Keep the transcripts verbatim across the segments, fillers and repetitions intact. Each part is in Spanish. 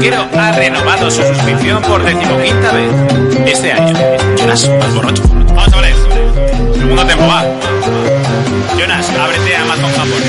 Peluquero ha renovado su suscripción por decimoquinta vez este año. Jonas, vas borracho. Vamos, chavales. Segundo tiempo, va. Jonas, ábrete a Amazon Japón.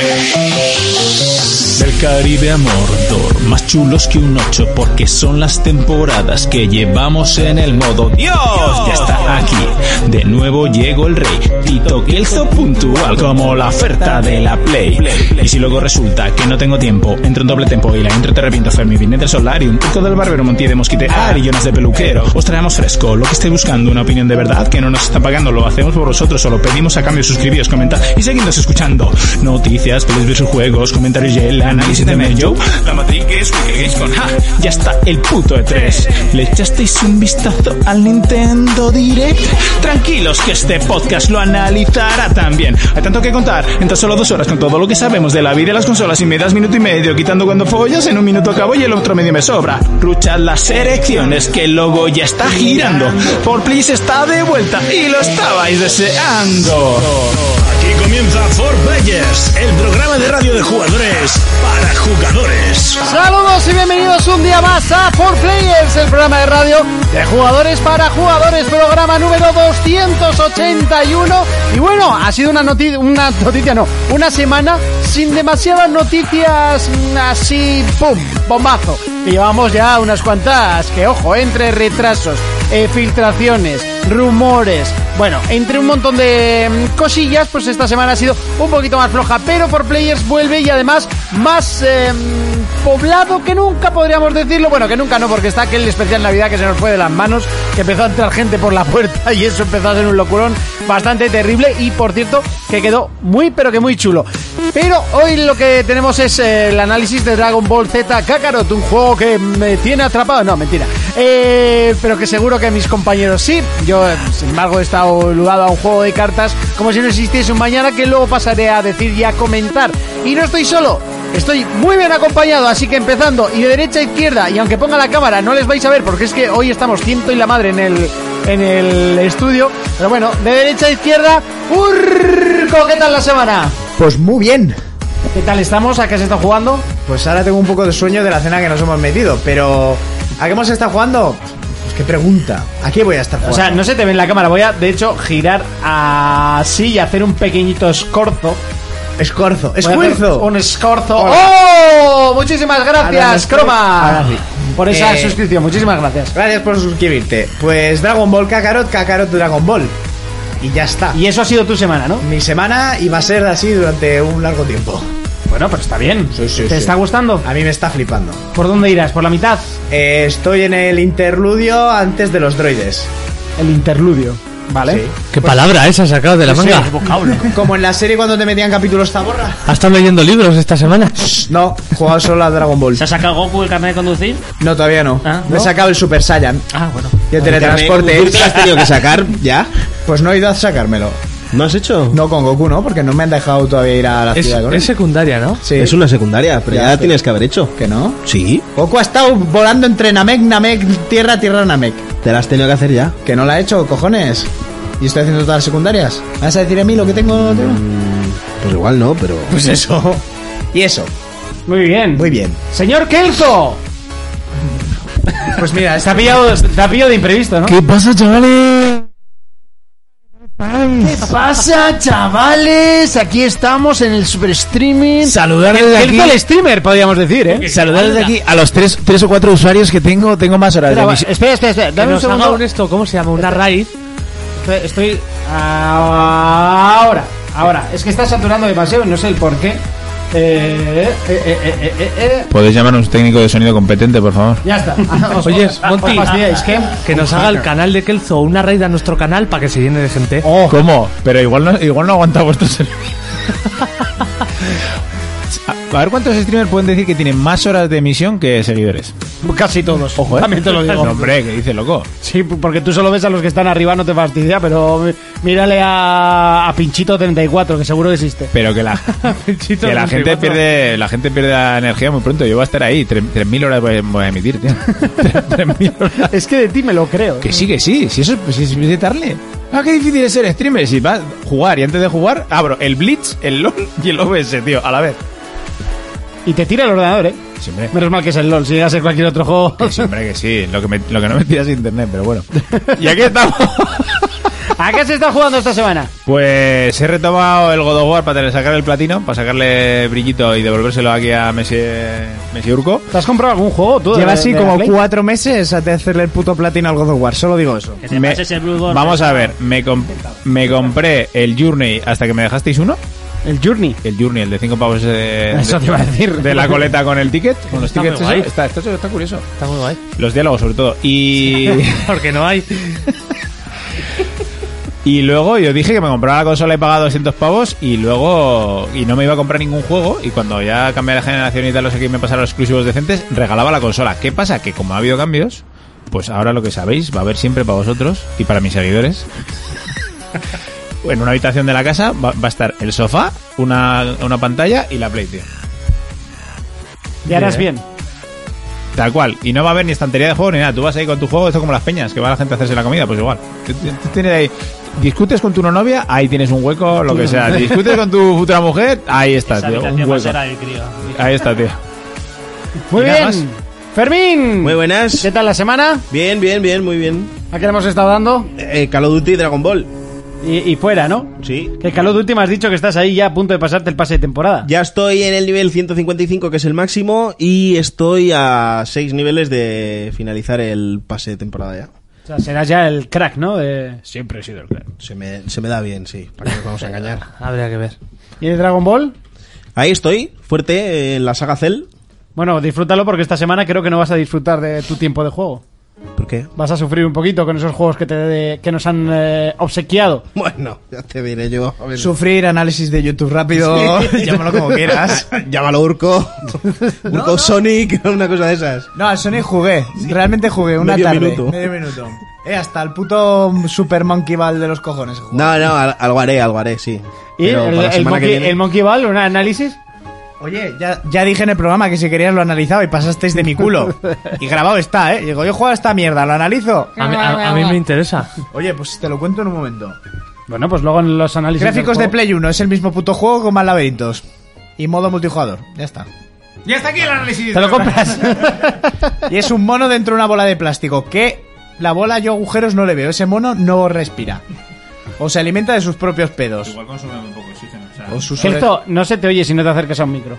Del Caribe a Mordor, más chulos que un ocho, porque son las temporadas que llevamos en el modo Dios. Ya está aquí, de nuevo llegó el rey, Tito Kelzo puntual como la oferta de la Play. Y si luego resulta que no tengo tiempo, entro en doble tempo y la intro te reviento. Fermi, Vinet del Solarium, Urco del Barbero, Monti de Mosquitear y Jonas de Peluquero. Os traemos fresco, lo que esté buscando, una opinión de verdad que no nos está pagando, lo hacemos por vosotros, solo pedimos a cambio suscribíos, comentad y seguidnos escuchando. Noticias, pelis versus juegos, comentarios y el análisis de Mello. La matriz que es Wikigames con ja. Ya está el puto E tres. ¿Le echasteis un vistazo al Nintendo Direct? Tranquilos que este podcast lo analizará también. Hay tanto que contar en tan solo dos horas con todo lo que sabemos de la vida de las consolas y me das minuto y medio quitando cuando follas, en un minuto acabo y el otro medio me sobra. Ruchad las erecciones que el logo ya está girando. For Please está de vuelta y lo estabais deseando. Aquí comienza For Players, el programa de radio de jugadores para jugadores. Saludos y bienvenidos un día más a For Players, el programa de radio de jugadores para jugadores, programa número doscientos ochenta y uno. Y bueno, ha sido una noticia, una noticia no, una semana sin demasiadas noticias así, pum, bombazo. Que llevamos ya unas cuantas, que ojo, entre retrasos, eh, filtraciones, rumores, bueno, entre un montón de mm, cosillas, pues esta semana ha sido un poquito más floja, pero For Players vuelve y además más eh, poblado que nunca, podríamos decirlo. Bueno, que nunca no, porque está aquel especial Navidad que se nos fue de las manos, que empezó a entrar gente por la puerta y eso empezó a ser un locurón bastante terrible y, por cierto, que quedó muy, pero que muy chulo. Pero hoy lo que tenemos es eh, el análisis de Dragon Ball Z Kakarot, un juego que me tiene atrapado. No, mentira. Eh, pero que seguro que mis compañeros sí. Yo, sin embargo, he estado ligado a un juego de cartas como si no existiese un mañana, que luego pasaré a decir y a comentar. Y no estoy solo. Estoy muy bien acompañado, así que empezando, y de derecha a izquierda, y aunque ponga la cámara no les vais a ver porque es que hoy estamos ciento y la madre en el, en el estudio, pero bueno, de derecha a izquierda, Urco, ¿qué tal la semana? Pues muy bien. ¿Qué tal estamos? ¿A qué se está jugando? Pues ahora tengo un poco de sueño de la cena que nos hemos metido, pero ¿a qué hemos estado jugando? Pues qué pregunta, ¿a qué voy a estar jugando? O sea, no se te ve en la cámara, voy a de hecho girar así y hacer un pequeñito escorzo. Escorzo, esfuerzo. Un escorzo. Hola. ¡Oh! Muchísimas gracias, Croma. Sí. Por esa eh, suscripción, muchísimas gracias. Gracias por suscribirte. Pues Dragon Ball Kakarot, Kakarot Dragon Ball. Y ya está. Y eso ha sido tu semana, ¿no? Mi semana, y va a ser así durante un largo tiempo. Bueno, pero está bien. Sí, sí, ¿Te sí. está gustando? A mí me está flipando. ¿Por dónde irás? ¿Por la mitad? Eh, estoy en el interludio antes de los droides. El interludio. Vale. Sí. ¿Qué pues, palabra esa has sacado de la sí, manga? Sí, como en la serie cuando te metían capítulos Zaborra. ¿Has estado leyendo libros esta semana? No, he jugado solo a Dragon Ball. ¿Se ha sacado Goku el carnet de conducir? No, todavía no. ¿Ah, Me he no? sacado el Super Saiyan. Ah, bueno. Y el teletransporte. ¿Tú te lo has tenido que sacar ya? Pues no he ido a sacármelo. ¿No has hecho? No, con Goku no, porque no me han dejado todavía ir a la Es, ciudad con él. es secundaria, ¿no? Sí. Es una secundaria, pero ya, Ya, la pero- tienes que haber hecho. ¿Que no? Sí. Goku ha estado volando entre Namek, Namek, Tierra, Tierra, Namek. Te la has tenido que hacer ya. Que no la he hecho, cojones. Y estoy haciendo todas las secundarias. ¿Me vas a decir a mí lo que tengo o no tengo? Pues igual no, pero... Pues eso. Y eso. Muy bien. Muy bien. Señor Kelzo. Pues mira, Te ha pillado, te ha pillado de imprevisto, ¿no? ¿Qué pasa, chavales? ¿Qué pasa, chavales? Aquí estamos en el super streaming. Saludar desde aquí. Kelzo el streamer, podríamos decir, ¿eh? Saludar desde aquí a los tres, tres o cuatro usuarios que tengo. Tengo más horas Espera, de va, emisión. espera, espera, espera. Que Dame un nos haga segundo. un esto, ¿cómo se llama? Una raíz. Estoy, estoy ahora, ahora. Es que está saturando demasiado, no sé el por qué. Eh, eh, eh, eh, eh, eh, eh. ¿Podéis llamar a un técnico de sonido competente, por favor? Ya está. Os, Oye, os- Monty, os fastidiáis, ¿qué? Que nos haga el canal de Kelzo una raid a nuestro canal para que se llene de gente. Oh. ¿Cómo? Pero igual no, igual no aguanta vuestro servicio. A ver cuántos streamers pueden decir que tienen más horas de emisión que seguidores. Casi todos. Ojo, ¿eh? También te lo digo. No, hombre, que dice loco. Sí, porque tú solo ves a los que están arriba, no te fastidia, pero mírale a, a Pinchito treinta y cuatro, que seguro existe. Pero que la, Pinchito que la treinta y gente cuatro. pierde la gente pierde la energía muy pronto. Yo voy a estar ahí. tres mil horas voy a, voy a emitir, tío. tres mil horas. Es que de ti me lo creo. Que sí, que sí. Si eso si es visitarle. Ah, qué difícil es ser streamer. Si vas a jugar y antes de jugar, abro el Blitz, el LOL y el O B S, tío, a la vez. Y te tira el ordenador, ¿eh? Siempre. Menos mal que es el LOL, si llega a ser cualquier otro juego. Que siempre que sí. Lo que, me, lo que no me tira es internet, pero bueno. Y aquí estamos. ¿A qué se está jugando esta semana? Pues he retomado el God of War para sacar el platino, para sacarle brillito y devolvérselo aquí a Messi, Messi Urco. ¿Te has comprado algún juego tú? Lleva de- así de como la Play? cuatro meses a hacerle el puto platino al God of War, solo digo eso. Que te Me- pases el Bloodborne. vamos a ver, me, com- me compré el Journey hasta que me dejasteis uno. El Journey. El Journey, el de cinco pavos ese de, Eso te iba a decir. de la coleta con el ticket. Con los Está tickets, muy eso. guay. Está, está, está curioso. Está muy guay. Los diálogos, sobre todo. Y, Porque no hay. y luego yo dije que me compraba la consola y pagaba doscientos pavos. Y luego. Y no me iba a comprar ningún juego. Y cuando ya cambié la generación y tal, no sé qué, y me pasaron los exclusivos decentes, regalaba la consola. ¿Qué pasa? Que como ha habido cambios, pues ahora lo que sabéis va a haber siempre para vosotros y para mis seguidores. En una habitación de la casa va, va a estar el sofá, una, una pantalla y la Play, tío. Y harás bien. Tal cual. Y no va a haber ni estantería de juego ni nada. Tú vas ahí con tu juego, esto como las peñas, que va la gente a hacerse la comida, pues igual. Tú- tú- tú tienes ahí, discutes con tu novia, ahí tienes un hueco, lo que sea. Discutes con tu futura mujer, ahí está, Esa tío. Un habitación va a hueco. ser el crío. Ahí está, tío. Muy Y nada bien. más. Fermín. Muy buenas. ¿Qué tal la semana? Bien, bien, bien, muy bien. ¿A qué le hemos estado dando? Eh, Call of Duty y Dragon Ball. Y, y fuera, ¿no? Sí. Que Call of Duty me has dicho que estás ahí ya a punto de pasarte el pase de temporada. Ya estoy en el nivel ciento cincuenta y cinco, que es el máximo, y estoy a seis niveles de finalizar el pase de temporada ya. O sea, serás ya el crack, ¿no? De... Siempre he sido el crack. Se me, se me da bien, sí. ¿Para qué nos vamos a engañar? Habría que ver. ¿Y el Dragon Ball? Ahí estoy, fuerte en la saga Cell. Bueno, disfrútalo porque esta semana creo que no vas a disfrutar de tu tiempo de juego. ¿Por qué? Vas a sufrir un poquito con esos juegos que, te de- que nos han eh, obsequiado. Bueno, ya te diré yo. A ver. Sufrir, análisis de YouTube rápido, llámalo como quieras. Llámalo Urco. Urco Sonic, una cosa de esas. No, al Sonic jugué, realmente jugué una Medio tarde. minuto. Medio minuto. Eh, hasta el puto Super Monkey Ball de los cojones. jugué. No, no, al- algo haré, algo haré, sí. ¿Y Pero el, para la el semana que Monkey, viene- el Monkey Ball, un análisis? Oye, ya, ya dije en el programa que si querías lo analizaba y pasasteis de mi culo. Y grabado está, ¿eh? Digo, yo he jugado a esta mierda, ¿lo analizo? A mí, a- a mí me interesa. Oye, pues te lo cuento en un momento. Bueno, pues luego en los análisis. Gráficos del de Play uno, es el mismo puto juego con más laberintos. Y modo multijugador, ya está. Y hasta aquí el análisis. juego. ¿Te lo compras? Y es un mono dentro de una bola de plástico, que la bola yo agujeros no le veo, ese mono no respira. O se alimenta de sus propios pedos. Igual consume un poco de oxígeno. O sea, O sus Esto no se te oye si no te acercas a un micro.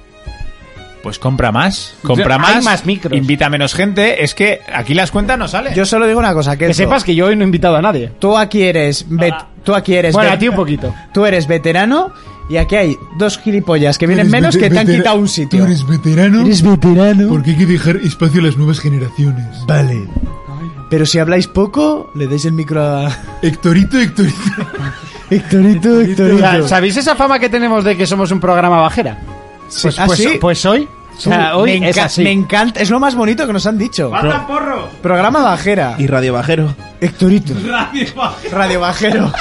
pues compra más. Compra Hay más. más micros. Invita a menos gente. Es que aquí las cuentas no salen. Yo solo digo una cosa, que Que sepas que yo hoy no he invitado a nadie. tú aquí eres vet- tú aquí eres Bueno, vet- a ti un poquito. Tú eres veterano y aquí hay dos gilipollas que vienen menos que te han quitado un sitio. ¿Tú eres veterano? ¿Eres veterano? Porque hay que dejar espacio a las nuevas generaciones. Vale. Pero si habláis poco, le dais el micro a Hectorito, Hectorito. Hectorito, O sea, ¿sabéis esa fama que tenemos de que somos un programa bajera? Pues, ¿Ah, pues, sí? pues hoy. O sea, hoy me, es enca- así. me encanta, es lo más bonito que nos han dicho. ¡Faltan porros! Programa bajera. Y Radio Bajero. Hectorito. Radio bajero.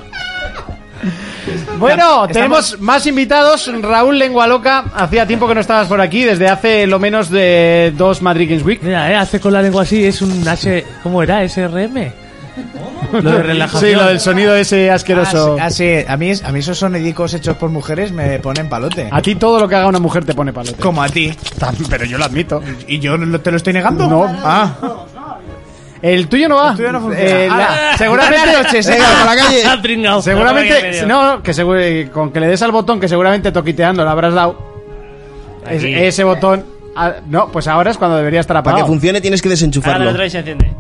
Bueno, Estamos- tenemos más invitados. Raúl Lengua Loca, hacía tiempo que no estabas por aquí, desde hace lo menos de dos Madrid Games Week. Mira, eh, hace con la lengua así, es un H... ¿Cómo era? ¿S R M? Lo de relajación. Sí, lo del sonido ese asqueroso. Ah, sí, ah, sí. A mí, es- a mí esos sonidicos hechos por mujeres me ponen palote. A ti todo lo que haga una mujer te pone palote. Como a ti. Pero yo lo admito. ¿Y yo no- te lo estoy negando? No. Ah. El tuyo no va. El tuyo no funciona. Eh, la- Ala. seguramente. Buenas noches, venga, por la calle. Ha pringao. Seguramente. No, que seguro, con que le des al botón que seguramente toquiteando le habrás dado. Es- Aquí. ese botón. ah, No, pues ahora es cuando debería estar Para que apagado. funcione tienes que Ahora me desenchufarlo. lo trae y se enciende.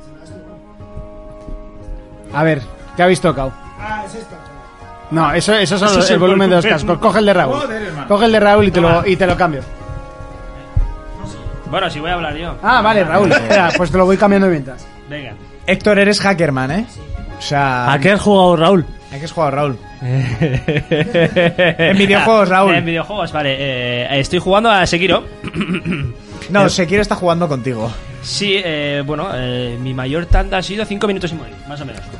A ver, ¿qué habéis tocado? No, eso, eso son los- el volumen de los cascos. Coge el de Raúl. Coge el de Raúl y te lo, y te lo cambio. Bueno, si voy a hablar yo. Ah, vale, Raúl. Espera, pues te lo voy cambiando mientras. Venga. Héctor, eres hackerman, ¿eh? O sea, ¿A qué has jugado, Raúl? ¿a qué has jugado, Raúl? En videojuegos, Raúl. En videojuegos, vale. Eh, estoy jugando a Sekiro. No, Sekiro está jugando contigo. Sí, eh, bueno, eh, mi mayor tanda ha sido cinco minutos y morir, más o menos.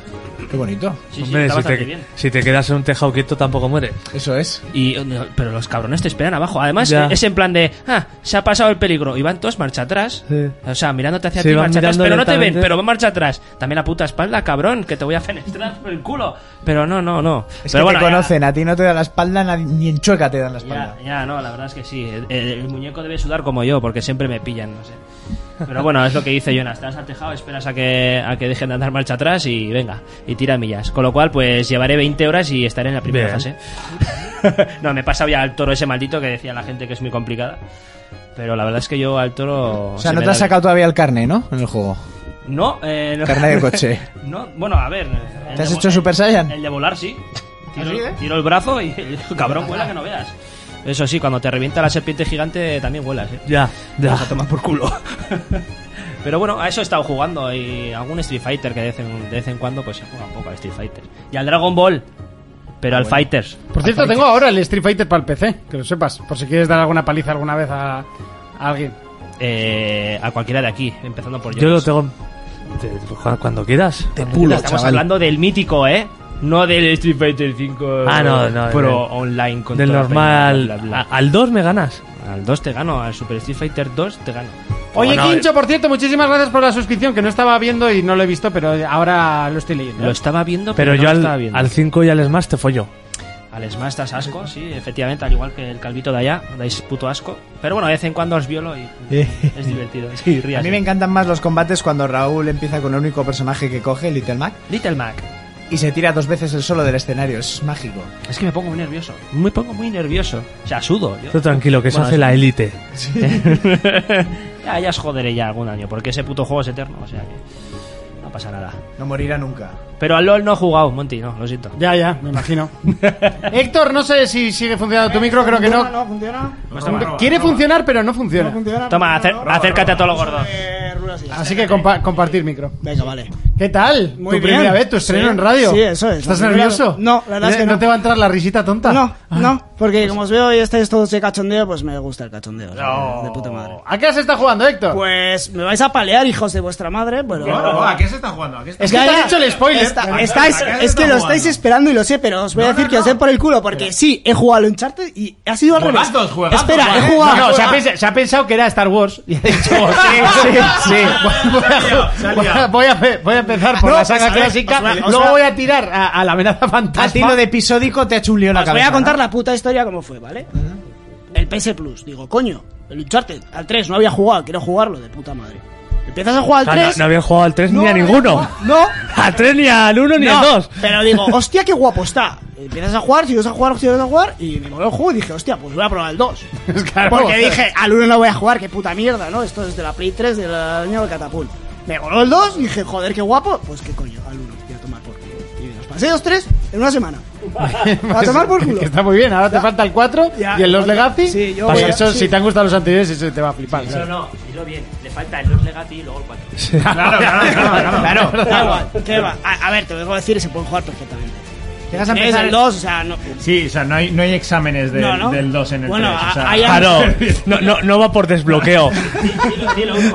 Qué bonito. Sí, sí, Hombre, está si, bastante te, bien. si te quedas en un tejado quieto tampoco muere. Eso es. Y, pero los cabrones te esperan abajo. Además, Ya. es en plan de, ah, se ha pasado el peligro. Y van todos marcha atrás. Sí. O sea, mirándote hacia Sí, ti, van marcha atrás. mirando Pero no te ven, lentamente. pero van marcha atrás. También la puta espalda, cabrón, que te voy a fenestrar por el culo. Pero no, no, no. Es pero que bueno, te ya- conocen, a ti no te da la espalda, nadie- ni en chueca te dan la Ya, espalda. ya, no, la verdad es que sí. El, el muñeco debe sudar como yo, porque siempre me pillan, no sé. Pero bueno, es lo que dice Jonas. Te vas al tejado, esperas a que, a que dejen de andar marcha atrás y venga, y tira millas. Con lo cual, pues llevaré veinte horas y estaré en la primera Bien. fase. No, me he pasado ya al toro ese maldito que decía la gente que es muy complicada. Pero la verdad es que yo al toro... O sea, se no me te has da- sacado todavía el carne, ¿no? En el juego. No, eh, no. Carne de coche. No, bueno, a ver. el ¿Te has de hecho vo- Super Saiyan? El de volar, sí. Tiro, ¿Ah, sí, eh? tiro el brazo y el cabrón vuela que no veas. Eso sí, cuando te revienta la serpiente gigante también vuelas, eh. Ya, Te ya. vas a tomar por culo. Pero bueno, a eso he estado jugando. Y algún Street Fighter que de vez en, de vez en cuando pues se juega un poco al Street Fighter. Y al Dragon Ball. Pero al Fighters. Por cierto, tengo ahora el Street Fighter para el P C, que lo sepas, por si quieres dar alguna paliza alguna vez a, a alguien. Eh, a cualquiera de aquí, empezando por Yo lo Jonas. tengo... te- Cuando quieras. Estamos hablando del mítico, ¿eh? No del Street Fighter cinco Ah, no, no, Pro del- online con Del toda la normal... bla, bla, bla. a- Al dos me ganas. Al dos te gano, al Super Street Fighter dos te gano. Oye, Bueno, Quincho, por cierto, muchísimas gracias por la suscripción, que no estaba viendo y no lo he visto, pero ahora lo estoy leyendo. Lo ¿eh? estaba viendo, pero, Pero no yo lo estaba al, viendo. al cinco y al Smash te follo. Al Smash estás asco, sí, efectivamente, al igual que el calvito de allá, dais puto asco. Pero bueno, de vez en cuando os violo y es divertido. Sí, ríase. A mí me encantan más los combates cuando Raúl empieza con el único personaje que coge, Little Mac, Little Mac. y se tira dos veces el solo del escenario. Es mágico. Es que me pongo muy nervioso. Me pongo muy nervioso. O sea, sudo. Yo. Tú tranquilo, que eso Bueno, hace sí. la élite. ya, ya os joderé ya algún año, porque ese puto juego es eterno, o sea que no pasa nada. No morirá nunca. Pero al LoL no he jugado, Monty, no, lo siento. Ya, ya, me imagino. Héctor, no sé si sigue funcionando tu micro, creo que no. No funciona. Quiere funcionar, pero no funciona. No funciona. Toma, acer- acércate a todo lo gordo. Eh, rulas y ya Así está. que compa- compartir micro. Venga, vale. ¿Qué tal? Muy tu bien. primera vez, tu estreno Sí. en radio. Sí, eso es. ¿Estás La primera- nervioso? No, la verdad es que ¿No no. te va a entrar la risita tonta? No, Ah. no, porque como os veo y estáis todos de cachondeo, pues me gusta el cachondeo. o sea, No. De puta madre. ¿A qué se está jugando, Héctor? Pues me vais a palear, hijos de vuestra madre. Bueno, ¿A qué se está jugando? ¿A qué está Es que Ya, te ya. has hecho el spoiler. Está- estáis, es que lo estáis esperando y lo sé, pero os voy a decir que os den por el culo, porque sí, he jugado al Uncharted y ha sido al revés. Juegazos, juegazos, Espera, ¿vale? he jugado. No, se ha, pens- se ha pensado que era Star Wars y ha dicho, sí, sí, sí. Voy a, voy a- voy a pe- voy a empezar por No, la saga pues a ver, clásica, os voy a- os luego voy a- voy a tirar a, a la amenaza fantasma. A ti lo de episódico te ha hecho un lío en la Os voy cabeza. a contar ¿no? la puta historia como fue, ¿vale? El P S Plus. Digo, coño, el Uncharted al tres no había jugado, quiero jugarlo de puta madre. Empiezas a jugar al Ah, no, tres. no había jugado al tres ni a ninguno. No, Al tres ni al uno ni no, al dos. pero digo, hostia, qué guapo está. Empiezas a jugar, sigues a jugar, sigues a jugar, y me moló el juego y dije, hostia, pues voy a probar el dos. Claro. Porque dije, al uno no voy a jugar, qué puta mierda, ¿no? Esto es de la Play tres del año del Catapult. Me moló el dos y dije, joder, qué guapo. Pues qué coño, al uno, voy a tomar por culo. Y los pasé los tres en una semana. A tomar por culo. Que está muy bien, ahora te falta el cuatro Ya, y el Los el cuatro. Legacy. Sí, yo Pues voy a- eso, sí. si te han gustado los anteriores, eso te va a flipar. No, claro. no, dilo bien. Le falta el Los Legacy y luego el cuatro. Claro, claro, claro, claro. Claro, da igual, ¿qué va? A, a ver, te lo dejo decir y se pueden jugar perfectamente. Llegas a Es empezar el dos, o sea, no. Sí, o sea, no hay, no hay exámenes del, No, no. del dos en el Bueno, tres. O sea, hay- Claro, no, no, no va por desbloqueo. Dilo, dilo, Hugo.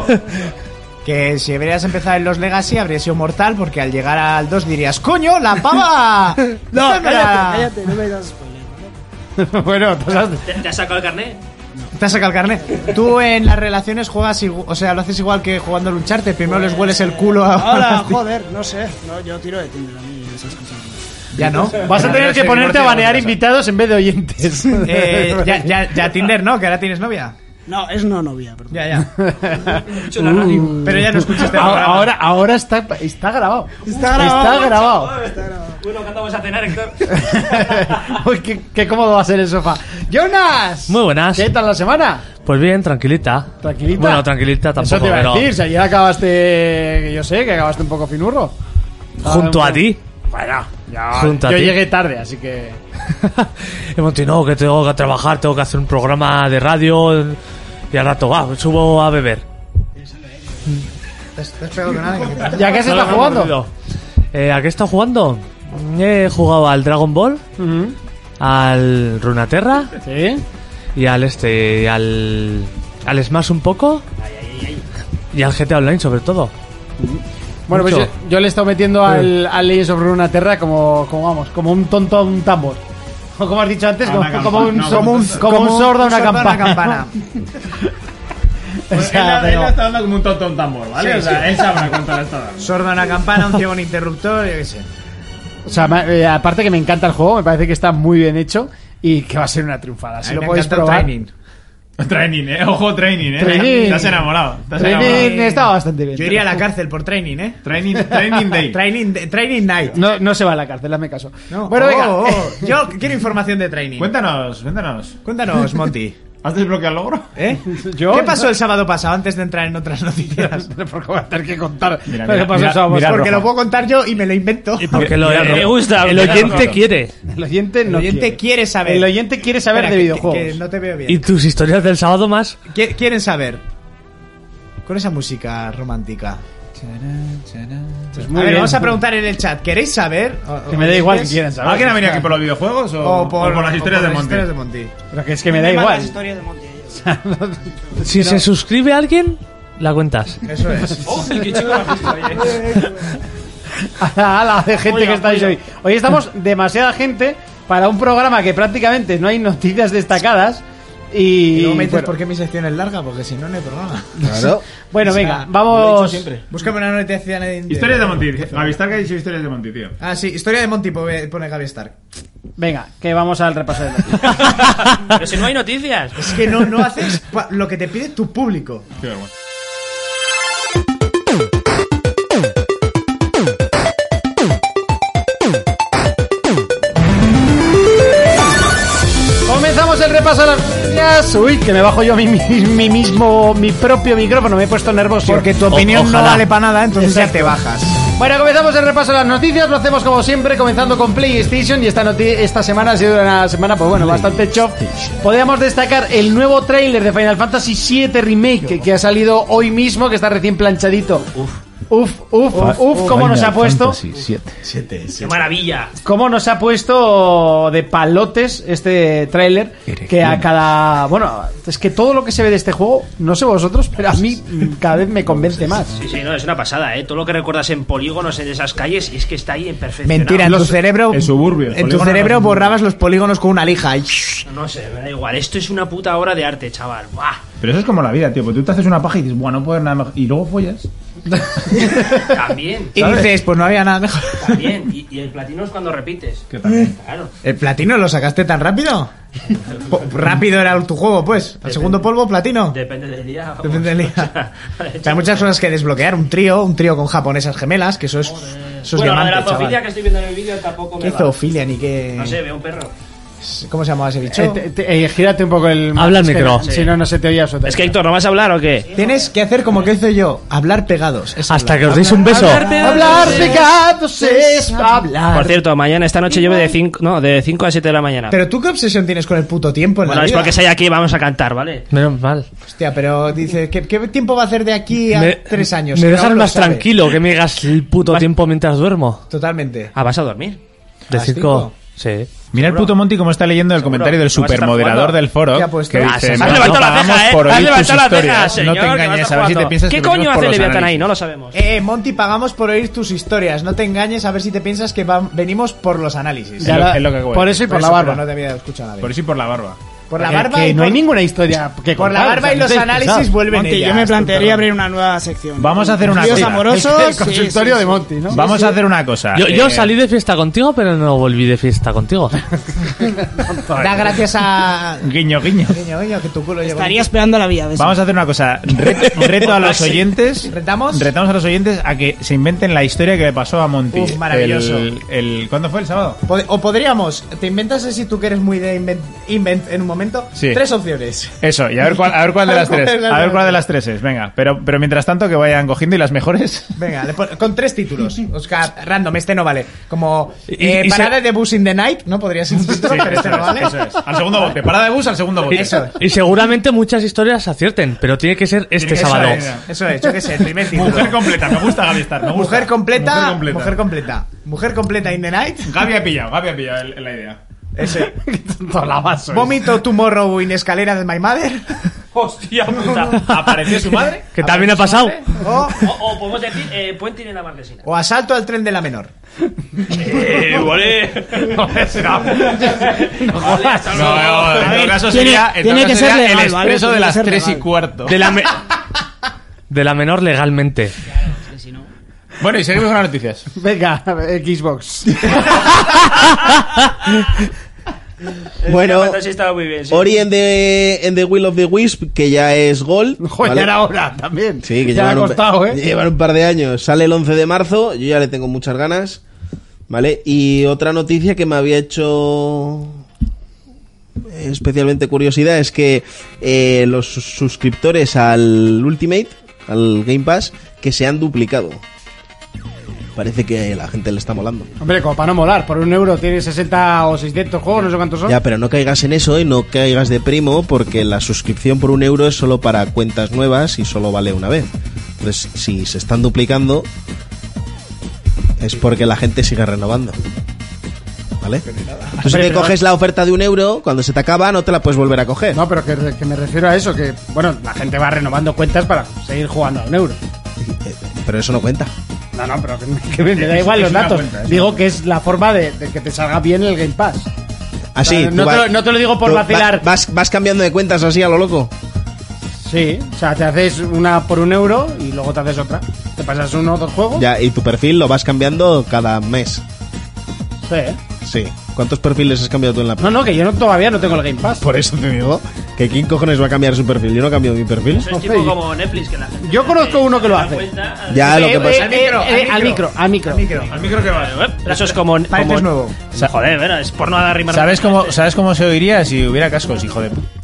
Que si habrías empezado en los Legacy habría sido mortal, porque al llegar al dos dirías, ¡coño, la pava! No, Esta me la- cállate, cállate, no me das spoiler, ¿vale? Bueno, pues haz- ¿Te, te has sacado el carnet? Te has sacado el carnet. Tú en las relaciones juegas, igu- o sea, lo haces igual que jugando al Uncharted. Primero les hueles el culo a... Hola, joder, no sé. No, yo tiro de Tinder a mí esas cosas. Ya no. vas a tener que ponerte a banear invitados en vez de oyentes. Eh, ya, ya, ya Tinder no, que ahora tienes novia. No, es no novia, perdón. Ya, ya. Uh. Pero ya no escuchaste el ahora, programa. ahora, ahora está, está grabado. Está grabado. Está grabado. Bueno, ¿cuándo vamos a cenar, Héctor? Uy, qué, qué cómodo va a ser el sofá. ¡Jonas! Muy buenas. ¿Qué tal la semana? Pues bien, tranquilita. ¿Tranquilita? Bueno, tranquilita tampoco, Eso te iba a pero decir, si ayer acabaste, que yo sé, que acabaste un poco finurro. junto a ti. Bueno, ya, Junto a yo ti. llegué tarde, así que... Hemos dicho, no, que tengo que trabajar, tengo que hacer un programa de radio y al rato, va, subo a beber. ¿Te has- te has pegado con alguien? ¿Ya qué se No, está no, no, jugando? no. Eh, ¿A qué he estado jugando? He jugado al Dragon Ball, Ujú. al Runaterra Sí. y al este, y al, al Smash un poco y al G T A Online sobre todo. Bueno, pues Mucho. yo, yo le he estado metiendo al, al Legends of Runeterra como, como, vamos, como un tonto a un tambor. O como has dicho antes, A como, una como, un, campana. como, No, un, como un sordo a una campana. O sea, pero- está dando como un tonto a un tambor, ¿vale? Sí, o sea, sí. él sabrá cuánto le está dando. Sordo a una campana, un ciego en interruptor, yo qué sé. O sea, ma- eh, aparte que me encanta el juego, me parece que está muy bien hecho y que va a ser una triunfada. Si A mí lo me podéis encanta el probar. training. Training, eh. Ojo, training, eh. Training. Te has enamorado. Te has Training enamorado. está bastante bien. Yo iría a la cárcel por training, ¿eh? Training, training day. Training, training night. No, no se va a la cárcel, hazme caso. No. Bueno, Oh, venga. oh, oh. Yo quiero información de training. Cuéntanos, cuéntanos. Cuéntanos, Monty. ¿Has desbloqueado el logro? ¿Eh? Yo- ¿Qué pasó el sábado pasado antes de entrar en otras noticias? Porque voy a tener que contar. Mira, lo que mira, pasó mira, el sábado mira, pasado. Porque rojo. lo puedo contar yo y me lo invento. Porque lo, Mira, el, me gusta, el mira, oyente rojo. quiere. El oyente no El oyente quiere. quiere saber. El oyente quiere saber Espera, de que- videojuegos. Que, que no te veo bien. ¿Y tus historias del sábado más? Qui- ¿Quieren saber? Con esa música romántica. Pues A muy ver, bien. vamos a preguntar en el chat. ¿Queréis saber? O- Que me da igual que oyentes? quieran saber. ¿Alguien ha venido aquí por los videojuegos o, O por, o por las historias o por de las Monty? historias de Monty. Pero que es que me da Las igual. historias de Monty. Si se suscribe alguien, la cuentas. Eso es. A la de gente que estáis hoy. Hoy estamos demasiada gente para un programa que prácticamente no hay noticias destacadas. Y, Y luego me dices bueno, por qué mi sección es larga, porque si no, no hay programa. Claro. bueno, O sea, venga, Lo he vamos. hecho siempre. Búscame una noticia de... Historias de Monty. Gavistar que ha dicho historias de Monty, tío. Ah, sí, historia de Monty pone pone Gaby Stark. Venga, que vamos al repaso de noticias. Pero si no hay noticias. Es que no, no haces pa- lo que te pide tu público. Qué vergüenza. Comenzamos el repaso de las noticias. Uy, que me bajo yo mi, mi, mi mismo, mi propio micrófono, me he puesto nervioso. Porque tu O- opinión no ojalá. vale para nada, entonces ya Exacto. te bajas. Bueno, comenzamos el repaso de las noticias, lo hacemos como siempre, comenzando con PlayStation, y esta noti- esta semana ha sido una semana, pues bueno, bastante chop. Podríamos destacar el nuevo tráiler de Final Fantasy siete Remake, que, que ha salido hoy mismo, que está recién planchadito. Uf, uf, uf, uf, cómo nos ha puesto, ¡Qué maravilla! cómo nos ha puesto de palotes este tráiler, que a cada, bueno, es que todo lo que se ve de este juego, no sé vosotros, pero a mí mm, cada vez me convence más. Sí, sí, no, es una pasada, ¿eh? Todo lo que recuerdas en polígonos en esas calles, y es que está ahí en perfección. Mentira, en tu cerebro. el suburbio, el En tu polígono cerebro no- borrabas los polígonos con una lija. y- No sé, me da igual. Esto es una puta obra de arte, chaval. ¡Buah! Pero eso es como la vida, tío. Porque tú te haces una paja y dices, bueno, no puedo nada mejor. Y luego follas. También, Y dices, pues no había nada mejor. también. Y, y el platino es cuando repites. ¿Qué tal? Claro. ¿El platino lo sacaste tan rápido? Po- rápido era tu juego, pues. Al segundo polvo, platino. Depende del día. vamos. Depende del día. O sea, hay muchas cosas que desbloquear. Un trío, un trío con japonesas gemelas, que eso es, eso es Bueno, lo de diamante, la zoofilia chaval. que estoy viendo en el vídeo tampoco me ¿Qué va. zoofilia ni qué...? No sé, veo un perro. ¿Cómo se llamaba ese bicho? Eh, te- te- eh, gírate un poco el... Habla al es que micro. Si no, no se te oye absolutamente. Es que, Héctor, ¿no vas a hablar o qué? Tienes que hacer como que hice yo, hablar pegados. Es Hasta hablar. que os deis un beso. Hablar pecados es hablar. Por cierto, mañana, esta noche llueve de cinco, no, de cinco a siete de la mañana. Pero tú qué obsesión tienes con el puto tiempo en bueno, la es vida. porque si hay aquí, vamos a cantar, ¿vale? Menos mal. Hostia, pero dice, ¿qué, qué tiempo va a hacer de aquí a Me, tres años? me Que dejas no lo más sabe. tranquilo que me digas el puto tiempo mientras duermo. Totalmente. Ah, ¿vas a dormir? De ¿A las cinco. Sí. Mira el puto Monty cómo está leyendo el comentario del ¿Que vas a estar supermoderador jugando? del foro. ¿Qué ha puesto? Que Ah, dice, se me "No, ha levantado no la pagamos ceja, ¿eh? por Has oír tus levantado la ceja, historias. señor, No te que vas engañes, a a ver si te jugando. piensas ¿Qué que coño venimos por hace los Leviatán ahí? análisis. No lo sabemos. Eh, Monty, pagamos por oír tus historias. No te engañes a ver si te piensas que va- venimos por los análisis. Ya Es lo- la- es lo que huele. por eso y por, Por la eso, barba. pero no te había escuchado nadie. Por eso y por la barba. Por la Que- barba que y no por, hay ninguna historia que por la contar, barba o sea, y no los estés análisis pesado. vuelven Monty, ellas. yo me tú, plantearía perdón. abrir una nueva sección. Vamos a hacer una Tríos cosa. amorosos. El consultorio sí, de sí, Monty, ¿no? Vamos a hacer una cosa. Yo, yo Eh, salí de fiesta contigo, pero no volví de fiesta contigo. Da gracias a... Guiño, guiño. Guiño, guiño, que tu culo llegó. Estaría esperando la vía. ¿ves? Vamos a hacer una cosa. Re- reto a los oyentes. ¿Retamos? Retamos a los oyentes a que se inventen la historia que le pasó a Monty. Uf, maravilloso. El, el- ¿Cuándo fue el sábado? Pod- O podríamos, te inventas así, tú que eres muy de invent, invent en un momento, Sí. tres opciones. Eso, y a ver cuál, a ver cuál de las ¿Cuál tres. es la A ver cuál de de las tres es. Venga, pero, pero mientras tanto que vayan cogiendo y las mejores. Venga, le pon- con tres títulos. Oscar, random, este no vale. Como Y- eh, y se- Parada de Bus in the Night, ¿no? Podría ser un título, Sí, pero este eso no es, vale. eso es. Al segundo bote. Parada de bus al segundo bote. Eso es. Y seguramente muchas historias acierten, pero tiene que ser este Eso sábado. es. Eso es, yo qué sé, el primer título. Mujer completa, me gusta Gaby Star, me gusta. Mujer completa, Mujer completa. mujer completa. Mujer completa in the night. Gaby ha pillado, Gaby ha pillado el- la idea. Ese. Por la vaso. Vómito tomorrow in escalera de my mother. Hostia puta. ¿Apareció su madre? Que también ha pasado. O, O, o podemos decir eh, puente en la marquesina. o asalto al tren de la menor. Eh, vale. No, hasta No, luego. En todo caso tiene- sería, en tiene todo que caso ser sería legal, el ¿vale? expreso de Tiene que las ser tres y legal. cuarto. De la, me- de la menor legalmente. Bueno, y seguimos con las noticias. Venga, Xbox. Bueno, Fantasy estaba muy bien, sí. Ori en the, en the Will of the Wisp, que ya es Gold. Joder, ¿vale? ya era hora también. Sí, que ya llevan ha un, costado, ¿eh? llevan un par de años. Sale el once de marzo, yo ya le tengo muchas ganas. ¿Vale? Y otra noticia que me había hecho especialmente curiosidad es que eh, los sus- suscriptores al Ultimate, al Game Pass, que se han duplicado. Parece que a la gente le está molando. Hombre, como para no molar, por un euro tienes sesenta o seiscientos juegos, no sé cuántos son. Ya, pero no caigas en eso y no caigas de primo, porque la suscripción por un euro es solo para cuentas nuevas y solo vale una vez. Entonces, si se están duplicando, es porque la gente sigue renovando. ¿Vale? Tú si te pero- coges la oferta de un euro, cuando se te acaba no te la puedes volver a coger. No, pero que, que me refiero a eso, que, bueno, la gente va renovando cuentas para seguir jugando a un euro. Pero eso no cuenta. No, no, pero que, me- que me, me da igual los una datos. cuenta, es Digo que es la forma de, de que te salga bien el Game Pass. Así, O sea, no, te lo, no te lo digo por vacilar. Vas, vas cambiando de cuentas así a lo loco. Sí, o sea, te haces una por un euro y luego te haces otra. Te pasas uno o dos juegos. Ya, y tu perfil lo vas cambiando cada mes. Sí. Sí. ¿Cuántos perfiles has cambiado tú en la No, no, que yo no, todavía no tengo el Game Pass. Por eso te digo que ¿quién cojones va a cambiar su perfil? Yo no cambio mi perfil. Eso es tipo como Netflix, que la gente... Yo conozco uno que lo se da hace. cuenta- Ya, lo Eh, que pasa... eh, eh, eh, al micro, al micro. Al micro que va. Eso es como... Pareces como- nuevo. O sea, joder, bueno, es por no arrimar... ¿Sabes cómo, ¿Sabes cómo se oiría si hubiera cascos, hijo de puta?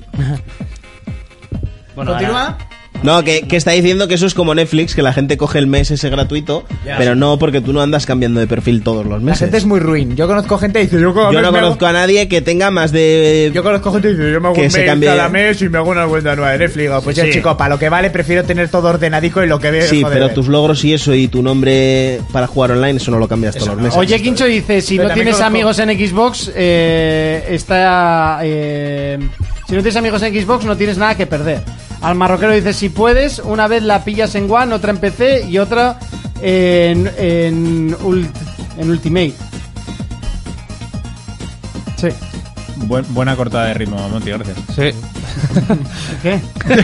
Bueno, Continúa. ahora- No, que, que está diciendo que eso es como Netflix, que la gente coge el mes ese gratuito, pero no porque tú no andas cambiando de perfil todos los La meses. gente es muy ruin. Yo conozco gente que dice, yo, cada Yo mes no me hago- conozco a nadie que tenga más de... Yo conozco gente que dice, yo me hago Que un se mail cambie- cada mes y me hago una cuenta nueva de Netflix. Digo, pues ya, Sí. chico, para lo que vale prefiero tener todo ordenadico y lo que veo. Sí, joder, pero eh. tus logros y eso y tu nombre para jugar online, eso no lo cambias todos los meses. Oye, Quincho dice, si Pero no también tienes conozco- amigos en Xbox, eh, está... eh, si no tienes amigos en Xbox, no tienes nada que perder. Al marroquero dice, si puedes, una vez la pillas en One, otra en P C y otra en, en, ult- en Ultimate. Sí. Buen- buena cortada de ritmo, Monty, gracias. Sí. ¿Qué?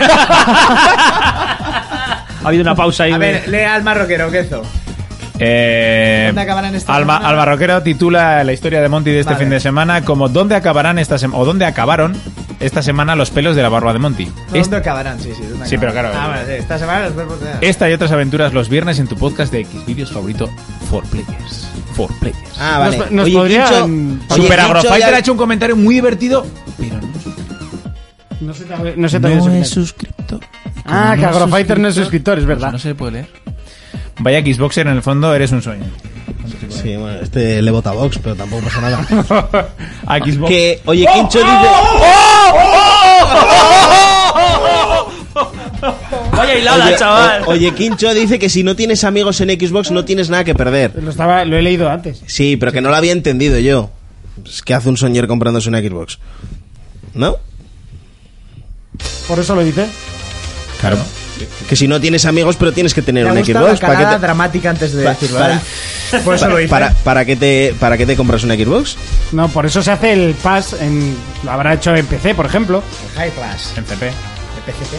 Ha habido una pausa ahí. A de- ver, lea al marroquero, ¿qué hizo? Eh, ¿Dónde acabarán esta Alba, semana? Alba Roquero titula la historia de Monty de este Vale. fin de semana como ¿dónde acabarán esta semana o dónde acabaron esta semana los pelos de la barba de Monty? ¿Dónde Est- acabarán? Sí, sí. ¿dónde Sí, pero acabarán? claro, Ah, eh, vale, sí. Esta semana los verbos de... Esta y otras aventuras los viernes en tu podcast de Xvideos favorito For Players. For Players. Ah, vale. Nos- nos Oye, podrían- Quincho- oye, Super Quincho Agrofighter ya- ha hecho un comentario muy divertido, pero no, No sé, todavía- no sé todavía no eso es qué suscriptor. Ah, que No Agrofighter no es suscriptor, suscriptor, es verdad. No se puede leer. Vaya Xboxer, en el fondo eres un sueño. Sí, bueno, este le vota a Vox, pero tampoco pasa nada. A Xbox. Que, oye, Quincho dice... Vaya hilada, Oye, chaval. o- oye, Quincho dice que si no tienes amigos en Xbox no tienes nada que perder. Lo, estaba, lo he leído antes. Sí, pero que no lo había entendido yo. Es que hace un soñer comprándose una Xbox. ¿No? Por eso lo dice. Claro. Que si no tienes amigos, pero tienes que tener Me ha una gustado Xbox. la ¿Para cagada qué te, dramática antes de pa- decirlo. para- ¿eh? Por eso lo para, hice. para, para qué te, ¿Para qué te compras una Xbox? No, por eso se hace el pass en... Lo habrá hecho en P C, por ejemplo. High Class. En C P. De P C P.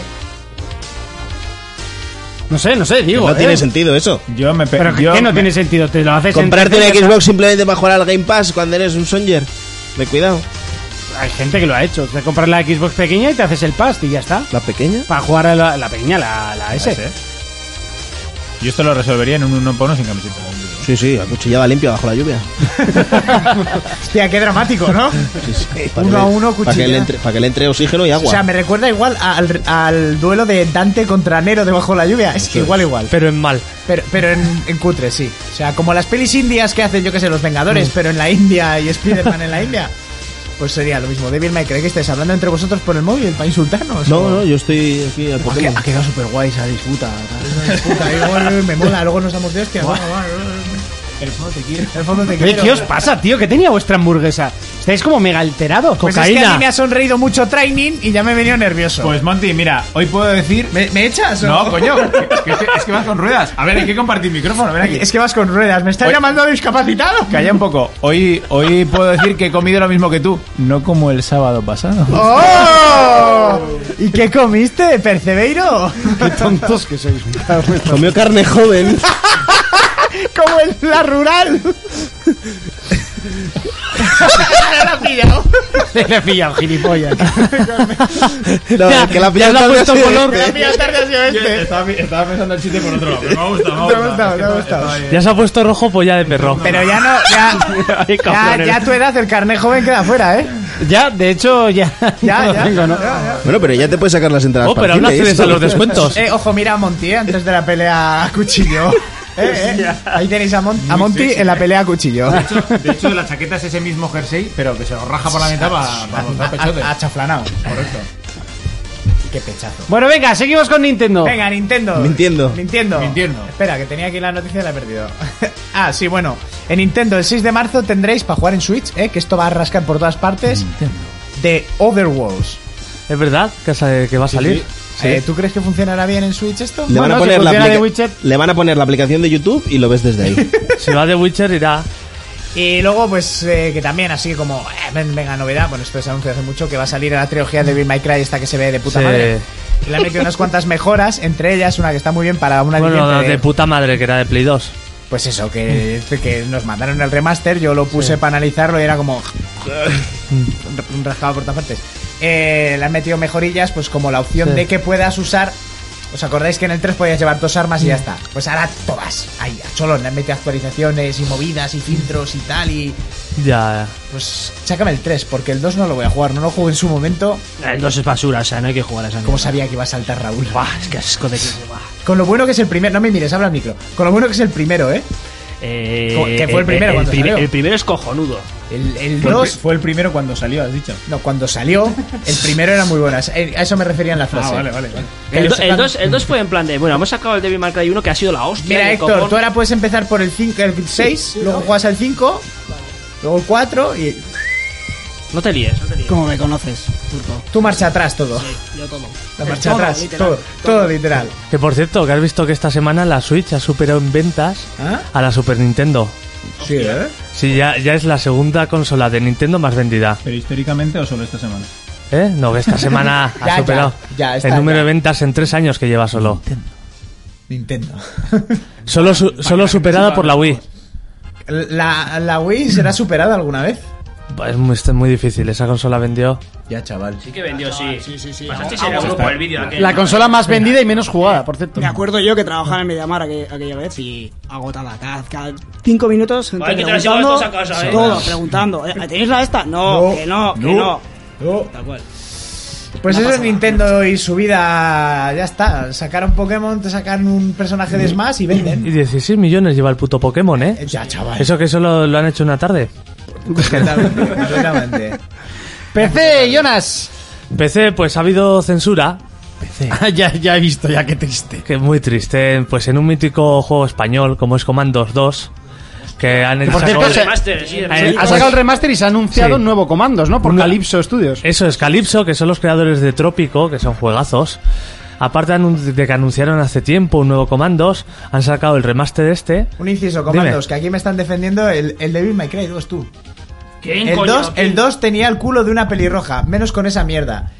No sé, no sé, digo. no ¿eh? tiene sentido eso. Yo me pe- Pero que yo ¿qué no me- tiene sentido. Te lo haces en Comprarte P C, una ya está. Xbox simplemente para jugar al Game Pass cuando eres un soñer. De cuidado. Hay gente que lo ha hecho. Te compras la Xbox pequeña y te haces el pass y ya está. La pequeña. Para jugar a la, la pequeña, la, la S. S. Yo esto lo resolvería en un uno por uno sin camiseta. Sí, sí, acuchillada limpia bajo la lluvia. Hostia, qué dramático, ¿no? Sí, sí, para Uno que a le- uno, Para que, le cuchilla. entre, para que le entre oxígeno y agua. O sea, me recuerda igual al, al duelo de Dante contra Nero debajo de la lluvia. Es que igual, igual. Pero en mal. Pero, pero en, en cutre, sí. O sea, como las pelis indias que hacen, yo que sé, los Vengadores, Mm. pero en la India y Spider-Man en la India. Pues sería lo mismo. Devil May Cry, que estáis hablando entre vosotros por el móvil para insultarnos. no, ¿o? no, yo estoy aquí al Ha, Pokémon. ha quedado súper guay esa disputa. Puta, igual me mola, luego nos damos de hostia. El fondo te quiere. El fondo te ¿Qué, quiere. qué os pasa, tío? ¿Qué tenía vuestra hamburguesa? Estáis como mega alterados. Pues es que a mí me ha sonreído mucho Training y ya me he venido nervioso. Pues Monty, mira, hoy puedo decir... ¿Me, me echas? o- No, coño, es que, es que vas con ruedas. A ver, hay que compartir micrófono, ven aquí. Es que vas con ruedas. ¿Me estás Oye. llamando discapacitado? Calla un poco. Hoy, hoy puedo decir que he comido lo mismo que tú. No como el sábado pasado. ¡Oh! ¿Y qué comiste, Percebeiro? Qué tontos que sois. Comió carne joven. Como en la rural. Me la ha pillado. Le he pillado, gilipollas. No, el que la ha pillado ya le ha tarde puesto ha sido color. Me la ha pillado tarde ha sido este. Estaba, estaba pensando el chiste por otro lado, pero me ha gustado, me ha Te ha gustado, te ha gustado. Ya se ha puesto rojo polla de perro. Pero ya no, ya, Ay, ya, cabrones. ya a tu edad el carné joven queda fuera, ¿eh? Ya, de hecho, ya. Ya, lo ya, tengo, ¿no? ya, ya. Bueno, pero ya te puedes sacar las entradas Oh, para pero aún el cine, accedes a esto. los descuentos. Eh, ojo, mira a Monty, ¿eh? Antes de la pelea a cuchillo. Eh, eh. Ahí tenéis a, Mon- a Monty en la pelea a cuchillo. De hecho, de hecho, la chaqueta es ese mismo jersey, pero que se lo raja por la mitad para mostrar pechote. Achaflanado. Correcto. Qué pechazo. Bueno, venga, seguimos con Nintendo. Venga, Nintendo. Mintiendo. Mintiendo. Mintiendo. Espera, que tenía aquí la noticia y la he perdido. Ah, sí, bueno. En Nintendo el seis de marzo tendréis para jugar en Switch, ¿eh? Que esto va a rascar por todas partes. De Otherworlds. ¿Es verdad que, sa- que va a salir? Eh, ¿Tú crees que funcionará bien en Switch esto? Le, van Bueno, a si poner la funciona de aplica- Witcher. le van a poner la aplicación de YouTube y lo ves desde ahí. Si va de Witcher irá. Y luego, pues, eh, que también, así como, eh, ven- venga, novedad. Bueno, esto se anunció hace mucho, que va a salir la trilogía de Devil May Cry, esta que se ve de puta Sí. madre. Y le han metido unas cuantas mejoras, entre ellas una que está muy bien para una Bueno, licencia de puta madre que era de Play dos. Pues eso, que, que nos mandaron el remaster, yo lo puse para analizarlo y era como... un rascado por todas partes. Eh, le han metido mejorillas, pues como la opción Sí. de que puedas usar... ¿Os acordáis que en el tres podías llevar dos armas y ya está? Pues ahora todas, ahí, a cholón, le han metido actualizaciones y movidas y filtros y tal y... Ya. Pues sácame el tres, porque el dos no lo voy a jugar, no lo jugué en su momento. El dos es basura, o sea, no hay que jugar a esa Como mierda. sabía que iba a saltar Raúl? Buah, es que asco de que... buah. Con lo bueno que es el primero... No me mires, habla al micro. Con lo bueno que es el primero, ¿eh? Eh, ¿Cómo- qué fue el primero El, cuando primer- salió? el primero es cojonudo. El, el Fue el, dos... fue el primero cuando salió, has dicho. No, cuando salió, el primero era muy bueno. A eso me refería en la frase. Ah, vale, vale, vale. El, do- el sacan- dos, el dos fue en plan de, bueno, hemos sacado el Devil May Cry uno que ha sido la hostia. Mira, de Héctor, copón. tú ahora puedes empezar por el cinco, el seis, luego juegas al cinco, luego el cuatro y No te líes, no te líes. Como me conoces, Turco. tú marcha atrás todo. Yo todo. La marcha Todo, atrás, literal. todo, todo literal. Que por cierto, que has visto que esta semana la Switch ha superado en ventas ¿Ah? a la Super Nintendo. Sí, ¿eh? Sí, ya, ya es la segunda consola de Nintendo más vendida. ¿Pero históricamente o solo esta semana? ¿Eh? No, que esta semana Ya, ha superado ya, ya está, el número ya. de ventas en tres años que lleva solo. Nintendo. Solo, su- solo superada por la Wii. La, la Wii será superada alguna vez. Es muy, es muy difícil, esa consola vendió. Ya, chaval. Sí que vendió, sí. Sí, sí, sí. Pasasteis en el grupo el vídeo aquel. La consola más vendida y menos jugada, por cierto. Me acuerdo yo que trabajaba en Mediamar aqu- aquella vez y agotada. Cada, cada cinco minutos, gente Vale, que te las llevas preguntando. todas a casa, ¿eh? Todo, preguntando. ¿Eh, ¿Tenéis la esta? No, No, que no, que no. no. No. Tal cual. Pues No eso pasa es nada. Nintendo y su vida. Ya está. Sacaron Pokémon, te sacan un personaje de Smash y Y venden. dieciséis millones lleva el puto Pokémon, ¿eh? Ya, chaval. Eso que solo lo han hecho una tarde. Completamente, completamente. P C, Jonas. P C, pues ha habido censura. ya, ya he visto, ya qué triste. Que es muy triste. Pues en un mítico juego español como es Commandos dos, que han por cierto, sacado- se- Remaster, sí, Eh, Ha sacado el remaster y se ha anunciado Sí. un nuevo Comandos, ¿no? Por Una- Calypso Studios. Eso es Calypso, que son los creadores de Trópico, que son juegazos. Aparte anun- de que anunciaron hace tiempo un nuevo Comandos, han sacado el remaster este. Un inciso, comandos, que aquí me están defendiendo el, el Devil May Cry dos, tú. ¿Quién, El coño? dos, ¿Quién? el dos tenía el culo de una pelirroja, menos con esa mierda.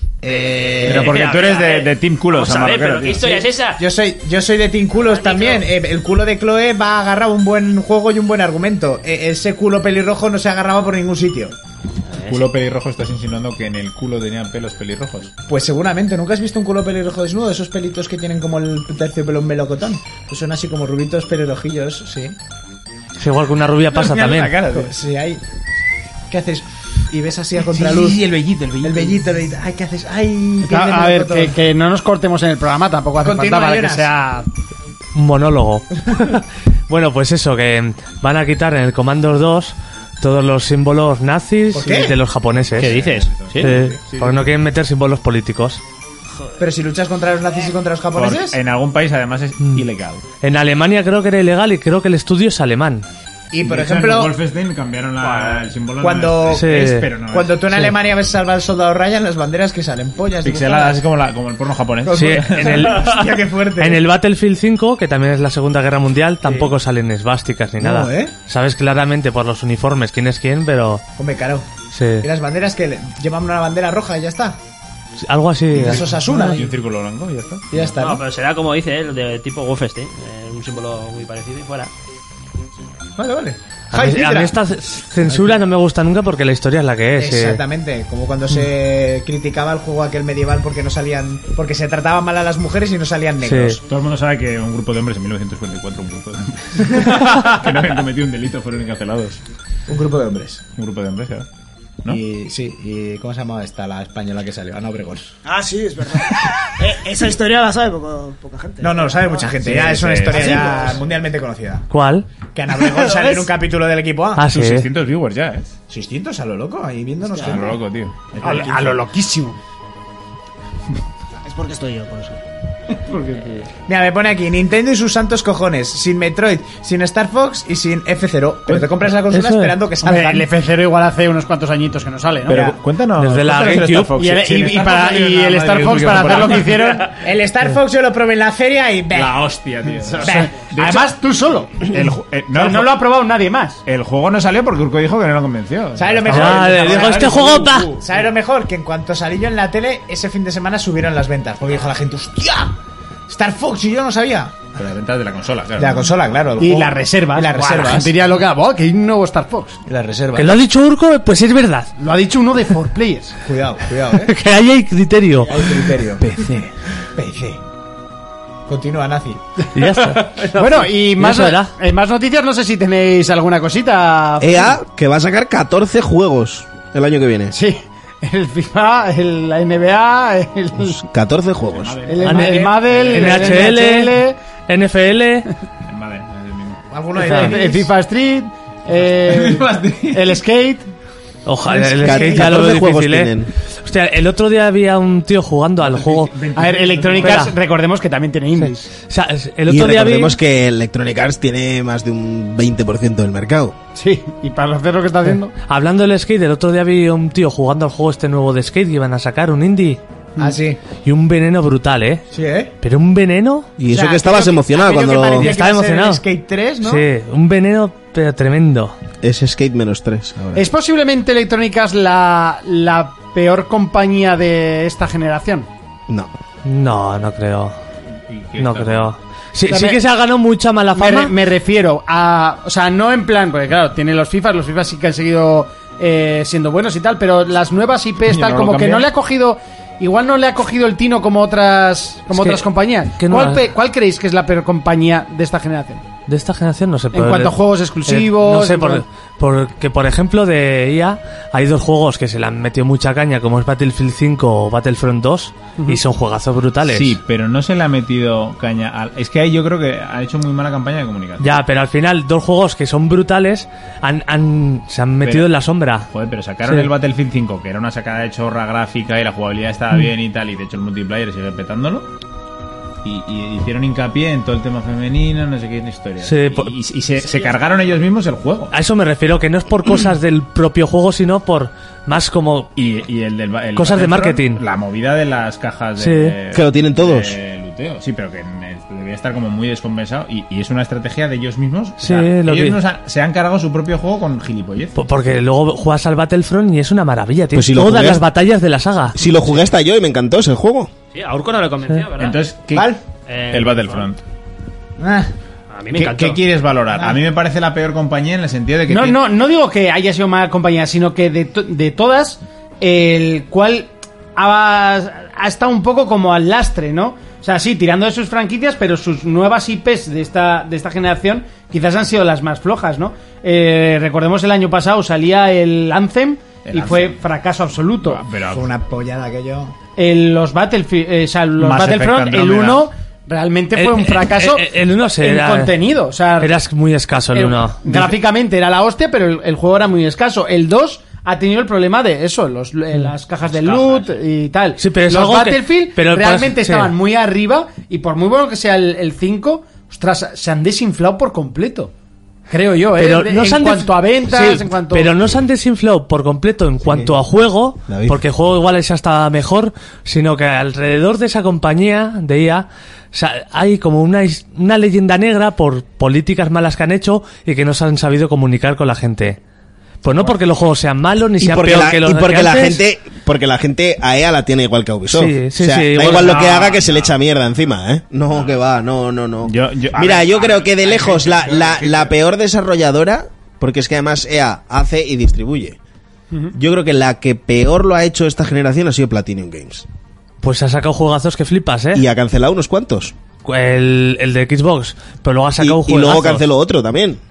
Eh, Pero porque mira, tú eres mira, de, eh. de Team Culos, Vamos a ver, Amarroquero, pero ¿qué tío. historia es esa? Yo soy, yo soy de Team Culos Al también. micro. Eh, el culo de Chloe va a agarrar un buen juego y un buen argumento. Eh, ese culo pelirrojo no se agarraba por ningún sitio. Culo pelirrojo, estás insinuando que en el culo tenían pelos pelirrojos. Pues seguramente, ¿nunca has visto un culo pelirrojo desnudo? Esos pelitos que tienen como el terciopelo un melocotón. Pues son así como rubitos pelirrojillos, sí. Es igual que una rubia pasa Mira también. la cara, tío. Sí, hay... ¿Qué haces? Y ves así a contraluz. el vellito, el El vellito, el vellito. Ay, ¿qué haces? Ay, qué A, a ver, melocotón. que, que no nos cortemos en el programa, tampoco hace Continúa, falta para que Jonas. sea... Un monólogo. Bueno, pues eso, que van a quitar en el Commandos dos todos los símbolos nazis ¿Por qué? y de los japoneses. ¿Qué dices? ¿Sí? Eh, porque no quieren meter símbolos políticos. Pero si luchas contra los nazis y contra los Por- japoneses... en algún país además es Mm. ilegal. En Alemania creo que era ilegal y creo que el estudio es alemán. Y por De hecho, ejemplo, en Wolfenstein cambiaron la, el símbolo. cuando, no es, Sí. es, pero no cuando es. tú en Alemania ves salvar al soldado Ryan, las banderas que salen pollas. Pixeladas, así como, la, como el porno japonés. Sí, en el, Hostia, qué fuerte. en el Battlefield cinco, que también es la Segunda Guerra Mundial, tampoco salen esvásticas ni No, nada. ¿eh? Sabes claramente por los uniformes quién es quién, pero Hombre, caro. sí. Y las banderas que le- llevan una bandera roja y ya está. Algo así. Eso es Asuna. Y un círculo blanco y ya está. Y ya está, No, ¿no? pero será como dice él, de tipo Wolfenstein. eh, un símbolo muy parecido y fuera. Vale, vale. A mí, Hi, a mí Hydra. esta c- censura no me gusta nunca porque la historia es la que es. eh. Exactamente, como cuando se criticaba el juego aquel medieval porque no salían, porque se trataba mal a las mujeres y no salían negros. Sí. Todo el mundo sabe que un grupo de hombres en mil novecientos cincuenta y cuatro, un grupo de hombres que no habían cometido un delito, fueron encarcelados. Un grupo de hombres. Un grupo de hombres, claro. ¿No? Y sí, y ¿cómo se llamaba esta la española que salió? Ana Obregón. Ah, sí, es verdad. Eh, esa historia la sabe poco- poca gente. No, no lo sabe mucha gente, Sí, ya es una sí, historia sí, ya pues. mundialmente conocida. ¿Cuál? Que Ana Obregón sale en un capítulo del equipo A. Ah, sí. Sus seiscientos viewers ya, ¿eh? seiscientos a lo loco, ahí viéndonos. A gente. lo loco, tío. A, lo- a lo loquísimo. Es porque estoy yo, por eso. Mira, me pone aquí Nintendo y sus santos cojones, sin Metroid, sin Star Fox y sin F cero. Pero te compras la consola Eso es. esperando que Hombre, salga. el F cero igual hace unos cuantos añitos que no sale, ¿no? Pero Ya. cuéntanos. Desde la cuéntanos el GameCube. Star Fox. y el, Sí, y- el y Star para- Fox no tiene y nada el más Star de Fox que para por hacer lo que ahí. hicieron. El Star Fox yo lo probé en la feria y... beh. La hostia, tío. Beh. Además, tú solo. El ju- eh, No, el no ju- lo ha probado nadie más. El juego no salió porque Urco dijo que no lo convenció. ¿Sabes lo mejor? Ah, le digo, este juego pa. ¿Sabes lo mejor? Que en cuanto salí yo en la tele, ese fin de semana subieron las ventas. Porque dijo la gente, ¡hostia! Star Fox y yo no sabía. Pero las ventas de la consola, claro. De la consola, claro. el Y juego. las reservas. Y las Buah, La reservas. gente iría loca. ¡Buah, que hay un nuevo Star Fox! Y las reservas. Que lo ha dicho Urco, pues es verdad. Lo ha dicho uno de four players. Cuidado, cuidado, eh. Que ahí hay criterio. Hay criterio. P C. P C. Continúa, Nazi. Y ya está. Bueno, y más, eso era. eh, más noticias. No sé si tenéis alguna cosita. E A, que va a sacar catorce juegos el año que viene. Sí. El FIFA, el, la N B A, el, catorce juegos. el, Ane- el Madden, el N H L, N F L. El Madden, es el mismo. ¿Alguno de el, el Davis? FIFA Street, eh, el Skate. Ojalá, el Ca- skate ya lo veo catorce juegos difícil, ¿eh? tienen. Hostia, el otro día había un tío jugando al juego. A ver, Electronic Espera. Arts, recordemos que también tiene indies. O sea, el Y otro día vi... recordemos que Electronic Arts tiene más de un veinte por ciento del mercado. Sí, y para hacer lo que está haciendo. Hablando del skate, el otro día vi un tío jugando al juego este nuevo de skate que iban a sacar, un indie. Ah, sí. Y un veneno brutal, ¿eh? Sí, ¿eh? Pero un veneno... Y O eso sea, que estabas creo emocionado a mí lo que cuando parecía lo... que Estaba iba a ser el emocionado. Skate tres, ¿no? Sí, un veneno pero tremendo. Es Skate menos tres ahora. ¿Es posiblemente Electronic Arts la, la peor compañía de esta generación? No. No, no creo. ¿Y qué No tal? creo. Sí, O sea, sí me- que se ha ganado mucha mala Me, fama. re- me refiero a... O sea, no en plan... Porque claro, tiene los FIFA, los FIFA sí que han seguido eh, siendo buenos y tal, pero las nuevas I Ps Y tal, no lo como que cambian. no le ha cogido... Igual no le ha cogido el tino como otras como Es que- otras compañías. que no ¿Cuál, ha- pe- cuál creéis que es la peor compañía de esta generación? De esta generación no sé. En cuanto a juegos exclusivos, no sé, en por, cuan- porque por ejemplo de I A hay dos juegos que se le han metido mucha caña, como es Battlefield cinco o Battlefront dos, y son juegazos brutales. Sí, pero no se le ha metido caña al... Es que ahí yo creo que ha hecho muy mala campaña de comunicación. Ya, pero al final dos juegos que son brutales han, han- se han metido Pero- en la sombra. Joder, pero sacaron Sí. el Battlefield cinco, que era una sacada de chorra gráfica y la jugabilidad estaba bien y tal, y de hecho el multiplayer sigue petándolo. Y, y hicieron hincapié en todo el tema femenino, no sé qué historia. Sí, y por- y- y se, se cargaron ellos mismos el juego. A eso me refiero, que no es por cosas del propio juego, sino por más como... Y, y el del el Cosas de Battlefront, marketing. La movida de las cajas de, Sí. Que lo tienen todos. de luteo. Sí, pero que eh, debía estar como muy descompensado. Y, y es una estrategia de ellos mismos. Sí, O sea, lo ellos vi. mismos han- se han cargado su propio juego con gilipollez. po- Porque luego juegas al Battlefront y es una maravilla. Tienes Pues si lo todas jugué- las batallas de la saga. Si lo jugué hasta yo y me encantó ese juego. Sí, a Urco no le convenció, ¿verdad? Entonces, ¿qué- ¿Cuál? Eh, el Battlefront. Ah, A mí me ¿Qué, encantó. qué quieres valorar? A mí me parece la peor compañía en el sentido de que... No, tiene- no, no digo que haya sido mala compañía, sino que de, to- de todas, el cual ha, ha estado un poco como al lastre, ¿no? O sea, sí, tirando de sus franquicias, pero sus nuevas I Ps de esta, de esta generación quizás han sido las más flojas, ¿no? Eh, recordemos el año pasado salía el Anthem El y Anthem. fue fracaso absoluto. Pero, fue una pollada aquello. El, los Battlefield, eh, o sea, los Mass Effect Battlefront, el Andrómeda. uno realmente fue El- un fracaso el- el uno se en era- contenido. O sea, Era muy escaso el el- uno. gráficamente era la hostia, pero el, el juego era muy escaso. El dos ha tenido el problema de eso, los, eh, las cajas de loot y tal. Sí, pero es los algo que- Battlefield pero por realmente ej- sí. estaban muy arriba y por muy bueno que sea el, el cinco, ostras, se han desinflado por completo. Creo yo, ¿eh? Pero De- no en se han cuanto des- a ventas, sí, en cuanto... pero no se han desinflado por completo en cuanto a juego, David. porque el juego igual es hasta mejor, sino que alrededor de esa compañía de I A, o sea, hay como una, is- una leyenda negra por políticas malas que han hecho y que no se han sabido comunicar con la gente. Pues no porque los juegos sean malos ni Y sean porque, peor la, que los y de porque que la antes. gente porque la gente a E A la tiene igual que a Ubisoft. Sí, sí, o sea, sí, da igual- igual lo que no, haga que se le no. echa mierda encima, ¿eh? No, que va, no, no, no. Yo- yo- a Mira, ver, yo a creo ver, que de hay lejos gente, la, hay la, gente. la peor desarrolladora, porque es que además E A hace y distribuye. Yo creo que la que peor lo ha hecho esta generación ha sido Platinum Games. Pues ha sacado juegazos que flipas, ¿eh? Y ha cancelado unos cuantos. El, el de Xbox, pero luego ha Y, sacado y luego juegazos. canceló otro también.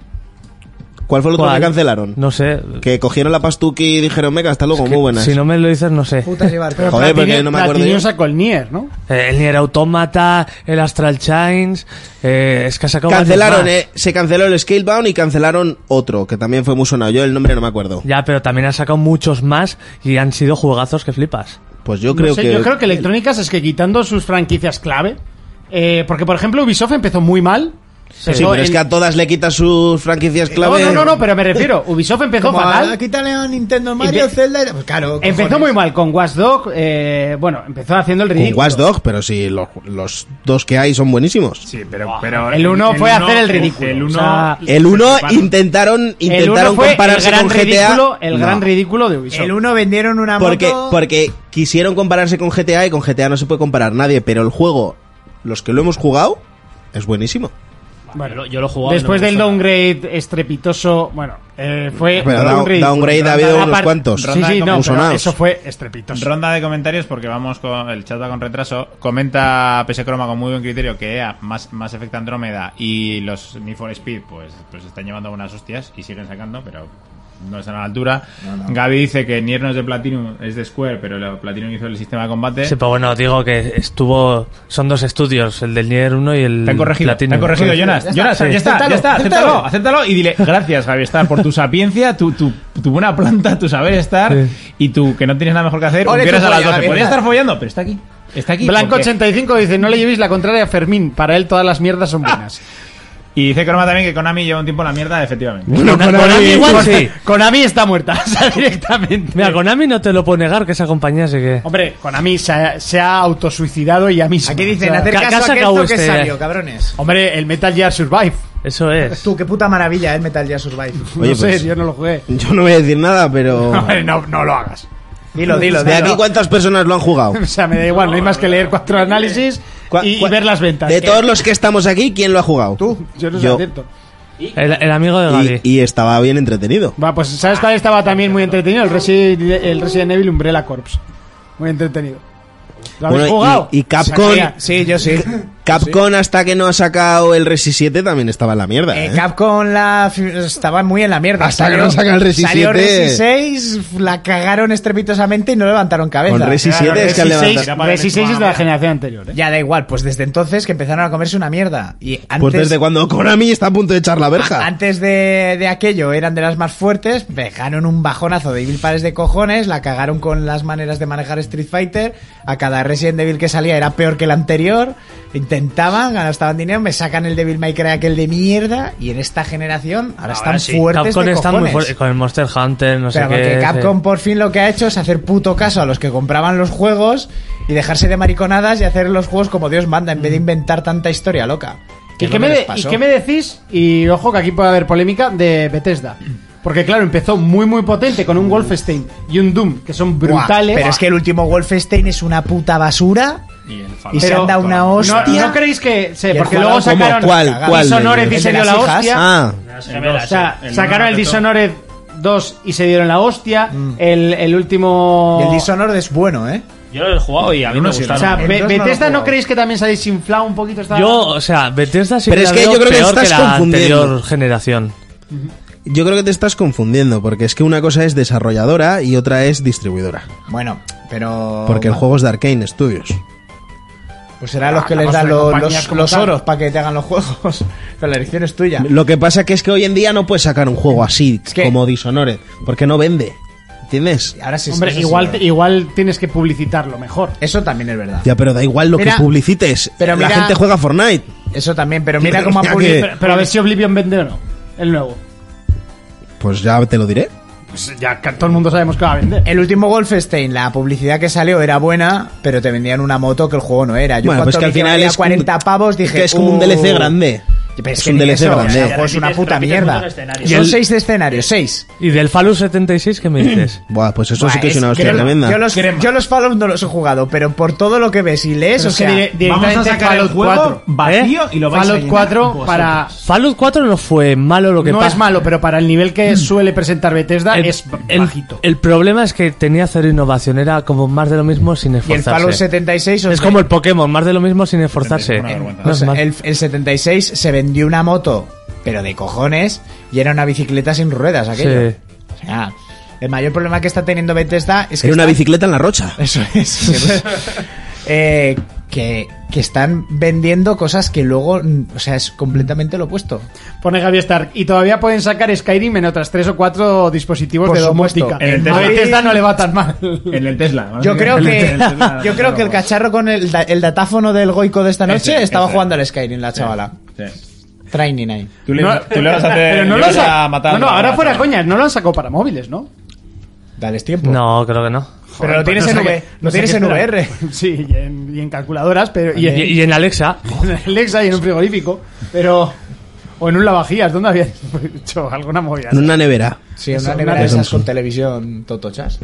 ¿Cuál fue el otro ¿Cuál? que cancelaron? No sé. Que cogieron la pastuki y dijeron, venga, hasta luego, muy buenas. Si no me lo dices, no sé. Putas llevar. Pero Joder, porque Platinum- no me acuerdo Platinum yo. sacó el Nier, ¿no? Eh, el Nier Automata, el Astral Chains, eh, es que ha sacado varios Cancelaron, más. eh, se canceló el Scalebound y cancelaron otro, que también fue muy sonado. Yo el nombre no me acuerdo. Ya, pero también han sacado muchos más y han sido juegazos que flipas. Pues yo No creo sé, que... Yo creo que Electrónicas es que quitando sus franquicias clave, eh, porque por ejemplo Ubisoft empezó muy mal. Sí, pero es que a todas le quitas sus franquicias clave. No, no, no, no, pero me refiero, Ubisoft empezó Como fatal. a- quítale a Nintendo Mario, Empe- Zelda... y- Pues claro, Empezó cojones. muy mal con Watch Dogs, eh, bueno, empezó haciendo el Con ridículo. Watch Dogs, pero sí, los, los dos que hay son buenísimos. Sí, pero, pero El uno fue uno- hacer el ridículo, El o uno, sea, El uno Bueno, intentaron, El uno intentaron fue compararse el gran con G T A. ridículo, el No, gran ridículo de Ubisoft. El uno vendieron una porque, moto... porque quisieron compararse con G T A y con G T A no se puede comparar nadie, pero el juego, los que lo hemos jugado, es buenísimo. Bueno, yo, lo- yo lo he jugado. y Después no me del gusta. downgrade estrepitoso, bueno, eh, fue Pero un down- ridículo. downgrade ha habido Aparte- unos cuantos. Sí, Ronda sí, de no, muy pero sonados. eso fue estrepitoso. Ronda de comentarios porque vamos con el chat va con retraso. Comenta P S Croma con muy buen criterio que E A, más, más Effect Andrómeda y los Need for Speed pues, pues están llevando unas hostias y siguen sacando, pero no están a la altura. Gaby dice que Nier no es de Platinum, es de Square, pero la Platinum hizo el sistema de combate. Sí, pero bueno, digo que estuvo... Son dos estudios, el del Nier uno y el Te han corregido, te Platinum. han corregido, Jonas. Ya está, Jonas, sí. ya está, ya Acéptalo, está, acéptalo, acéptalo. acéptalo y dile gracias, Javi Star, por tu sapiencia, tu, tu, tu buena planta, tu saber estar Sí. y tu que no tienes nada mejor que hacer. Ole, Hubieras tu a las polla, doce. Javi, Podría venga. estar follando, pero está aquí. Está aquí. Blanco porque- ochenta y cinco dice, no le llevéis la contraria a Fermín, para él todas las mierdas son buenas. Y dice Croma también que Konami lleva un tiempo en la mierda, efectivamente. Bueno, Konami, Konami, igual Con- sí. Konami está muerta, o sea, directamente. Mira, Konami no te lo puedo negar que esa compañía sí que... Hombre, Konami se ha, se ha autosuicidado y a mí Aquí dicen, hacer ¿qué- qué ha caso a sacado esto que este? salió, cabrones. Hombre, el Metal Gear Survive. Eso es. Tú, qué puta maravilla, el Metal Gear Survive. Oye, no sé, pues- yo no lo jugué. Yo no voy a decir nada, pero... Hombre, no, no lo hagas. Dilo, dilo, ¿De dilo. aquí cuántas personas lo han jugado? O sea, me da igual, no hay más que leer cuatro análisis Cua- y, y cua- ver las ventas. De Que- todos los que estamos aquí, ¿quién lo ha jugado? Tú, yo no sé Yo. cierto. El, el amigo de Gaby. Y, y estaba bien entretenido. Va, pues ¿sabes cuál estaba también muy entretenido? El Resident, el Resident Evil Umbrella Corps. Muy entretenido. ¿Lo habéis Bueno, jugado? y, y Capcom, Sí, yo sí. Capcom hasta que no ha sacado el Resi siete también estaba en la mierda. Eh, ¿eh? Capcom la, estaba muy en la mierda. Hasta que no sacan el Resi salió siete. Resi seis, la cagaron estrepitosamente y no levantaron cabeza. Con Resi Claro, siete es que han Resi seis, levantado. Resi seis es de la generación anterior, ¿eh? Ya da igual, pues desde entonces que empezaron a comerse una mierda. Y antes, Pues desde cuando Konami está a punto de echar la verja. antes de, de aquello eran de las más fuertes, dejaron un bajonazo de mil pares de cojones, la cagaron con las maneras de manejar Street Fighter, a cada Resident Evil que salía era peor que el anterior, intentaban, gastaban dinero, me sacan el Devil May Cry aquel de mierda, y en esta generación ahora, están sí. fuertes Capcom de está muy cojones. fuerte con el Monster Hunter, no sé Pero qué. porque Capcom sí. por fin lo que ha hecho es hacer puto caso a los que compraban los juegos y dejarse de mariconadas y hacer los juegos como Dios manda, en vez de inventar tanta historia loca. Que ¿Y es qué, lo me que de- les pasó. ¿Y qué me decís? Y ojo que aquí puede haber polémica de Bethesda. Porque claro, empezó muy muy potente con un Wolfenstein y un Doom, que son Buah, brutales. pero es que el último Wolfenstein es una puta basura Y, el y se Pero- han dado una ¿No, hostia. ¿No creéis que...? Sí, Y el porque jugador luego como sacaron ¿Cuál? ¿Cuál? Dishonored El y de se dio las la hijas. hostia. Ah, O sea, el sacaron uno el petó. Dishonored dos y se dieron la hostia. El, el último... Y el Dishonored es bueno, ¿eh? Yo lo he jugado y a mí me Uno sí, gusta. O sea, El Be- dos no lo he Bethesda, ¿no, jugado. creéis que también se ha desinflado un poquito esta... Yo, o sea, Bethesda sí Pero que es la que veo yo creo que peor estás la confundiendo. anterior generación. yo creo que te estás confundiendo, porque es que una cosa es desarrolladora y otra es distribuidora. Bueno, pero... Porque el juego es de Arcane Studios. Pues será los que les hablamos dan de los, compañías los, como los tal. oros para que te hagan los juegos. Pero la elección es tuya. Lo que pasa que es que hoy en día no puedes sacar un juego así, Es que- como Dishonored, porque no vende. ¿Entiendes? Ahora sí, Hombre, eso sí igual, es te- verdad. igual tienes que publicitarlo mejor. Eso también es verdad. Ya, pero da igual lo Mira, que publicites. pero la mira- gente juega Fortnite. Eso también, pero mira cómo ha Ya publicado. que- Pero, pero a ver si Oblivion vende o no. El nuevo. Pues ya te lo diré. Pues ya que todo el mundo sabemos que va a vender. El último Wolfenstein, la publicidad que salió era buena, pero te vendían una moto que el juego no era. Yo Bueno, cuando pues que al vi final valía es cuarenta como- pavos dije... que es como un "Uh". D L C grande. Pero es Es que un ni D L C eso, grande. o sea, el juego es una Repites- puta repites mierda. muchos escenarios. Son seis de escenarios, seis. ¿Y del Fallout setenta y seis qué me dices? Buah, pues eso Buah, sí que es una hostia crema. tremenda. Yo los, yo los Fallout no los he jugado, pero por todo lo que ves y lees, Pero o es que sea... dire- directamente Vamos a sacar el Fallout juego cuatro. vacío y lo vais a Fallout llenar cuatro vosotros. para... Fallout cuatro no fue malo, lo que No pasa... es malo, pero para el nivel que suele presentar Bethesda El, es el- bajito. el problema es que tenía cero innovación, era como más de lo mismo sin Y el esforzarse. Fallout setenta y seis... os Es ve- como el Pokémon, más de lo mismo sin esforzarse. Una vergüenza. No o es sea, mal. el, el setenta y seis se vendió una moto, pero de cojones, y era una bicicleta sin ruedas aquello. Sí. O sea, el mayor problema que está teniendo Bethesda es que Era una está- bicicleta en la rocha. Eso es. eh, que, que están vendiendo cosas que luego, mm, o sea, es completamente lo opuesto. Pone Gaby Stark. Y todavía pueden sacar Skyrim en otras tres o cuatro dispositivos Por de supuesto. domótica. En el A Tesla. Bethesda no le va tan mal. En el Tesla. ¿no? Yo creo En el que Tesla, yo creo que el cacharro con el, da- el datáfono del Goico de esta noche Ese, estaba ese. jugando al Skyrim, la chavala. Sí. Training ahí. Tú le, No, tú le vas a hacer. pero no le lo vas sa- a matar. No, no, a ahora la fuera chavala. coña, no lo han sacado para móviles, ¿no? Dales tiempo. No, creo que no. Pero lo tienes pues en no sé V, qué- lo no sé tienes qué en esperar. V R. Sí, y en, y en calculadoras, pero y Y, en, y en Alexa. en Alexa y en un frigorífico, pero o en un lavajías, ¿dónde habías hecho alguna movida? En una nevera. Sí, Eso, una una nevera de de esas Samsung. con televisión totochas.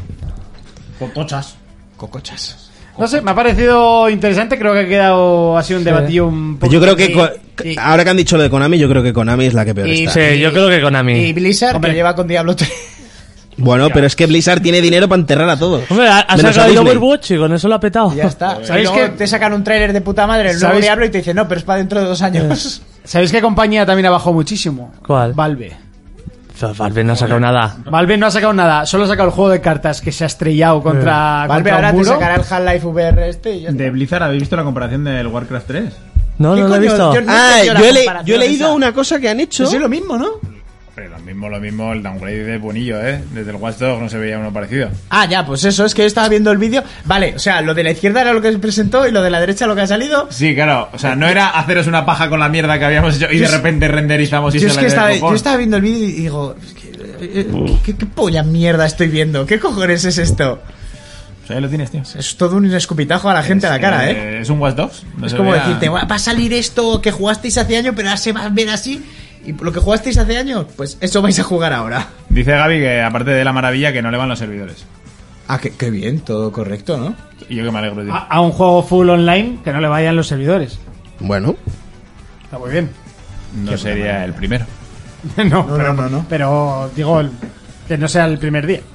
Cotochas. Cocochas. No sé, me ha parecido interesante, creo que ha quedado así un debatillo un Pues poco... yo creo que y- co- y- ahora que han dicho lo de Konami, yo creo que Konami es la que peor Y- está. Sí, yo creo que Konami. Y Blizzard, Hombre. que lleva con Diablo tres. Bueno, pero es que Blizzard tiene dinero para enterrar a todos. Hombre, ha, ha Menos sacado a el Disney. Overwatch y con eso lo ha petado. Y ya está. ¿Sabéis ¿Sabéis que que- te sacan un tráiler de puta madre, el nuevo ¿Sabéis- Diablo, y te dicen, no, pero es para dentro de dos años? ¿Sabéis qué compañía también ha bajado muchísimo? ¿Cuál? Valve. Pero Valve no ha sacado nada. Valve no ha sacado nada, solo ha sacado el juego de cartas que se ha estrellado contra, Valve contra ahora un te muro. sacará el Half-Life V R este y ya De está. Blizzard, ¿habéis visto la comparación del Warcraft tres? No, ¿Qué no lo he coño? visto. Yo no- Ah, entendido la yo he, le- comparación yo he leído esa. una cosa que han hecho. Pues es lo mismo, ¿no? Pero lo mismo, lo mismo, el downgrade de bonillo, ¿eh? Desde el Watch Dogs no se veía uno parecido. Ah, ya, pues eso, es que yo estaba viendo el vídeo. Vale, o sea, lo de la izquierda era lo que se presentó y lo de la derecha lo que ha salido. Sí, claro. O sea, no era haceros una paja con la mierda que habíamos hecho y Yo de es- repente renderizamos y Yo se es le que ve estaba, el copón. yo estaba viendo el vídeo y digo, es que, eh, eh, ¿qué, qué polla mierda estoy viendo? ¿Qué cojones es esto? O sea, ahí lo tienes, tío. Es todo un escupitajo a la gente a la cara, ¿eh? Eh, Es un Watch Dogs. No Es se como veía- decirte, va va a salir esto que jugasteis hace años, pero ahora se va a ver así. Y lo que jugasteis hace años, pues eso vais a jugar ahora. Dice Gaby que aparte de la maravilla que no le van los servidores. Ah, qué, qué bien, todo correcto, ¿no? Y yo que me alegro, tío. A, a un juego full online que no le vayan los servidores. Bueno, Está muy bien. No sería el primero. no, No, pero, no, no, no. pero digo el- que no sea el primer día.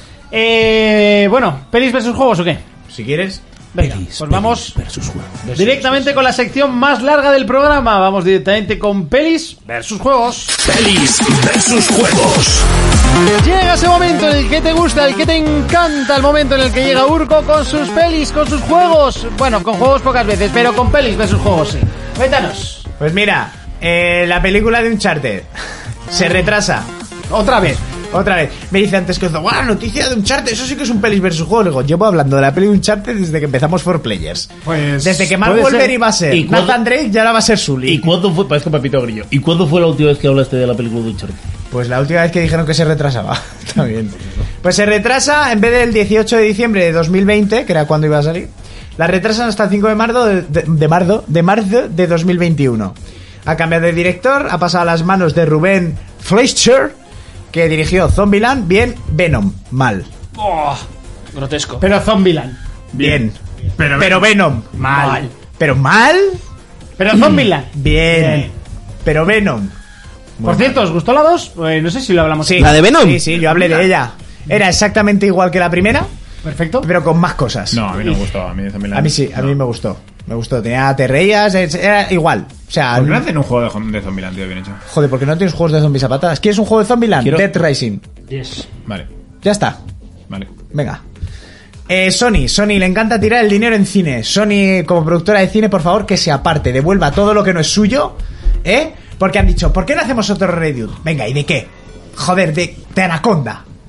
Eh, bueno, ¿pelis versus juegos o qué? Si quieres. Venga, pues vamos directamente con la sección más larga del programa. Vamos directamente con pelis versus juegos. Pelis versus juegos. Llega ese momento en el que te gusta, el que te encanta, el momento en el que llega Urco con sus pelis, con sus juegos. Bueno, con juegos pocas veces, pero con pelis versus juegos, sí. Cuéntanos. Pues mira, eh, la película de Uncharted se retrasa. Otra vez. Otra vez. Me dice antes que ¡guau! Noticia de Uncharted, eso sí que es un pelis versus juego. Le digo, llevo hablando de la peli de Uncharted desde que empezamos For Players. Pues Desde que Mark puede Wahlberg ser. iba a ser ¿Y cuándo- Nathan Drake, ya ahora va a ser Sully. ¿Y cuándo fue? Parezco Pepito Grillo. ¿Y cuándo fue la última vez que hablaste de la película de Uncharted? Pues la última vez que dijeron que se retrasaba. Está bien. Pues se retrasa, en vez del dieciocho de diciembre de dos mil veinte, que era cuando iba a salir, la retrasan hasta el cinco de marzo de, de, de marzo, de marzo de dos mil veintiuno. Ha cambiado de director, ha pasado a las manos de Rubén Fleischer, que dirigió Zombieland, bien, Venom, mal. Grotesco. Pero Zombieland. Bien. Pero, Pero Venom, mal. Pero mal, Pero Zombieland. bien. Bien. Pero Venom. Por cierto, ¿os gustó la dos? Pues no sé si lo hablamos. Sí. ¿La de Venom? Sí, sí, yo hablé de ella. Era exactamente igual que la primera, Perfecto. pero con más cosas. No, a mí no me gustó. A mí, Zombieland- A mí sí, a mí no. me gustó. Me gustó. Tenía te reías, es- era igual. O sea, ¿Por qué no hacen un juego de, de Zombieland, tío, bien hecho? joder, ¿por qué no tienes juegos de zombies a patadas? ¿Quieres un juego de Zombieland? Quiero- Dead Rising. Yes. Vale, Ya está. vale. Venga. Eh, Sony, Sony le encanta tirar el dinero en cine. Sony, como productora de cine, por favor, que se aparte, devuelva todo lo que no es suyo, ¿eh? Porque han dicho, ¿por qué no hacemos otro Reddit? Venga, ¿y de qué? Joder, de, de Anaconda.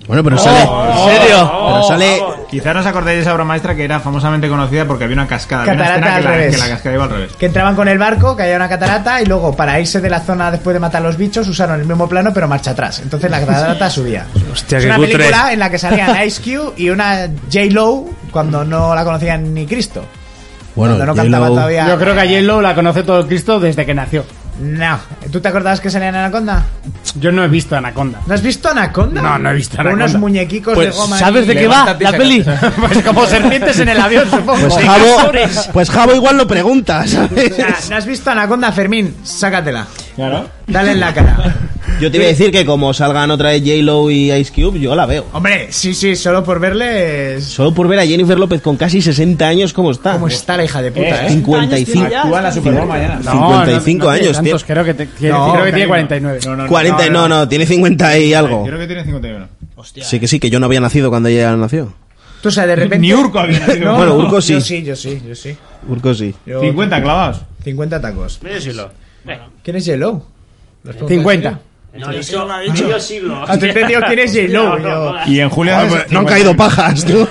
Bueno, pero sale... ¿En serio? Pero sale... Quizás no os acordáis de esa obra maestra que era famosamente conocida porque había una cascada. Había una Catarata escena al que la, revés. que la cascada iba al revés. Que entraban con el barco, que había una catarata y luego para irse de la zona después de matar a los bichos usaron el mismo plano pero marcha atrás. Entonces la catarata subía. Hostia, Es qué una cutre. película en la que salían Ice Cube y una J-Lo cuando no la conocían ni Cristo. Bueno, Cuando no J-Lo- cantaba todavía. Yo creo que a J-Lo la conoce todo el Cristo desde que nació. No. ¿Tú te acordabas que salía en Anaconda? Yo no he visto Anaconda. ¿No has visto Anaconda? No, no he visto Con Anaconda. unos muñequicos Pues, de goma. ¿sabes de y- qué va Levántate y la sácate. peli? Pues como serpientes en el avión, supongo. Pues Javo, pues Javo igual lo pregunta, ¿sabes? O sea, ¿no has visto Anaconda, Fermín? Sácatela. Claro. Dale en la cara. Yo te iba a decir que como salgan otra vez J-Lo y Ice Cube, yo la veo. Hombre, sí, sí, solo por verle es... Solo por ver a Jennifer López con casi sesenta años, ¿cómo está? ¿Cómo está la hija de puta, eh? cincuenta y cinco. Actúa en la Super Bowl mañana. cincuenta y cinco no, no tiene años, tío. tantos, creo que, te- que- No, creo que tiene cariño. cuarenta y nueve. No, no, no. cuarenta, no, no, tiene cincuenta y algo. Yo creo que tiene cincuenta y uno. Sí que sí, que yo no había nacido cuando ella nació. Tú, o sea, de repente... Ni Urco había nacido. No, Bueno, no, Urco sí. Yo sí, yo sí, yo sí. Urco sí. Yo- cincuenta clavados. cincuenta tacos. Medio siglo. Venga. ¿Quién es J-Lo? cincuenta. No, he dicho medio siglo. Ah, te he entendido quién es J-Lo. No, no, yo- jodas. Y en julio... Ah, haces pues, no han cincuenta. caído pajas, tú.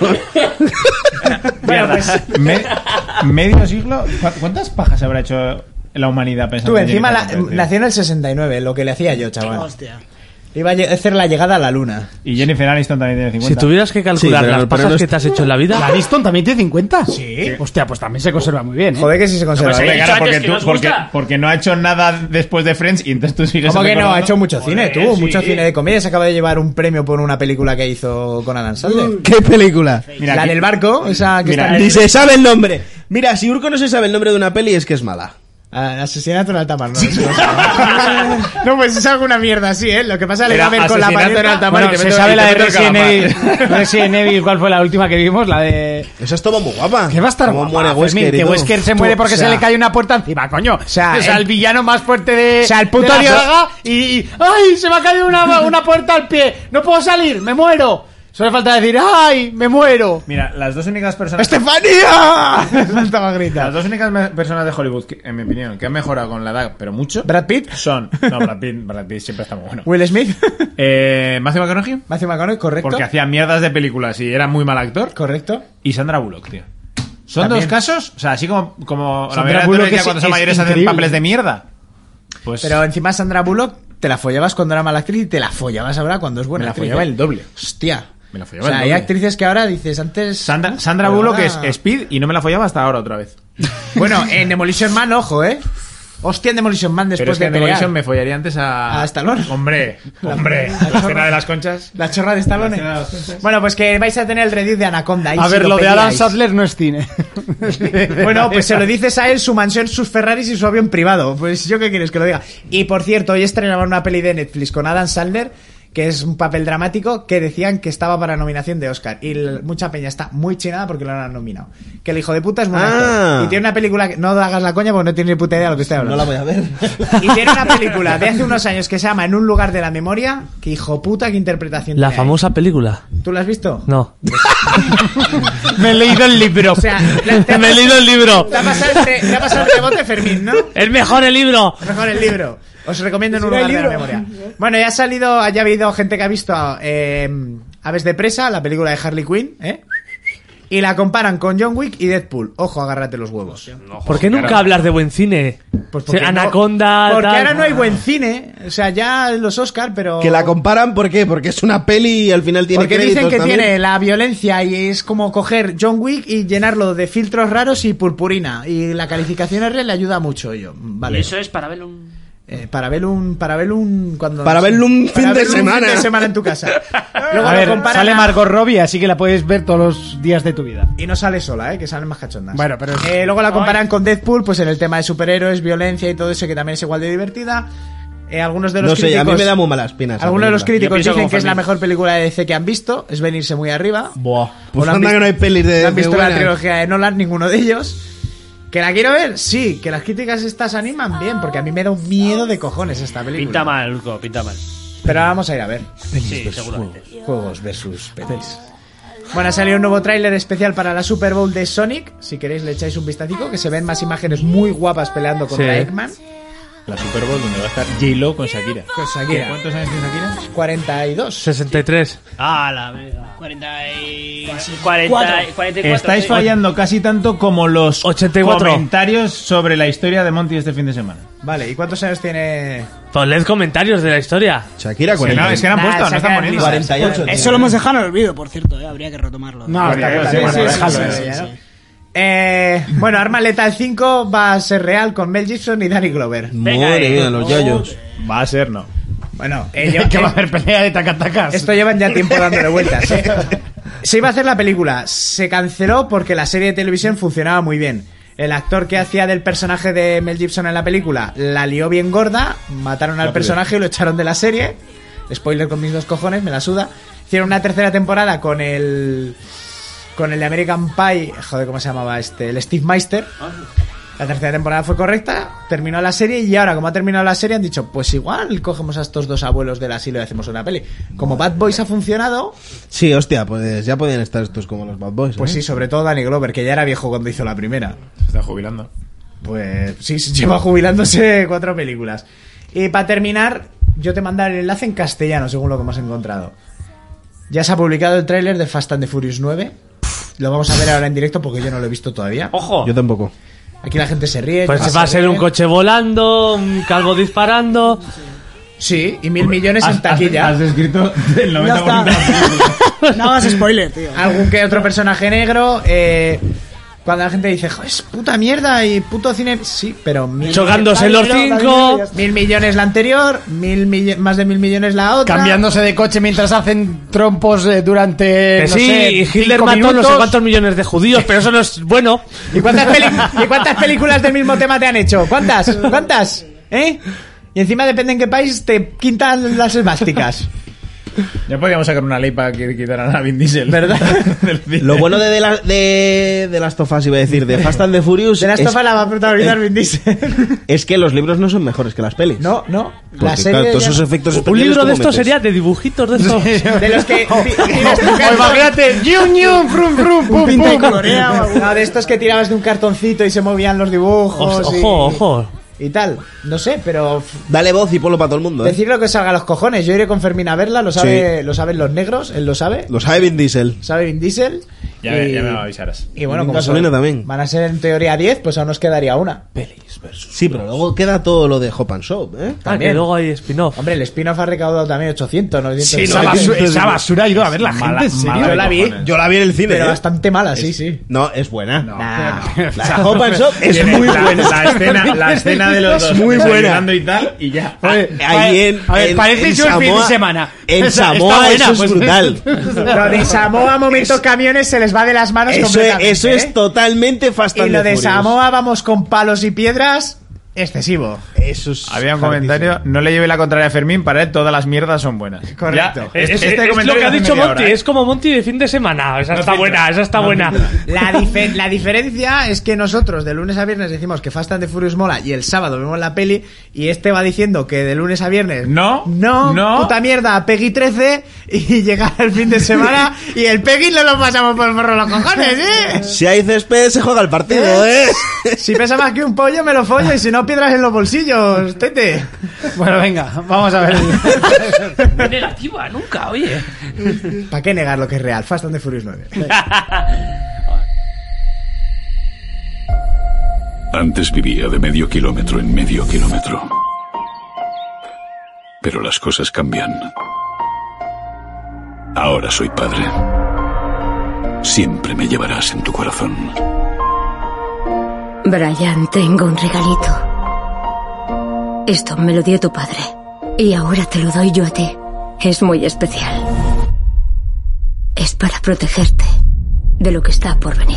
Bueno, pues Me- medio siglo. ¿Cu- ¿Cuántas pajas habrá hecho la humanidad pensando tú, en encima Jennifer la- López, tío? nació en el sesenta y nueve, lo que le hacía yo, chaval. Hostia. Iba a lle- hacer la llegada a la luna. Y Jennifer Aniston también tiene Si cincuenta. tuvieras que calcular Sí, pero- las pero pajas no es- que te has hecho en la vida, ¿La Aniston también tiene cincuenta? Sí. Hostia, pues también se conserva muy bien, ¿eh? Joder que sí se conserva. pues bien. he dicho Claro, antes porque, que tú- nos porque, gusta. porque no ha hecho nada después de Friends y entonces tú sigues ¿Cómo que no? recordando. Ha hecho mucho cine, tú. Joder, sí. Mucho cine de comedia. Se acaba de llevar un premio por una película que hizo con Adam Sandler. ¿Qué película? Mira, la aquí- del barco, esa que Mira, está en Ni el... se sabe el nombre. Mira, si Urco no se sabe el nombre de una peli es que es mala. Ah, asesinato en alta mar, no. eso no, sé. No, pues es alguna mierda así, ¿eh? Lo que pasa es que le Era va a ver con la asesinato en paliza. alta mar. Bueno, y te se meto- sabe y la te de meto el Resident Evil. calamar. Resident Evil, ¿cuál fue la última que vimos? La de... Esa es todo muy guapa. Que va a estar Cómo guapa, muere Fermín, Wesker y que todo. Wesker se muere porque O sea, se le cae una puerta encima, coño. O sea, sea, el- el villano más fuerte de, O sea, el puto de la dios- saga y, y- ¡ay! Se me ha caído una, una puerta al pie. No puedo salir, me muero. Solo falta decir, ¡ay! Me muero. Mira, las dos únicas personas... ¡Estefanía! Faltaba Las gritar. dos únicas me- personas de Hollywood, que, en mi opinión, que han mejorado con la edad, pero mucho, Brad Pitt, son... No, Brad Pitt, Brad Pitt siempre está muy bueno. Will Smith, Eh, Matthew McConaughey, Matthew McConaughey, correcto. porque hacía mierdas de películas y era muy mal actor. Correcto. Y Sandra Bullock, tío. Son También. dos casos, o sea, así como, como la Sandra mayoría de Bullock actores ya es- cuando son es mayores hacen increíble. papeles de mierda. Pues Pero encima Sandra Bullock te la follabas cuando era mala actriz y te la follabas ahora cuando es buena me la actriz, follaba ¿eh? el doble. Hostia. Me la O follaba sea, el hay doble. actrices que ahora dices antes... Sandra, Sandra Pero Bullock ahora- es Speed y no me la follaba hasta ahora otra vez. Bueno, en Demolition Man, ojo, ¿eh? Hostia, en Demolition Man Pero después es que de en pelear. Demolition me follaría antes a... ¿A Stallone? Hombre, hombre. la La chorra. escena de las conchas. La chorra de Stallone. La escena de las conchas. Bueno, pues que vais a tener el review de Anaconda. ahí A si ver, lo de pedíais. Adam Sandler no es cine. Bueno, pues se lo dices a él, su mansión, sus Ferraris y su avión privado. Pues yo qué quieres que lo diga. Y por cierto, hoy estrenaban una peli de Netflix con Adam Sandler, que es un papel dramático, que decían que estaba para nominación de Oscar. Y l- mucha peña está muy chinada porque lo han nominado. Que el hijo de puta es buen Ah. actor. Y tiene una película que... No hagas la coña porque no tienes ni puta idea de lo que estoy hablando. No la voy a ver. Y tiene una película de hace unos años que se llama En un lugar de la memoria. Que hijo puta, qué interpretación la tiene ahí. famosa película. ¿Tú la has visto? No. Me he leído el libro. O sea, la- te ha Me he leído el libro. Te ha pasado el, re- te ha pasado el rebote Fermín, ¿no? ¡Es mejor el libro! Mejor el libro. Os recomiendo En un Pues lugar mira de el la libro. memoria. Bueno, ya ha salido, ya ha habido gente que ha visto eh, Aves de presa, la película de Harley Quinn, ¿eh? Y la comparan con John Wick y Deadpool. Ojo, agárrate los huevos. ¿Por qué nunca hablas de buen cine? Pues O sea, no- Anaconda. porque tal. ahora no hay buen cine. O sea, ya los Oscar, pero... Que la comparan, ¿por qué? Porque es una peli y al final tiene Porque dicen créditos que también. tiene la violencia y es como coger John Wick y llenarlo de filtros raros y purpurina. Y la calificación R le ayuda mucho yo. Vale. Y eso es para ver un... Eh, para ver un para ver un cuando Para verlo un para fin de verlo un semana. fin de semana en tu casa. Luego A lo ver, comparan sale a- Margot Robbie, así que la puedes ver todos los días de tu vida. y no sale sola, eh, que salen más cachondas. Bueno, pero es- Eh, luego la comparan con Deadpool, pues en el tema de superhéroes, violencia y todo eso que también es igual de divertida. Eh, algunos de los No sé, críticos a mí me da muy malas espinas. esa algunos de los película. críticos Yo pienso dicen como que es la Fermín. mejor película de D C que han visto, es venirse muy arriba. Buah. ¿O Pues la han anda visto- que no hay pelis de ¿No han de visto la buenas. trilogía de Nolan? Ninguno de ellos. ¿Que la quiero ver? Sí. ¿Que las críticas estas animan? Bien, porque a mí me da un miedo de cojones esta película. Pinta mal, Urco, pinta mal. Pero ahora vamos a ir a ver. Sí, seguramente. Juegos versus pelis. Bueno, ha salido un nuevo tráiler especial para la Super Bowl de Sonic. Si queréis le echáis un vistacito, que se ven más imágenes muy guapas peleando contra Sí. Eggman. La Super Bowl donde va a estar J-Lo con Shakira. Con Shakira. ¿Cuántos años tiene Shakira? cuarenta y dos. sesenta y tres. Ah, la verga. cuarenta y cuarenta, cuarenta y cuatro. Estáis sí. fallando casi tanto como los ochenta y cuatro comentarios sobre la historia de Monty este fin de semana. Vale, ¿y cuántos años tiene? Pues leed comentarios de la historia. Shakira, Es que no, cuarenta. es que no han Nah, puesto, no Shakira están en poniendo. cuarenta y ocho. Eso lo hemos dejado en el olvido, por cierto, ¿eh? Habría que retomarlo. No, está Claro, bien, sí, está sí, bien, sí, déjalo, sí, eh, sí, ya, sí. ¿no? Eh, bueno, Arma Letal cinco va a ser real con Mel Gibson y Danny Glover. Venga, Madre eh. mía, los yayos. Va a ser, no. Bueno, ellos, Que va a haber pelea de tacatacas. esto llevan ya tiempo dándole vueltas. ¿eh? Se iba a hacer la película, se canceló porque la serie de televisión funcionaba muy bien. El actor que hacía del personaje de Mel Gibson en la película la lió bien gorda, mataron al personaje y lo echaron de la serie. Spoiler con mis dos cojones, me la suda. Hicieron una tercera temporada con el... con el de American Pie, joder, ¿cómo se llamaba este? El Steve Meister. La tercera temporada fue correcta, terminó la serie y ahora, como ha terminado la serie, han dicho, pues igual cogemos a estos dos abuelos del asilo y hacemos una peli. Como Bad Boys ha funcionado, Sí, hostia, pues ya podían estar estos como los Bad Boys. pues ¿eh? sí, sobre todo Danny Glover, que ya era viejo cuando hizo la primera. Se está jubilando. Pues sí, lleva jubilándose cuatro películas. Y para terminar, yo te mandaré el enlace en castellano, según lo que hemos encontrado. Ya se ha publicado el tráiler de Fast and the Furious nueve. Lo vamos a ver ahora en directo porque yo no lo he visto todavía. Ojo. Yo tampoco. Aquí la gente se ríe. Pues pasa va a ser bien. un coche volando, un calvo disparando. Sí, y mil millones en Has- taquilla. Has, has descrito el noventa por ciento de la película. No hagas spoiler, tío. Algún que otro personaje negro. Eh, cuando la gente dice, "Jo, es puta mierda y puto cine". Sí, pero mil Chocándose los cinco. Mil millones la anterior, mil millo- más de mil millones la otra. Cambiándose de coche mientras hacen trompos eh, durante. Que no sí, sé, y Hitler cinco mató no sé minutos. cuántos millones de judíos, pero eso no es bueno. ¿Y cuántas, peli- ¿Y cuántas películas del mismo tema te han hecho? ¿Cuántas? ¿Cuántas? ¿Eh? Y encima depende en qué país te quintan las esvásticas. Ya podríamos sacar una ley para que quitaran a Vin Diesel. ¿Verdad? Del cine. Lo bueno de de, la, de, de Last of Us, iba a decir, de Fast and the Furious, De la es, estofa la va a protagonizar Vin Diesel. es que los libros no son mejores que las pelis. No, no. Porque, La serie claro, todos ya- esos efectos Un especiales, libro de ¿cómo estos metes? sería de dibujitos de estos. de los que ti- tiras de un O cartón. imagínate, ñum, ñum, frum, frum, pum, pinta y pum. colorea. No, de estos que tirabas de un cartoncito y se movían los dibujos. Ojo, y, ojo. Y tal. No sé, pero Dale voz y ponlo para todo el mundo. ¿eh? decir lo que salga a los cojones. Yo iré con Fermín a verla, lo sabe, lo saben los negros, él lo sabe. Lo sabe Vin Diesel. Sabe Vin Diesel. Ya, me- y, ya me avisarás. y bueno, Y como gasolina son- también. van a ser en teoría diez, pues aún nos quedaría una. Sí, pero luego queda todo lo de Hop and Shop, ¿eh? Ah, que También. luego hay spin-off. Hombre, el spin-off ha recaudado también ochocientos, novecientos. Sí, Esa no, basura, entonces- esa basura ha ido a ver la Mala- gente, ¿en serio? mala Yo de la vi, cojones. Yo la vi en el cine, pero ¿eh? bastante mala, sí, sí. No, es buena. Nah. La Hop and Shop es Tiene muy la, buena. La escena, la escena de los dos muy buena. desayunando y tal, y ya. Ahí en, A ver, en- parece en yo el fin de Samoa- semana. En Está Samoa buena, eso pues. es brutal. Lo de Samoa, momento camiones, se les va de las manos Eso, es, completamente. eso ¿eh? es totalmente Fast Y and lo the de Furious. Samoa, vamos con palos y piedras, excesivo. Eso es Había un comentario, no le lleve la contraria a Fermín, para él todas las mierdas son buenas. Correcto. Ya, Es, este- es- este es lo comentario que ha hace dicho media Monty, hora, ¿eh? es como Monty de fin de semana. Esa No está filtra. buena, esa está No buena. filtra. La, dife- la diferencia es que nosotros de lunes a viernes decimos que Fast and the Furious mola y el sábado vemos la peli y este va diciendo que de lunes a viernes No, no, no. puta mierda, Peggy trece y llega el fin de semana y el Peggy no lo pasamos por el forro de los cojones, ¿eh? Si hay césped se juega el partido, ¿eh? Si pesa más que un pollo me lo follo y si no piedras en los bolsillos, tete. Bueno, venga, vamos a ver. Muy negativa, nunca, oye. ¿Para qué negar lo que es real? Fast and the Furious nueve. Antes vivía de medio kilómetro en medio kilómetro. Pero las cosas cambian. Ahora soy padre. Siempre me llevarás en tu corazón. Brian, tengo un regalito. Esto me lo dio tu padre. Y ahora te lo doy yo a ti. Es muy especial. Es para protegerte de lo que está por venir.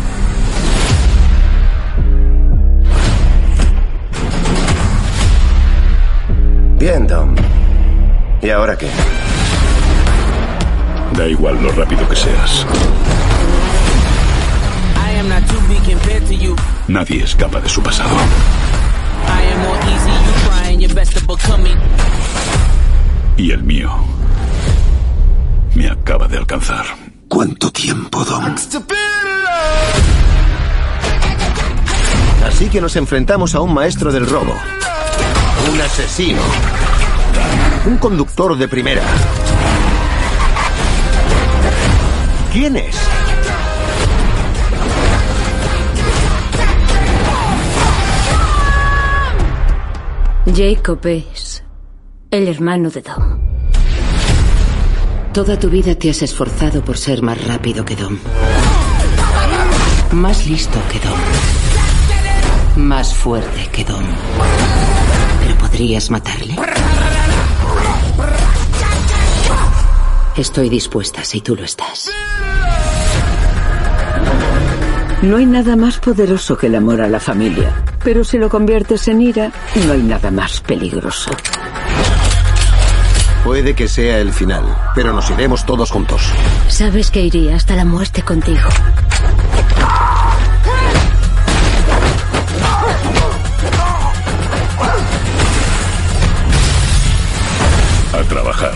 Bien, Dom. ¿Y ahora qué? Da igual lo rápido que seas. Nadie escapa de su pasado. Y el mío me acaba de alcanzar. ¿Cuánto tiempo, Dom? Así que nos enfrentamos a un maestro del robo. Un asesino. Un conductor de primera. ¿Quién es? Jacob es el hermano de Dom. Toda tu vida te has esforzado por ser más rápido que Dom. Más listo que Dom. Más fuerte que Dom. ¿Pero podrías matarle? Estoy dispuesta si tú lo estás. No hay nada más poderoso que el amor a la familia. Pero si lo conviertes en ira, no hay nada más peligroso. Puede que sea el final, pero nos iremos todos juntos. Sabes que iría hasta la muerte contigo. A trabajar.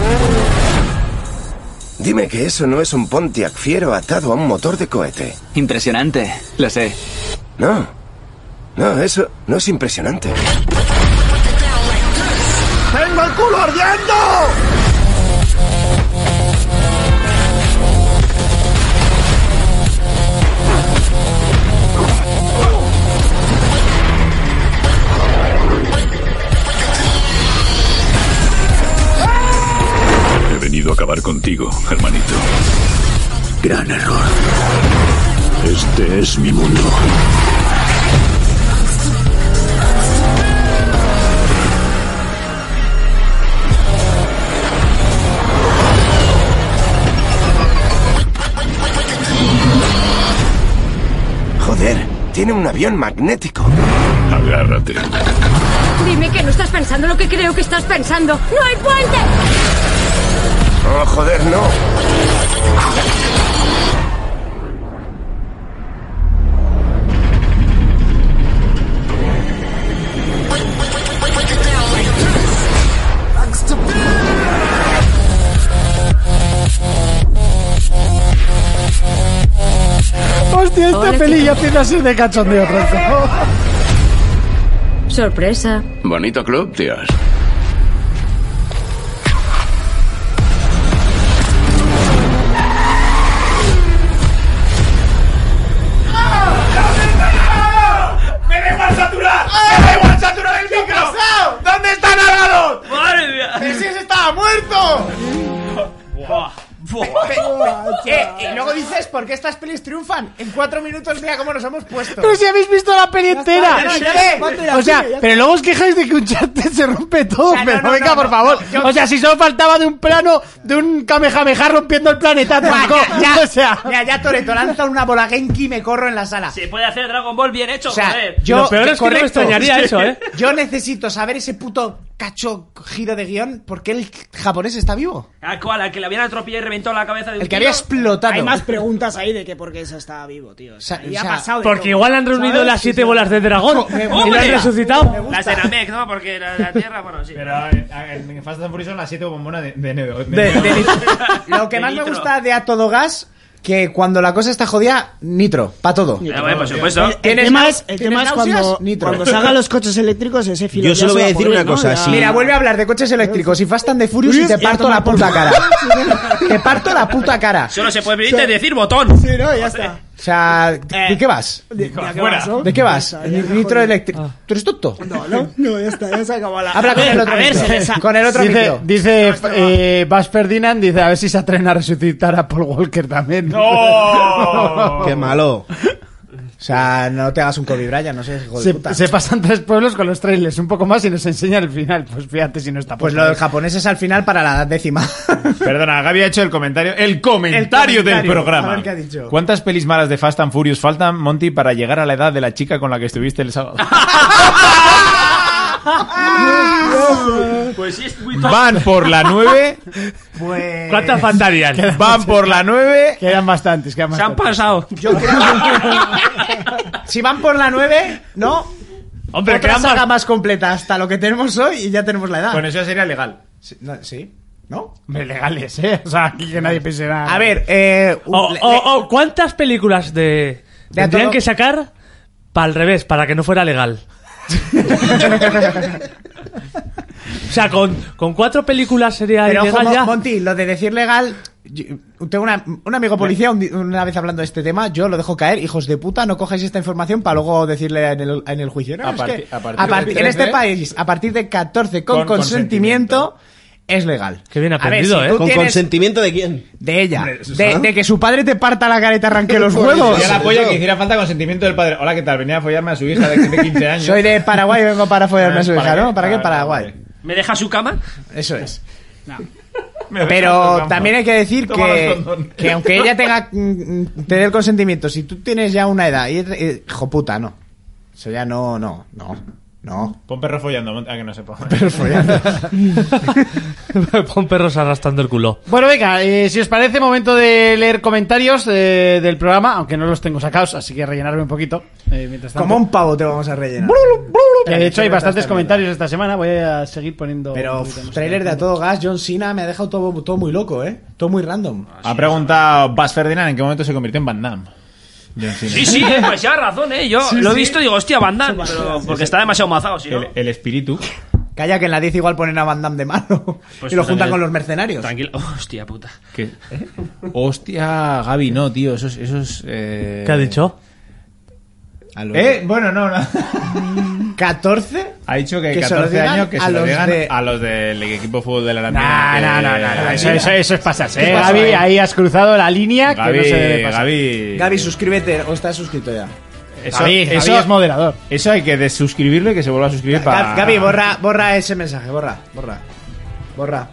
Dime que eso no es un Pontiac Fiero atado a un motor de cohete. Impresionante, lo sé. No, no, eso no es impresionante. ¡Tengo el culo ardiendo! He venido a acabar contigo, hermanito. Gran error. Este es mi mundo. Joder, tiene un avión magnético. Agárrate. Dime que no estás pensando lo que creo que estás pensando. ¡No hay puente! Oh, joder, no. Hostia, esta peli ya empieza a ser de cachondeo pronto. Sorpresa. Bonito club, tíos. ¡Me da igual saturar! ¡Me da igual saturar el micro! ¿Dónde está Narado? ¡Madre mía! ¡Jesús estaba muerto! Buah. Eh, y luego dices, ¿por qué estas pelis triunfan? En cuatro minutos mira cómo nos hemos puesto. Pero si habéis visto la peli entera. Ya está, ya está, ya está. O sea, pero luego os quejáis de que un chat se rompe todo. O sea, no, pero no, venga, no, por no, favor. no, yo- O sea, si solo faltaba de un plano de un Kamehameha rompiendo el planeta Atómico. ya, O sea, mira, ya Toretto lanza una bola Genki y me corro en la sala. Se puede hacer Dragon Ball bien hecho, O sea, joder. yo, Lo peor es que no me correcto. extrañaría eso, ¿eh? Yo necesito saber ese puto cacho giro de guión, ¿por qué el japonés está vivo? ¿A cuál? ¿Al que le habían atropellado y reventado la cabeza de un El que tiro? había explotado. Hay más preguntas ahí de que por qué eso estaba vivo, tío. O sea, O y ha sea, pasado de Porque todo, igual han reunido ¿sabes? las siete Sí, sí. bolas de dragón Me- y lo ¡Hombre! han resucitado. Las de Namek, ¿no? Porque la, la Tierra, bueno, sí. Pero eh, en Fast and Furious son las siete bombonas de, de, de, de- De- de- Lo que De más me nitro. gusta de A Todo Gas, que cuando la cosa está jodida, nitro, pa' todo. Ah, bueno, por supuesto. El, el ¿Tienes tema nau- es, el tienes tema es náuseas? cuando, Nitro. cuando salgan los coches eléctricos, ese filo Yo ya solo se voy a va decir poder, una ¿no? cosa, Ya- sí. Mira, vuelve a hablar de coches eléctricos y Fast and the Furious y te Furious y a parto la tomar por puta culo. cara. Te parto la puta cara. Solo se puede pedirte decir botón. Sí, no, ya está. O sea, ¿de qué vas? ¿De, ¿de qué fuera. vas, no? ¿De qué vas? Ya, ya, Nitro joder. eléctrico. ¿Tú eres tonto? No, no, no, ya está, ya se acabó la... Habla con el otro a ver, micro. se les ha- Con el otro dice, micro. dice eh, Bas Ferdinand, dice a ver si se atreven a resucitar a Paul Walker también. Qué malo. O sea, no te hagas un Kobe Bryant, no sé, hijo de Se, puta. se pasan tres pueblos con los trailers, un poco más y nos enseña el final. Pues fíjate si no está Pues puesto lo del ahí. japonés es al final para la décima. Perdona, Gaby ha hecho el comentario. El comentario, El comentario. del programa. A ver qué ha dicho. ¿Cuántas pelis malas de Fast and Furious faltan, Monty, para llegar a la edad de la chica con la que estuviste el sábado? Pues sí, es muy tonto. Van por la nueve. Pues... ¿Cuántas faltarían? Van por la nueve. Quedan bastantes, quedan Se han bastantes. pasado. Yo creo que... si van por la nueve, ¿no? Hombre, Otra quedan saga más... más completa hasta lo que tenemos hoy y ya tenemos la edad. Bueno, eso sería legal. Sí, no, ¿sí? ¿No? Hombre, legales, ¿eh? O sea, aquí que nadie piense nada. A ver, eh... O, le- o- o, ¿cuántas películas de... De a tendrían todo- que sacar para al revés, para que no fuera legal? sea, con, con cuatro películas sería Pero ilegal ojo, ya. Monty, lo de decir legal... yo- tengo una- un amigo policía un di- una vez hablando de este tema, yo lo dejo caer. Hijos de puta, no cojáis esta información para luego decirle en el, en el juicio. No, A es parti- que a partir a de partir- en trece, este país, a partir de catorce con, con consentimiento, es legal. Qué bien A ver, aprendido, si ¿eh? tú ¿Con tienes- consentimiento de quién? De ella. Hombre, eso De, es- de que su padre te parta la cara y te arranque los Pues huevos. Sería la polla que hiciera falta consentimiento del padre. Hola, ¿qué tal? Venía a follarme a su hija de, de quince años. Soy de Paraguay y vengo para follarme a su ¿Para hija, qué? ¿no? ¿Para qué? Para- Paraguay. ¿Me deja su cama? Eso es. Me dejas Pero tocando. también hay que decir Toma que, los condones. que aunque ella tenga mm, te dé el consentimiento, si tú tienes ya una edad y eh, hijo puta, no. Eso ya no, no, no, no. Pon perro follando, a que no sepa. Pero follando. Pon perros arrastrando el culo. Bueno, venga, eh, si os parece, momento de leer comentarios eh, del programa, aunque no los tengo sacados, así que rellenarme un poquito. Eh, mientras tanto. Como un pavo te vamos a rellenar. Que de hecho hay bastantes comentarios esta semana, voy a seguir poniendo... Pero un poquito de música. trailer de A Todo Gas, John Cena me ha dejado todo, todo muy loco, ¿eh? Todo muy random. Ha preguntado Bas Ferdinand en qué momento se convirtió en Van Damme. John Cena. Sí, sí, pues ya razón, ¿eh? Yo Sí, lo he sí. visto y digo, hostia, Van Damme, pero porque está demasiado mazado, si no. El, el espíritu. Calla que en la diez igual ponen a Van Damme de malo Pues y lo pues, juntan eh, con los mercenarios. Tranquilo. Hostia puta. ¿Qué? Hostia, Gaby, no, tío. Eso es... Eso es eh... ¿Qué ha dicho? A los ¿Eh? Bueno, no, no. ¿catorce? Ha dicho que, Que se lo catorce digan años que a se lo los digan de- a los del equipo de fútbol de la No, Arandina. no, no, no, no, eso, que- eso, eso es pasarse, ¿Qué ¿eh, pasó Gaby? ahí? Ahí has cruzado la línea que Gaby, no se debe pasar. Gaby, Gaby, suscríbete o estás suscrito ya. Eso, Gaby, eso, Gaby es moderador. eso hay que desuscribirlo y que se vuelva a suscribir para... Ga- Gaby, borra, borra ese mensaje, borra, borra. Borra.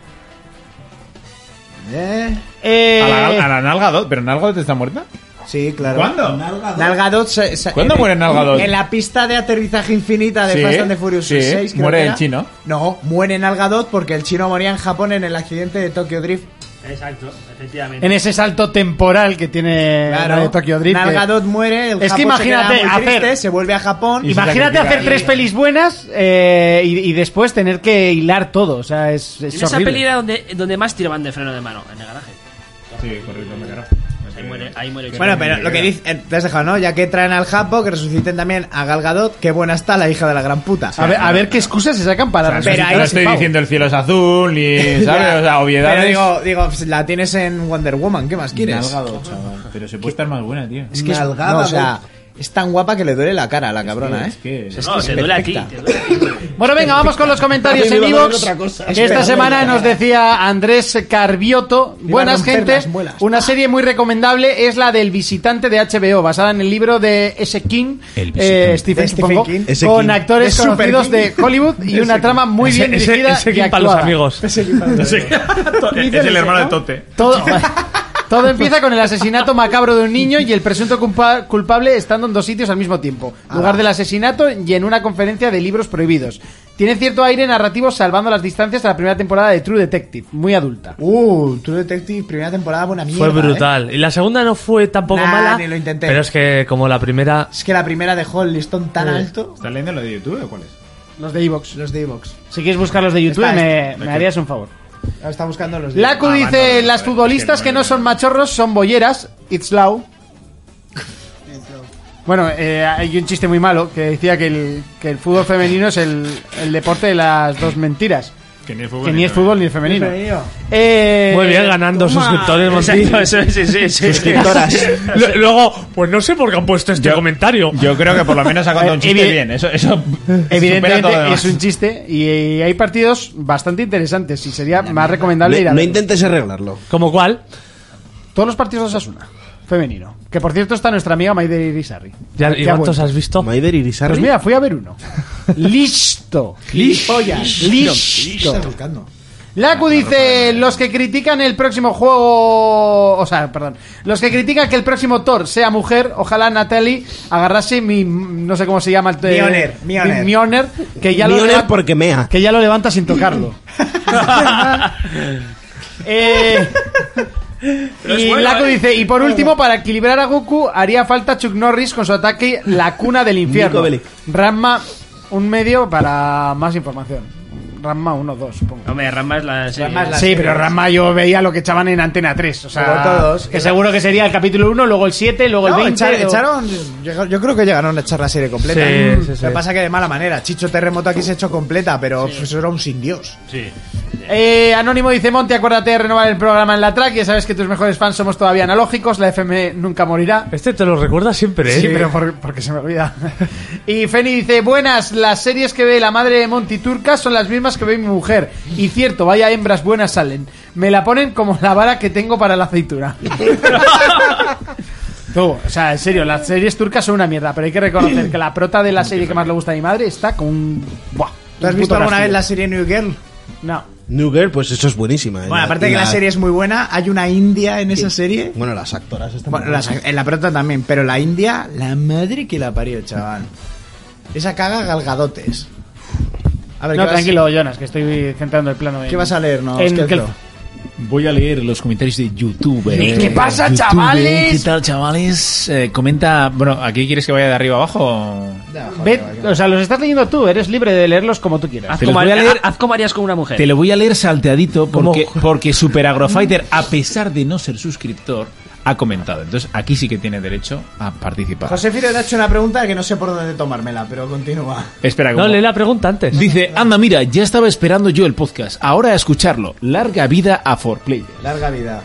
Eh. Eh, A la, a la Nalgadot, pero Nalgadot está muerta. Sí, claro. ¿Cuándo? Nalgadot se- se- ¿Cuándo en- muere Nalgadot? En la pista de aterrizaje infinita de Sí, Fast and the Furious sí, seis. creo muere que el era. chino. No, muere Nalgadot porque el chino moría en Japón en el accidente de Tokyo Drift. Exacto, efectivamente. en ese salto temporal que tiene la de Tokyo Drift. que- Nalgadot muere, el Es que Japón se queda imagínate muy hacer- triste, se vuelve a Japón. Y se Imagínate sacrifica. hacer tres pelis buenas eh, y, y después tener que hilar todo. O sea, es, es En esa horrible. peli era donde, donde más tiraban de freno de mano, en el garaje. Sí, correcto, me caro. Ahí muere, ahí muere el Bueno, chico. pero lo que dice, eh, te has dejado, ¿no? Ya que traen al Japo, que resuciten también a Gal Gadot, qué buena está la hija de la gran puta. A ver, a ver qué excusas se sacan para O sea, no, resucitar pero no ahí- estoy pavo. diciendo el cielo es azul, ni, ¿sabes? Ya, O sea, obviedades. Pero digo, digo, pues, la tienes en Wonder Woman, ¿qué más quieres? Nalgadot, chaval. Pero se puede estar más buena, tío. Es que es, Nalgada, no, o sea, es tan guapa que le duele la cara a la cabrona, Es ¿eh? que... Es No, que te es duele a ti, perfecta. te duele a ti. Bueno, venga, vamos con los comentarios A mí en me iba a doler iVoox. otra cosa. Que esta Espera, semana espera. nos decía Andrés Carbioto. Iba a Buenas, romper gente. las muelas. Una serie muy recomendable es la del Visitante de H B O, basada en el libro de S. King, El eh, Visitante. Stephen, De Stephen supongo, King. S. con King. actores De Super conocidos King. de Hollywood y una trama muy bien Ese- dirigida ese y King para los actuada. amigos. Es el hermano de Tote. Todo, todo empieza con el asesinato macabro de un niño y el presunto culpa- culpable estando en dos sitios al mismo tiempo. Lugar del asesinato y en una conferencia de libros prohibidos. Tiene cierto aire narrativo salvando las distancias de la primera temporada de True Detective, muy adulta. Uh, True Detective, primera temporada, buena mierda. Fue ¿eh? brutal. Y la segunda no fue tampoco Nah, mala. ni lo intenté. Pero es que como la primera... Es que la primera dejó el listón tan alto. ¿Estás leyendo lo de YouTube o cuál es? Los de Evox. Los de Evox. Si quieres buscar los de YouTube, Está- me, me harías un favor. Ahora está buscando los de Laku Ah, dice, vale, vale, las vale, futbolistas que que no, no no. son machorros son bolleras. It's Lau. Bueno, eh, hay un chiste muy malo que decía que el, que el fútbol femenino es el, el deporte de las dos mentiras. Que ni es fútbol. Que ni es fútbol ni es femenino. Femenino. Eh, Muy bien, ganando toma. suscriptores, Monty. Exacto, eso, sí, sí, sí. Suscriptoras. L- Luego, pues no sé por qué han puesto este Yo- comentario. Yo creo que por lo menos ha contado un chiste Evi- bien. Eso, eso supera todo lo Evidentemente demás. es un chiste y hay partidos bastante interesantes y sería más recomendable ir No, a no verlos. intentes arreglarlo. ¿Como cuál? Todos los partidos de Osasuna, femenino. Que por cierto está nuestra amiga Maider Irisarri. Ya, Que ¿Y ha cuántos vuelto. has visto? Maider Irisarri. Pues mira, fui a ver uno. Listo. Gilipollas. Listo. Está buscando. Laku dice, los que critican el próximo juego... O sea, perdón. Los que critican que el próximo Thor sea mujer, ojalá Natalie agarrase mi... No sé cómo se llama. el- Mjolnir, mi- Mjolnir. Mjolnir, que ya lo Mjolnir levanta- porque mea. que ya lo levanta sin tocarlo. eh... Pero es Y bueno, Laku ¿eh? dice, y por último, para equilibrar a Goku, haría falta Chuck Norris con su ataque La Cuna del Infierno. Nico Bellic. Ranma, un medio para más información. Ranma uno dos, supongo. Hombre, Ranma es la serie. Ranma es la Sí, serie. pero Ranma yo veía lo que echaban en Antena tres. O sea, Como todos. que seguro que sería el capítulo uno, luego el siete, luego No, el veinte. echar- o- echaron, yo, yo creo que llegaron a echar la serie completa. Sí, Mm. sí, sí. Lo que pasa que de mala manera. Chicho Terremoto aquí se echó completa, pero pues, eso era un sin Dios. Sí. Eh, Anónimo dice: Monty, acuérdate de renovar el programa en la track. Ya sabes que tus mejores fans somos todavía analógicos. La F M nunca morirá. Este te lo recuerda siempre, ¿eh? Sí, pero por- porque se me olvida. Y Feni dice: buenas, las series que ve la madre de Monty turca son las mismas que ve mi mujer. Y cierto, vaya hembras buenas salen. Me la ponen como la vara que tengo para la aceituna. Tú, o sea, en serio, las series turcas son una mierda, pero hay que reconocer que la prota de la serie que más le gusta a mi madre está con un... Buah, ¿Tú has un visto puto alguna castillo. vez la serie New Girl? No. New Girl, pues eso es buenísima. ¿eh? Bueno, aparte de que la serie es muy buena, hay una india en esa serie. Bueno, las actoras están Bueno, muy las- buenas. en la prota también, pero la india, la madre que la parió, chaval. Esa caga galgadotes. A ver, No, ¿qué vas- tranquilo, Jonas, que estoy centrando el plano. En, ¿Qué vas a leer, no? en Esquelto? que el- Voy a leer los comentarios de YouTube. ¿Qué- qué pasa, YouTube, chavales? ¿Qué tal, chavales? Eh, comenta... Bueno, ¿aquí quieres que vaya de arriba abajo? Ve- o sea, los estás leyendo tú, eres libre de leerlos como tú quieras. Haz Te los como, voy a leer- haz como harías con una mujer. Te lo voy a leer salteadito porque, porque Super Agrofighter, a pesar de no ser suscriptor, ha comentado. Entonces, aquí sí que tiene derecho a participar. José Firo te ha hecho una pregunta que no sé por dónde tomármela, pero continúa. Espera, No, ¿cómo? lee la pregunta antes. Dice, anda, mira, ya estaba esperando yo el podcast. Ahora a escucharlo. Larga vida a cuatro Players. Larga vida.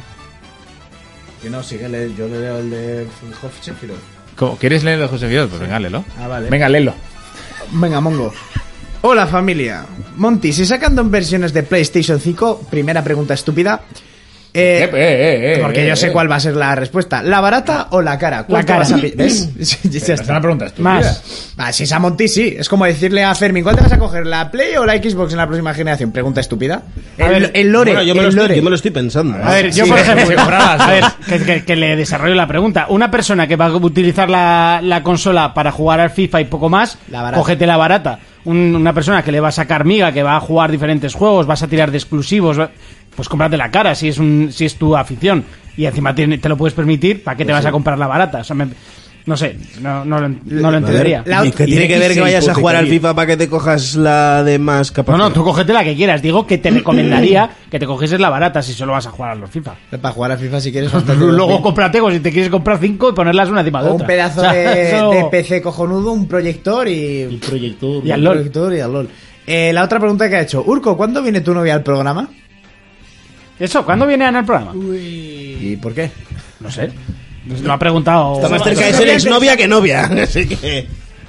Que no, sigue, lee- yo le leo el de José Firo. ¿Cómo? ¿Quieres leer el de José Fidel? Pues venga, léelo. Ah, vale. Venga, léelo. Venga, Mongo. Hola, familia. Monty, si sacan dos versiones de PlayStation cinco, primera pregunta estúpida. Eh, Eh, eh, eh, porque eh, yo sé eh. cuál va a ser la respuesta. ¿La barata o la cara? ¿Cuál te cara. vas a pi- ¿Ves? Sí, ya Es está. una pregunta estúpida. Más. Ah, si es a Monty, sí. Es como decirle a Fermín, ¿cuál te vas a coger? ¿La Play o la Xbox en la próxima generación? Pregunta estúpida. El, ver, el lore, Bueno, yo, me lo el estoy, lore. yo me lo estoy pensando. A ver, yo Sí, por sí, ejemplo, sí, a ver, que, que- que le desarrollo la pregunta. Una persona que va a utilizar la, la consola para jugar al FIFA y poco más, La barata. cógete la barata. Un- una persona que le va a sacar miga, que va a jugar diferentes juegos, vas a tirar de exclusivos, va- pues cómprate la cara si es un, si es tu afición. Y encima te, te lo puedes permitir, ¿para qué te vas a comprar la barata? O sea, me- no sé, no, no, lo- no lo entendería. La- ¿Y qué tiene que ver que vayas a jugar al FIFA para que te cojas la de más No, capacidad? no, tú cógete la que quieras. Digo que te recomendaría que te cogieses la barata si solo vas a jugar a los FIFA. Para jugar a FIFA si quieres bastante. Luego cómprate, pues, si te quieres comprar cinco y ponerlas una encima de O otra. un pedazo O sea, de, eso- de P C cojonudo, un proyector y... El proyector. Y al un LOL. proyector y al LOL. Eh, la otra pregunta que ha hecho. Urco, ¿cuándo viene tu novia al programa? Eso, ¿cuándo viene Ana al programa? ¿Y por qué? No sé. Lo ha preguntado. Está más cerca de ser exnovia que novia. Así que...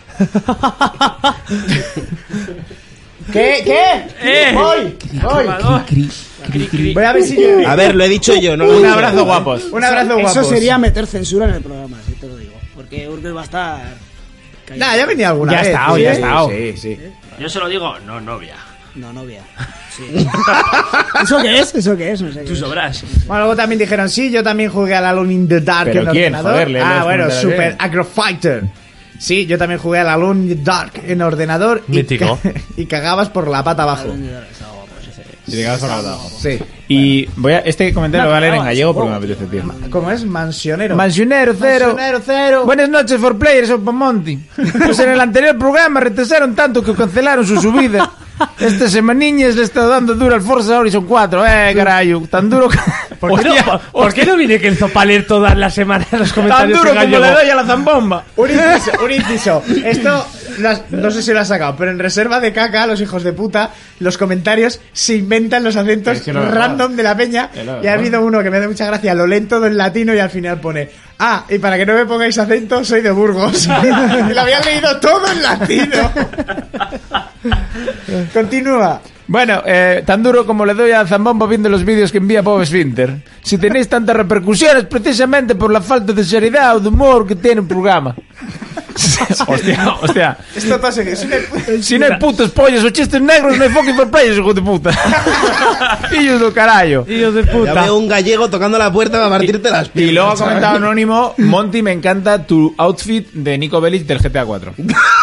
¿Qué? ¿Qué? Eh. Voy, voy. Cri, cri. Voy a ver si yo... A ver, lo he dicho yo, no lo he Un dicho. abrazo, guapos. Un abrazo guapo. Eso sería meter censura en el programa, si te lo digo. Porque Urkel va a estar... callado. Nah, ya venía alguna Ya ha vez. estado, sí, ya ha estado. Sí, sí. Yo se lo digo, no, novia. No, novia. Sí. ¿Eso qué es? ¿Eso qué es? No sé qué Tú es. sabrás. Bueno, luego también dijeron, sí, yo también jugué al Alone in the Dark ¿Pero en quién? ordenador. Joder, lee ah, los bueno, comentarios Super bien. Agrofighter. Sí, yo también jugué al Alone in the Dark en ordenador. y Mítico. ca- Y, cagabas por la pata abajo. Si te quedas por abajo. Sí. Y voy a, este comentario lo voy a leer en gallego porque me apetece, tío. ¿Cómo es? Mansionero. Mansionero cero. Mansionero cero. Buenas noches, for players, soy Monty. Pues en el anterior programa retrasaron tanto que cancelaron su subida. Esta semaniñas le he estado dando duro al Forza Horizon cuatro. Eh, carajo, tan duro que... ¿Por qué, no, por- ¿por qué no viene Kenzo para leer todas las semanas los Tan comentarios duro en como le gallego? doy a la zambomba. Un inciso, un inciso. Esto, las- no sé si lo has sacado, pero en reserva de caca, los hijos de puta, los comentarios se inventan los acentos Es que lo he random dejado. de la peña. Eh, lo he Y ha dejado. habido uno que me hace mucha gracia, lo leen todo en latino y al final pone, ah, y para que no me pongáis acento, soy de Burgos. Y lo habían leído todo en latino. Continúa. Bueno, eh, tan duro como le doy a Zambomba viendo los vídeos que envía Bob Esfínter. Si tenéis tantas repercusiones precisamente por la falta de seriedad o de humor que tiene el programa. hostia, hostia. Esto todo se es una- Si no hay putos pollos o chistes negros, no hay fucking for players, hijo de puta. Pillos do carallo. Hijos de Ya puta. veo un gallego tocando la puerta para partirte las piernas. Y luego ha ¿sabes? comentado Anónimo, Monty, me encanta tu outfit de Nico Bellic del G T A cuatro.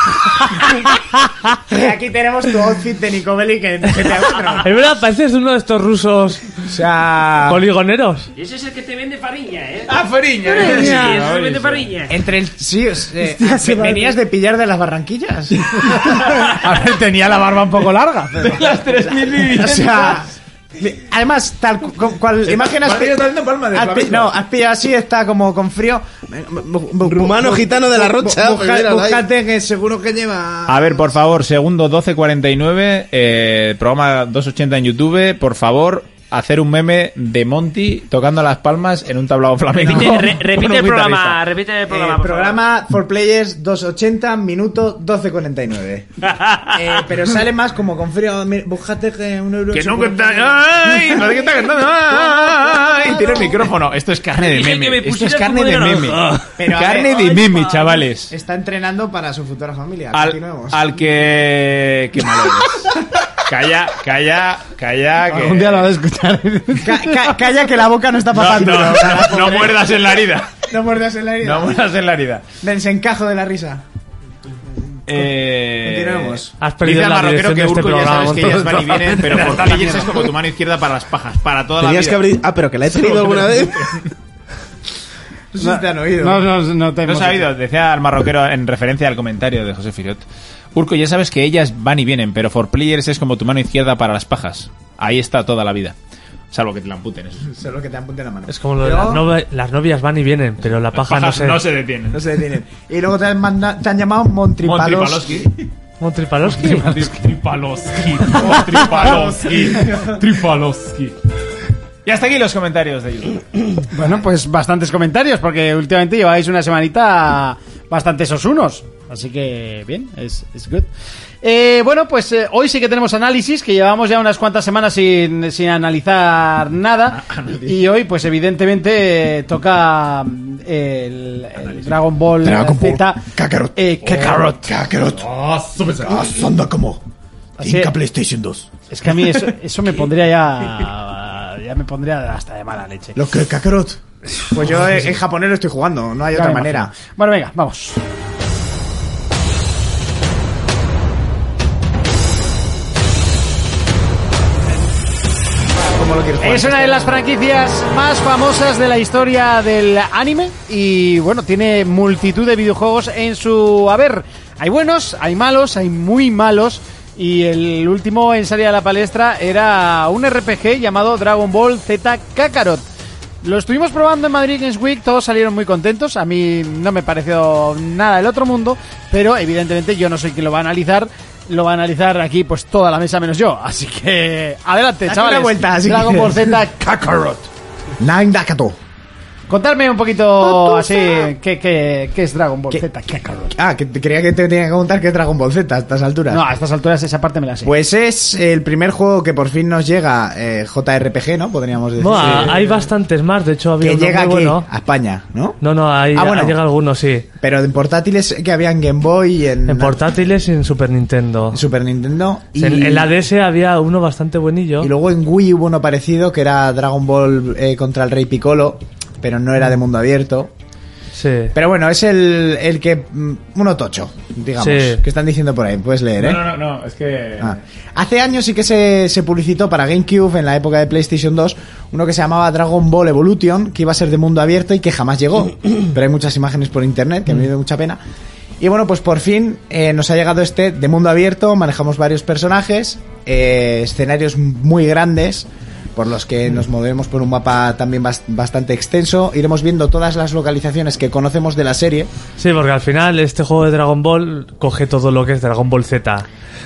Y aquí tenemos tu outfit de Nico Bellic en G T A cuatro. Es verdad, pareces uno de estos rusos O sea... poligoneros. Y ese es el que te vende fariña, ¿eh? ¡Ah, Fariña! Sí, ese Sí, es el que sí. vende fariña. Entre el... Sí, o sea, Hostia, ¿Venías de pillar de las Barranquillas? A ver, tenía la barba un poco larga. Pero... De las tres mil viviendas. O sea... Además, tal cu- cual imagen has Parece que está haciendo palmas de has pi- flamenco. no, has pillado así, está como con frío. Rumano gitano de la Rocha. Bu- pues busca- míralo ahí. Búscate que seguro que lleva. A ver, por favor, segundo doce cuarenta y nueve, eh, programa doscientos ochenta en YouTube, por favor, hacer un meme de Monty tocando las palmas en un tablao flamenco. Repite, re- repite Con un el programa, guitarrista. repite el programa. Eh, por favor. programa for Players doscientos ochenta, minuto doce cuarenta y nueve. eh, pero sale más como con frío. Mira, búscate que un euro. Que no seguro cuenta. ¡Ay! No sé qué está cantando. ¡Ay! Tira el micrófono. Esto es carne de Dije que me meme. Esto es pusieras carne zumo de de meme. naranja. Pero, a Carne ver, de meme, chavales. Está entrenando para su futura familia. Al, Continuemos. al que. Qué malo eres. Calla, calla, calla. Que... Algún día lo vas a escuchar. Ca- ca- calla que la boca no está No, papando. no, no, no muerdas en la herida. No muerdas en la herida. No muerdas en la herida. Desencajo de la risa. Eh... Continuemos. Has perdido Dice el la marroquero dirección que de este Urco ya programa. sabes que ellas van y vienen, pero por players es como tu mano izquierda para las pajas, para toda Tenías la que vida. abrir. Ah, pero que la he tenido alguna vez. No sé si te han oído. No, no, no te No hemos se ha hecho. oído, decía el marroquero en referencia al comentario de José Firot. Urco, ya sabes que ellas van y vienen, pero for players es como tu mano izquierda para las pajas. Ahí está toda la vida. Salvo que te la amputen, eso. Solo que te apunte la mano. Es como lo de Pero- las, nove- las novias van y vienen, pero la paja no Pajas se... no se detienen. No se detienen. Y luego te han, manda- te han llamado Montripalos. Montripaloski. Montripaloski. Tripaloski. Tripaloski. Tripaloski. Y hasta aquí los comentarios de YouTube. Bueno, pues bastantes comentarios, porque últimamente lleváis una semanita bastante sosunos. Así que, bien, es, es good. Eh, bueno, pues eh, hoy sí que tenemos análisis, que llevamos ya unas cuantas semanas sin, sin analizar nada. Y hoy, pues evidentemente, eh, toca eh, el, el Dragon Ball Dragon Ball Z. Kakarot. Eh, Kakarot. Kakarot. Ah, súper sexy. Ah, Sanda como. Así- Inca PlayStation dos. Es que a mí eso, eso me pondría ya... Ya me pondría hasta de mala leche. Lo que Kakarot. Pues yo en, en japonés lo estoy jugando, no hay Ya otra me manera. imagino. Bueno, venga, vamos. ¿Cómo lo quieres jugar? Es una de las franquicias más famosas de la historia del anime y bueno, tiene multitud de videojuegos en su haber. Hay buenos, hay malos, hay muy malos y el último en salir a la palestra era un R P G llamado Dragon Ball Z Kakarot. Lo estuvimos probando en Madrid Games Week, todos salieron muy contentos, a mí no me pareció nada del otro mundo, pero evidentemente yo no soy quien lo va a analizar. Lo va a analizar aquí pues toda la mesa menos yo. Así que adelante, Date chavales. una vuelta, así Dragon que- Ball Z Kakarot. Nine Dakato. Contadme un poquito así qué, qué, qué es Dragon Ball Z Kakarot. Ah, que te- creía que te tenía que contar que es Dragon Ball Z a estas alturas. No, a estas alturas esa parte me la sé. Pues es el primer juego que por fin nos llega, eh, J R P G, ¿no? Podríamos decir. No, a- hay bastantes más, de hecho había que uno llega muy aquí, bueno. a España, ¿no? No, no, hay, Ah, bueno. ha llegado algunos, sí. Pero en portátiles que había en Game Boy y en, En portátiles y en Super Nintendo. en Super Nintendo. Y, En, en la D S había uno bastante buenillo. y luego en Wii hubo uno parecido que era Dragon Ball eh, contra el Rey Piccolo, pero no era de mundo abierto. Sí. Pero bueno, es el, el que... mm, uno tocho, digamos. Sí. Que están diciendo por ahí, puedes leer, ¿eh? No, no, no, no, es que... Ah. Hace años sí que se, se publicitó para GameCube en la época de PlayStation dos uno que se llamaba Dragon Ball Evolution, que iba a ser de mundo abierto y que jamás llegó. Pero hay muchas imágenes por internet que me dio mucha pena. Y bueno, pues por fin eh, nos ha llegado este de mundo abierto, manejamos varios personajes, eh, escenarios muy grandes, por los que nos movemos por un mapa también bas- bastante extenso. Iremos viendo todas las localizaciones que conocemos de la serie. Sí, porque al final este juego de Dragon Ball coge todo lo que es Dragon Ball Z.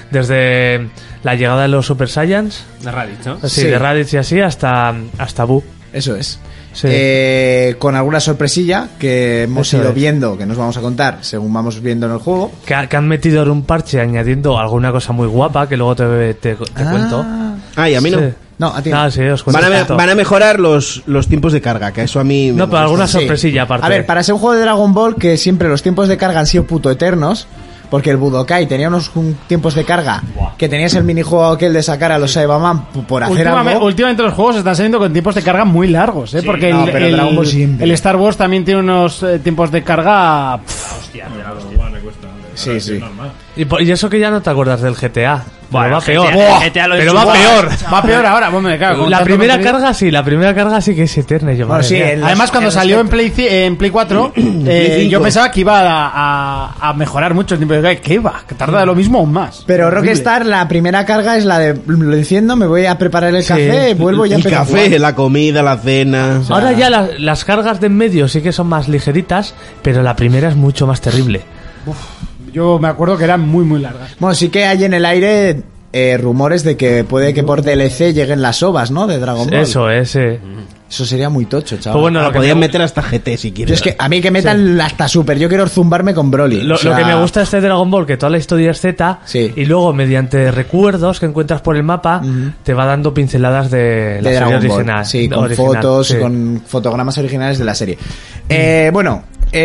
Desde la llegada de los Super Saiyans, De Raditz, ¿no? sí, Sí. de Raditz y así, hasta, hasta Buu. Eso es. Sí. Eh, con alguna sorpresilla que hemos Eso ido es. viendo, que nos vamos a contar según vamos viendo en el juego. Que, ha- que han metido en un parche añadiendo alguna cosa muy guapa que luego te, te, te Ah. cuento. Ah, y a mí no. Sí. No, a ti no. Ah, sí, os cuento. Van a, me- tanto. van a mejorar los, los tiempos de carga, que eso a mí... me No, pero gusta. alguna Sí. sorpresilla aparte. A ver, para ser un juego de Dragon Ball que siempre los tiempos de carga han sido puto eternos, porque el Budokai tenía unos un, tiempos de carga que tenías el minijuego aquel de sacar a los Saibaman p- por hacer Últimamente, algo. últimamente los juegos están saliendo con tiempos de carga muy largos, ¿eh? Porque no, el, pero el- Dragon Ball siempre. el Star Wars también tiene unos eh, tiempos de carga... pff, Hostia, pero igual me cuesta. Sí, sí. Y, po- y eso que ya no te acuerdas del G T A. Bueno, va peor. G T A lo pero enchufó. va peor. Va peor ahora, bueno, me cago. La primera carga sí, la primera carga sí que es eterna. Yo, Bueno, sí, el, además cuando salió en Play, en Play cuatro, eh, yo pensaba que iba a, a, a mejorar mucho el tiempo de carga. ¿Qué va? Que tarda lo mismo o más. Pero Rockstar, la primera carga es la de lo enciendo, me voy a preparar el café, sí. vuelvo y ya El empiezo a café, jugar. la comida, la cena. O sea, ahora ya la, las cargas de en medio sí que son más ligeritas, pero la primera es mucho más terrible. Uf, yo me acuerdo que eran muy, muy largas. Bueno, sí que hay en el aire eh, rumores de que puede que por D L C lleguen las ovas, ¿no? De Dragon Ball. Eso es, eh. Eso sería muy tocho, chaval. Pues bueno, lo lo que podían me... meter hasta G T si quieres. Yo es que a mí que metan sí. hasta Super, yo quiero zumbarme con Broly. Lo, o sea... lo que me gusta de este Dragon Ball, que toda la historia es Z, sí. y luego mediante recuerdos que encuentras por el mapa, uh-huh. te va dando pinceladas de, de la Dragon serie Ball. original. Sí, con original, fotos, sí. con fotogramas originales de la serie. Eh, bueno,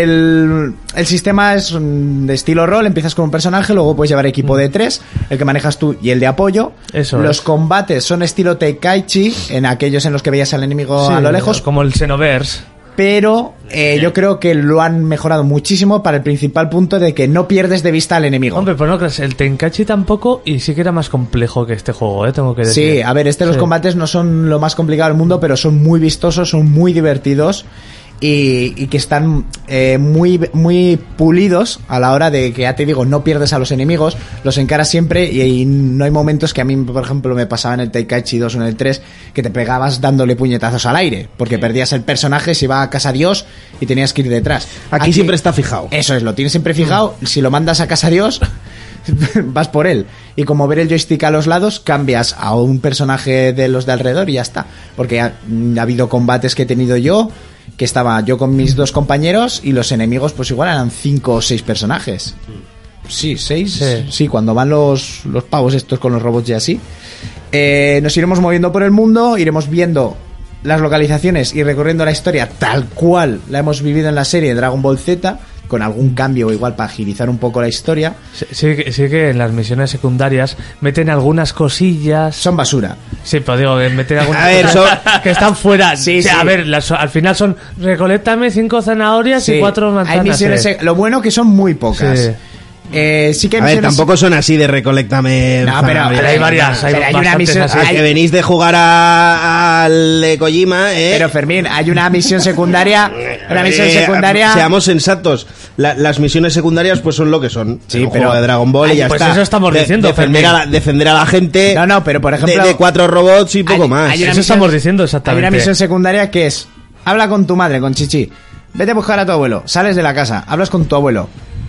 el, el sistema es de estilo rol, empiezas con un personaje, luego puedes llevar equipo de tres, el que manejas tú y el de apoyo. Eso Los es. combates son estilo Tenkaichi, en aquellos en los que veías al enemigo sí, a lo lejos. Como el Xenoverse. Pero eh, yo creo que lo han mejorado muchísimo para el principal punto de que no pierdes de vista al enemigo. Hombre, pues no crees, el Tenkaichi tampoco, y sí que era más complejo que este juego, ¿eh? Tengo que decir. Sí, a ver, este sí. los combates no son lo más complicado del mundo, pero son muy vistosos, son muy divertidos. Y, y que están eh, muy muy pulidos a la hora de que, ya te digo, no pierdes a los enemigos, los encaras siempre y, y no hay momentos que a mí, por ejemplo, me pasaba en el Tenkaichi dos o en el tres, que te pegabas dándole puñetazos al aire, porque perdías el personaje, se iba a casa Dios y tenías que ir detrás. Aquí, Aquí siempre está fijado. Eso es, lo tienes siempre fijado, si lo mandas a casa Dios... vas por él. Y como ver el joystick a los lados, cambias a un personaje de los de alrededor y ya está. Porque ha, ha habido combates que he tenido yo, que estaba yo con mis dos compañeros y los enemigos pues igual eran cinco o seis personajes. Sí, seis. Sí, sí cuando van los, los pavos estos con los robots y así. Eh, nos iremos moviendo por el mundo, iremos viendo las localizaciones y recorriendo la historia tal cual la hemos vivido en la serie Dragon Ball Z, con algún cambio igual para agilizar un poco la historia. Sí, sí, sí que en las misiones secundarias meten algunas cosillas. Son basura. Sí, pero digo, meten algunas a ver, cosas son... que están fuera. Sí, sí, sí. A ver, las, al final son recoléctame cinco zanahorias sí. y cuatro manzanas. Hay misiones, eh. lo bueno que son muy pocas. Sí. Eh, sí que hay a misiones... ver, tampoco son así de recolectame. No, pero, pero hay varias. Hay, pero hay una misión. así. Hay... que venís de jugar a, al de Kojima, ¿eh? Pero Fermín, hay una misión secundaria. Una misión eh, secundaria. Seamos sensatos. La, las misiones secundarias, pues son lo que son. Sí, un pero juego de Dragon Ball y ya pues está. eso estamos de, diciendo. Defender a, la, defender a la gente. No, no, pero por ejemplo. De, de cuatro robots y poco hay, más. Hay eso misión, estamos diciendo exactamente. Hay una misión secundaria que es: habla con tu madre, con Chichi. Vete a buscar a tu abuelo. Sales de la casa, hablas con tu abuelo.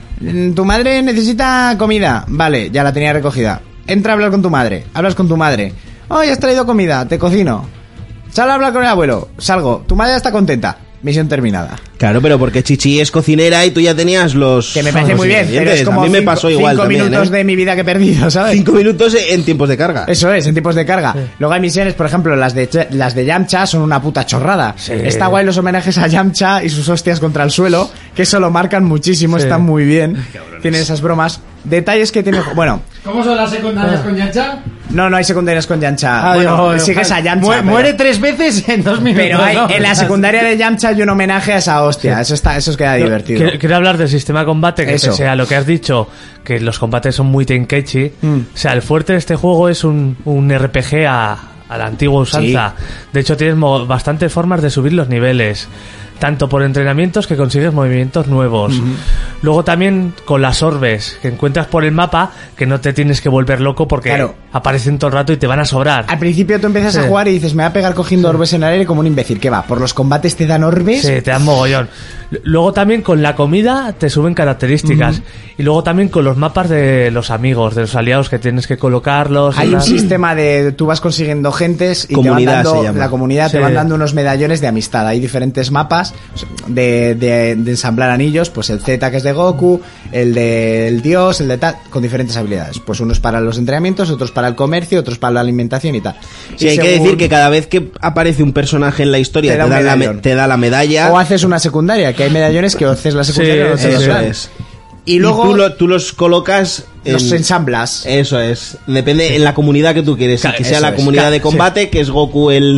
Tu madre necesita comida. Vale, ya la tenía recogida. Entra a hablar con tu madre. Hablas con tu madre. Oh, ya has traído comida, te cocino. Sal a hablar con el abuelo. Salgo. Tu madre ya está contenta. Misión terminada. Claro, pero porque Chichi es cocinera y tú ya tenías los... Que me parece los muy bien, pero es como a mí me cinco, pasó igual cinco también, minutos ¿eh? de mi vida que he perdido, ¿sabes? Cinco minutos en tiempos de carga. Eso es, en tiempos de carga. Sí. Luego hay misiones, por ejemplo, las de las de Yamcha son una puta chorrada. Sí. Está guay los homenajes a Yamcha y sus hostias contra el suelo, que eso lo marcan muchísimo, sí. Están muy bien. Tienen esas bromas. Detalles que tiene... Bueno... ¿Cómo son las secundarias ah. con Yamcha? No, no hay secundarias con Yamcha. Ah, bueno, no, sigues no, a Yamcha. Muere, pero... muere tres veces en dos minutos. Pero hay, ¿no? en la secundaria de Yamcha hay un homenaje a esa hostia. Sí. Eso está, eso queda no, divertido. Quiero, quiero hablar del sistema de combate, que eso. sea lo que has dicho, que los combates son muy Tenkaichi. Mm. O sea, el fuerte de este juego es un, un R P G a, a la antigua usanza. Sí. De hecho, tienes bastantes formas de subir los niveles. Tanto por entrenamientos que consigues movimientos nuevos. Uh-huh. Luego también con las orbes que encuentras por el mapa, que no te tienes que volver loco porque claro. aparecen todo el rato y te van a sobrar. Al principio tú empiezas sí. a jugar y dices, me voy a pegar cogiendo sí. orbes en el aire como un imbécil. ¿Qué va? ¿Por los combates te dan orbes? Sí, te dan mogollón. Luego también con la comida te suben características. Uh-huh. Y luego también con los mapas de los amigos, de los aliados que tienes que colocarlos. Hay un sistema de... Tú vas consiguiendo gentes y comunidad te van dando... Se la comunidad sí. te van dando unos medallones de amistad. Hay diferentes mapas de, de, de ensamblar anillos, pues el Z que es de Goku, el del Dios, el de tal, con diferentes habilidades. Pues unos para los entrenamientos, otros para el comercio, otros para la alimentación y tal. Sí, y hay que decir que cada vez que aparece un personaje en la historia te da, te da, la, te da la medalla. O haces una secundaria, que hay medallones que haces la secundaria sí, o no te eso los es. Y luego y tú, lo, tú los colocas en, los ensamblas. Eso es. Depende sí. en la comunidad que tú quieres. Claro, que sea la comunidad claro, de combate, sí. que es Goku el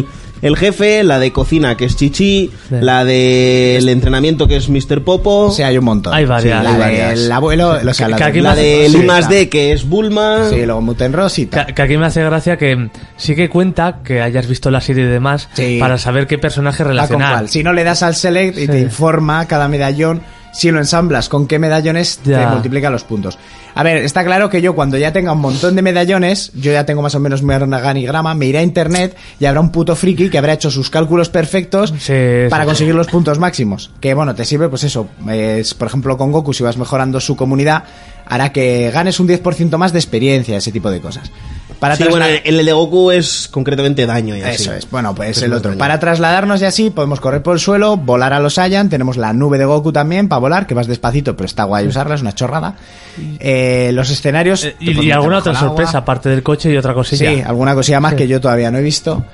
el jefe, la de cocina que es Chichi, sí. la del entrenamiento que es mister Popo. Sí, hay un montón. Hay varias. Sí, la hay varias. del abuelo, sí. o sea, que, la, que de, aquí la de sí, I más D que es Bulma. Sí, luego Mutenros y tal. Que, que aquí me hace gracia que sí que cuenta que hayas visto la serie y demás sí. para saber qué personaje relacionar. Si no le das al select y sí. te informa cada medallón, si lo ensamblas con qué medallones ya. te multiplica los puntos. A ver, está claro que yo cuando ya tenga un montón de medallones, yo ya tengo más o menos mi organigrama, me iré a internet y habrá un puto friki que habrá hecho sus cálculos perfectos sí, para sí, conseguir sí. los puntos máximos. Que bueno, te sirve pues eso, es, por ejemplo con Goku, si vas mejorando su comunidad, hará que ganes un diez por ciento más de experiencia, ese tipo de cosas. Para sí, bueno, el, el de Goku es concretamente daño y así. Eso es, bueno, pues es el otro. daño. Para trasladarnos y así, podemos correr por el suelo, volar a los Saiyan, tenemos la nube de Goku también para volar, que vas despacito, pero está guay usarla, es una chorrada. Eh, los escenarios... Eh, y, y alguna otra sorpresa, aparte del coche y otra cosilla. Sí, alguna cosilla más sí. que yo todavía no he visto.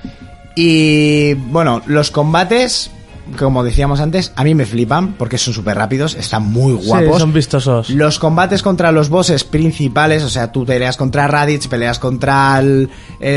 Y bueno, los combates... Como decíamos antes, a mí me flipan porque son súper rápidos, están muy guapos. Sí, son vistosos. Los combates contra los bosses principales, o sea, tú peleas contra Raditz, peleas contra el,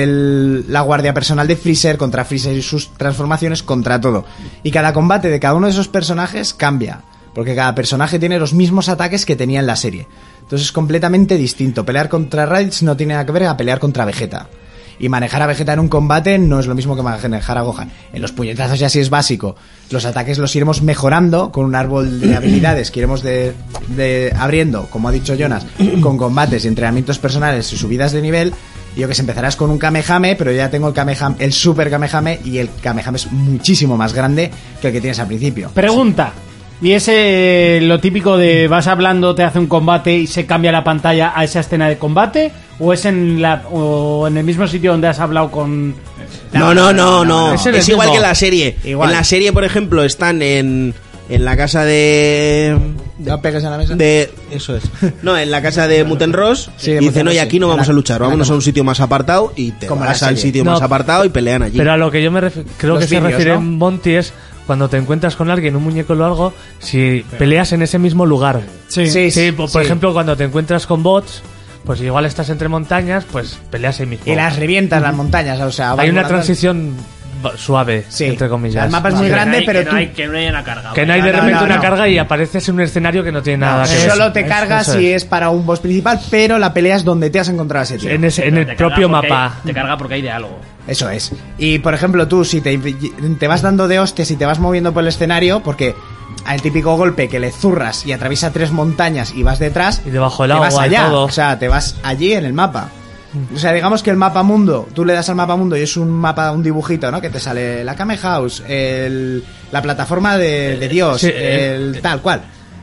el, la guardia personal de Freezer, contra Freezer y sus transformaciones, contra todo. Y cada combate de cada uno de esos personajes cambia, porque cada personaje tiene los mismos ataques que tenía en la serie. Entonces es completamente distinto. Pelear contra Raditz no tiene nada que ver a pelear contra Vegeta. Y manejar a Vegeta en un combate no es lo mismo que manejar a Gohan. En los puñetazos ya sí es básico. Los ataques los iremos mejorando con un árbol de habilidades que iremos de, de abriendo, como ha dicho Jonas, con combates y entrenamientos personales y subidas de nivel. Y yo que sé, empezarás con un Kamehame, pero ya tengo el Kamehame, el Super Kamehame, y el Kamehame es muchísimo más grande que el que tienes al principio. Pregunta. ¿Y ese lo típico de vas hablando, te hace un combate y se cambia la pantalla a esa escena de combate? ¿O es en la o en el mismo sitio donde has hablado con...? No, no, no, no. Es, es igual que en la serie. Igual. En la serie, por ejemplo, están en, en la casa de... ¿No pegues a la mesa? De, eso es. No, en la casa de Mutenros. Sí, y de dicen, Mutenros, oye, aquí no sí. vamos La- a luchar, vámonos a un sitio más apartado y te Como vas la al serie. sitio No, más apartado y pelean allí. Pero a lo que yo me refiero, creo Los que se vídeos, refiere ¿no? Monty es cuando te encuentras con alguien, un muñeco o algo, si peleas en ese mismo lugar. Sí, Sí, Sí, por, por sí. ejemplo, cuando te encuentras con bots, pues igual estás entre montañas, pues peleas ahí mismo. Y las revientas las montañas, o sea... vas Hay una volando- transición ba- suave, Sí. entre comillas. El mapa es muy Que no grande, hay- pero que tú... no hay, que no hay una carga. Que no hay de No, repente no, una no. carga y apareces en un escenario que no tiene nada que ver. Solo te Eso- cargas eso si es. es para un boss principal, pero la pelea es donde te has encontrado ese tío. En, ese, en Te el carga propio porque mapa. hay- te carga porque hay de algo. Eso es. Y por ejemplo, tú, si te, te vas dando de hostias y te vas moviendo por el escenario, porque al típico golpe que le zurras y atraviesa tres montañas y vas detrás, Y debajo del te vas agua y allá. todo. O sea, te vas allí en el mapa. O sea, digamos que el mapa mundo, tú le das al mapa mundo y es un mapa, un dibujito, ¿no? Que te sale la Kame House, el, la plataforma de, de Dios, Sí, el tal cual.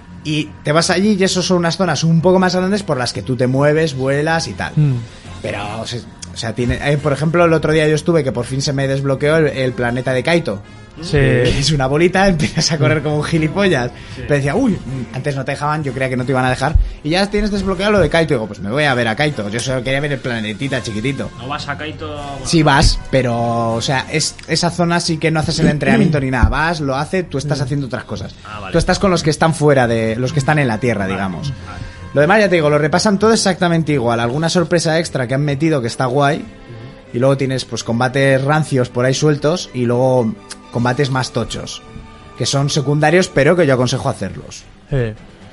Y te vas allí y eso son unas zonas un poco más grandes por las que tú te mueves, vuelas y tal. Mm. Pero, o sea, o sea, tiene, eh, por ejemplo, el otro día yo estuve que por fin se me desbloqueó el, el planeta de Kaito. Sí. Es una bolita, empiezas a correr como un gilipollas. Pero decía, uy, antes no te dejaban, yo creía que no te iban a dejar. Y ya tienes desbloqueado lo de Kaito. Y digo, pues me voy a ver a Kaito. Yo solo quería ver el planetita chiquitito. No vas a Kaito... bueno, Sí vas, pero, o sea, es, esa zona sí que no haces el entrenamiento ni nada. Vas, lo hace, tú estás haciendo otras cosas. Ah, vale. Tú estás con los que están fuera de, los que están en la Tierra, digamos. Lo demás, ya te digo, lo repasan todo exactamente igual. Alguna sorpresa extra que han metido que está guay. Y luego tienes, pues, combates rancios por ahí sueltos. Y luego combates más tochos. Que son secundarios, pero que yo aconsejo hacerlos. Eh.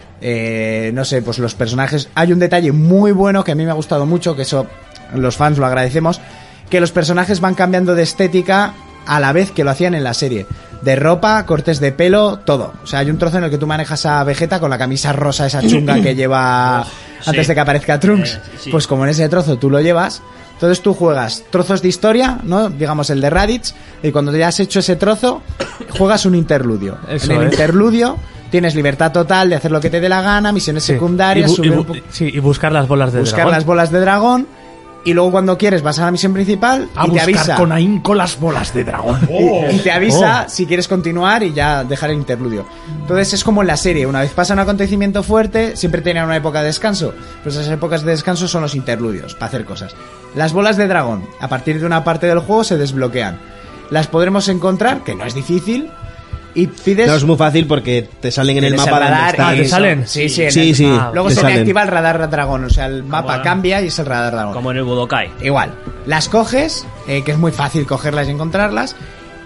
Eh, no sé, pues los personajes... Hay un detalle muy bueno que a mí me ha gustado mucho, que eso los fans lo agradecemos, que los personajes van cambiando de estética a la vez que lo hacían en la serie. De ropa, cortes de pelo, todo. O sea, hay un trozo en el que tú manejas a Vegeta con la camisa rosa, esa chunga que lleva antes sí. de que aparezca Trunks. Eh, sí. Pues como en ese trozo tú lo llevas, entonces tú juegas trozos de historia, ¿no? Digamos el de Raditz, y cuando ya has hecho ese trozo, juegas un interludio. Eso en el es. interludio tienes libertad total de hacer lo que te dé la gana, misiones Sí. secundarias, Y bu- y subir bu- un po- sí, y buscar las bolas de buscar dragón. las bolas de dragón, y luego cuando quieres vas a la misión principal A y te buscar avisa. con ahínco las bolas de dragón. Y, y te avisa Oh. si quieres continuar y ya dejar el interludio. Entonces es como en la serie, una vez pasa un acontecimiento fuerte, siempre tienen una época de descanso. Pues esas épocas de descanso son los interludios, para hacer cosas. Las bolas de dragón, a partir de una parte del juego se desbloquean. Las podremos encontrar, que no es difícil, y pides... No es muy fácil porque te salen en el Tienes mapa donde radar está. Ah, ¿te y- salen? Sí, sí. en Sí, el- sí, Ah, Luego te se salen. reactiva el radar dragón, o sea, el mapa Como- cambia y es el radar dragón. Como en el Budokai. Igual, las coges, eh, que es muy fácil cogerlas y encontrarlas,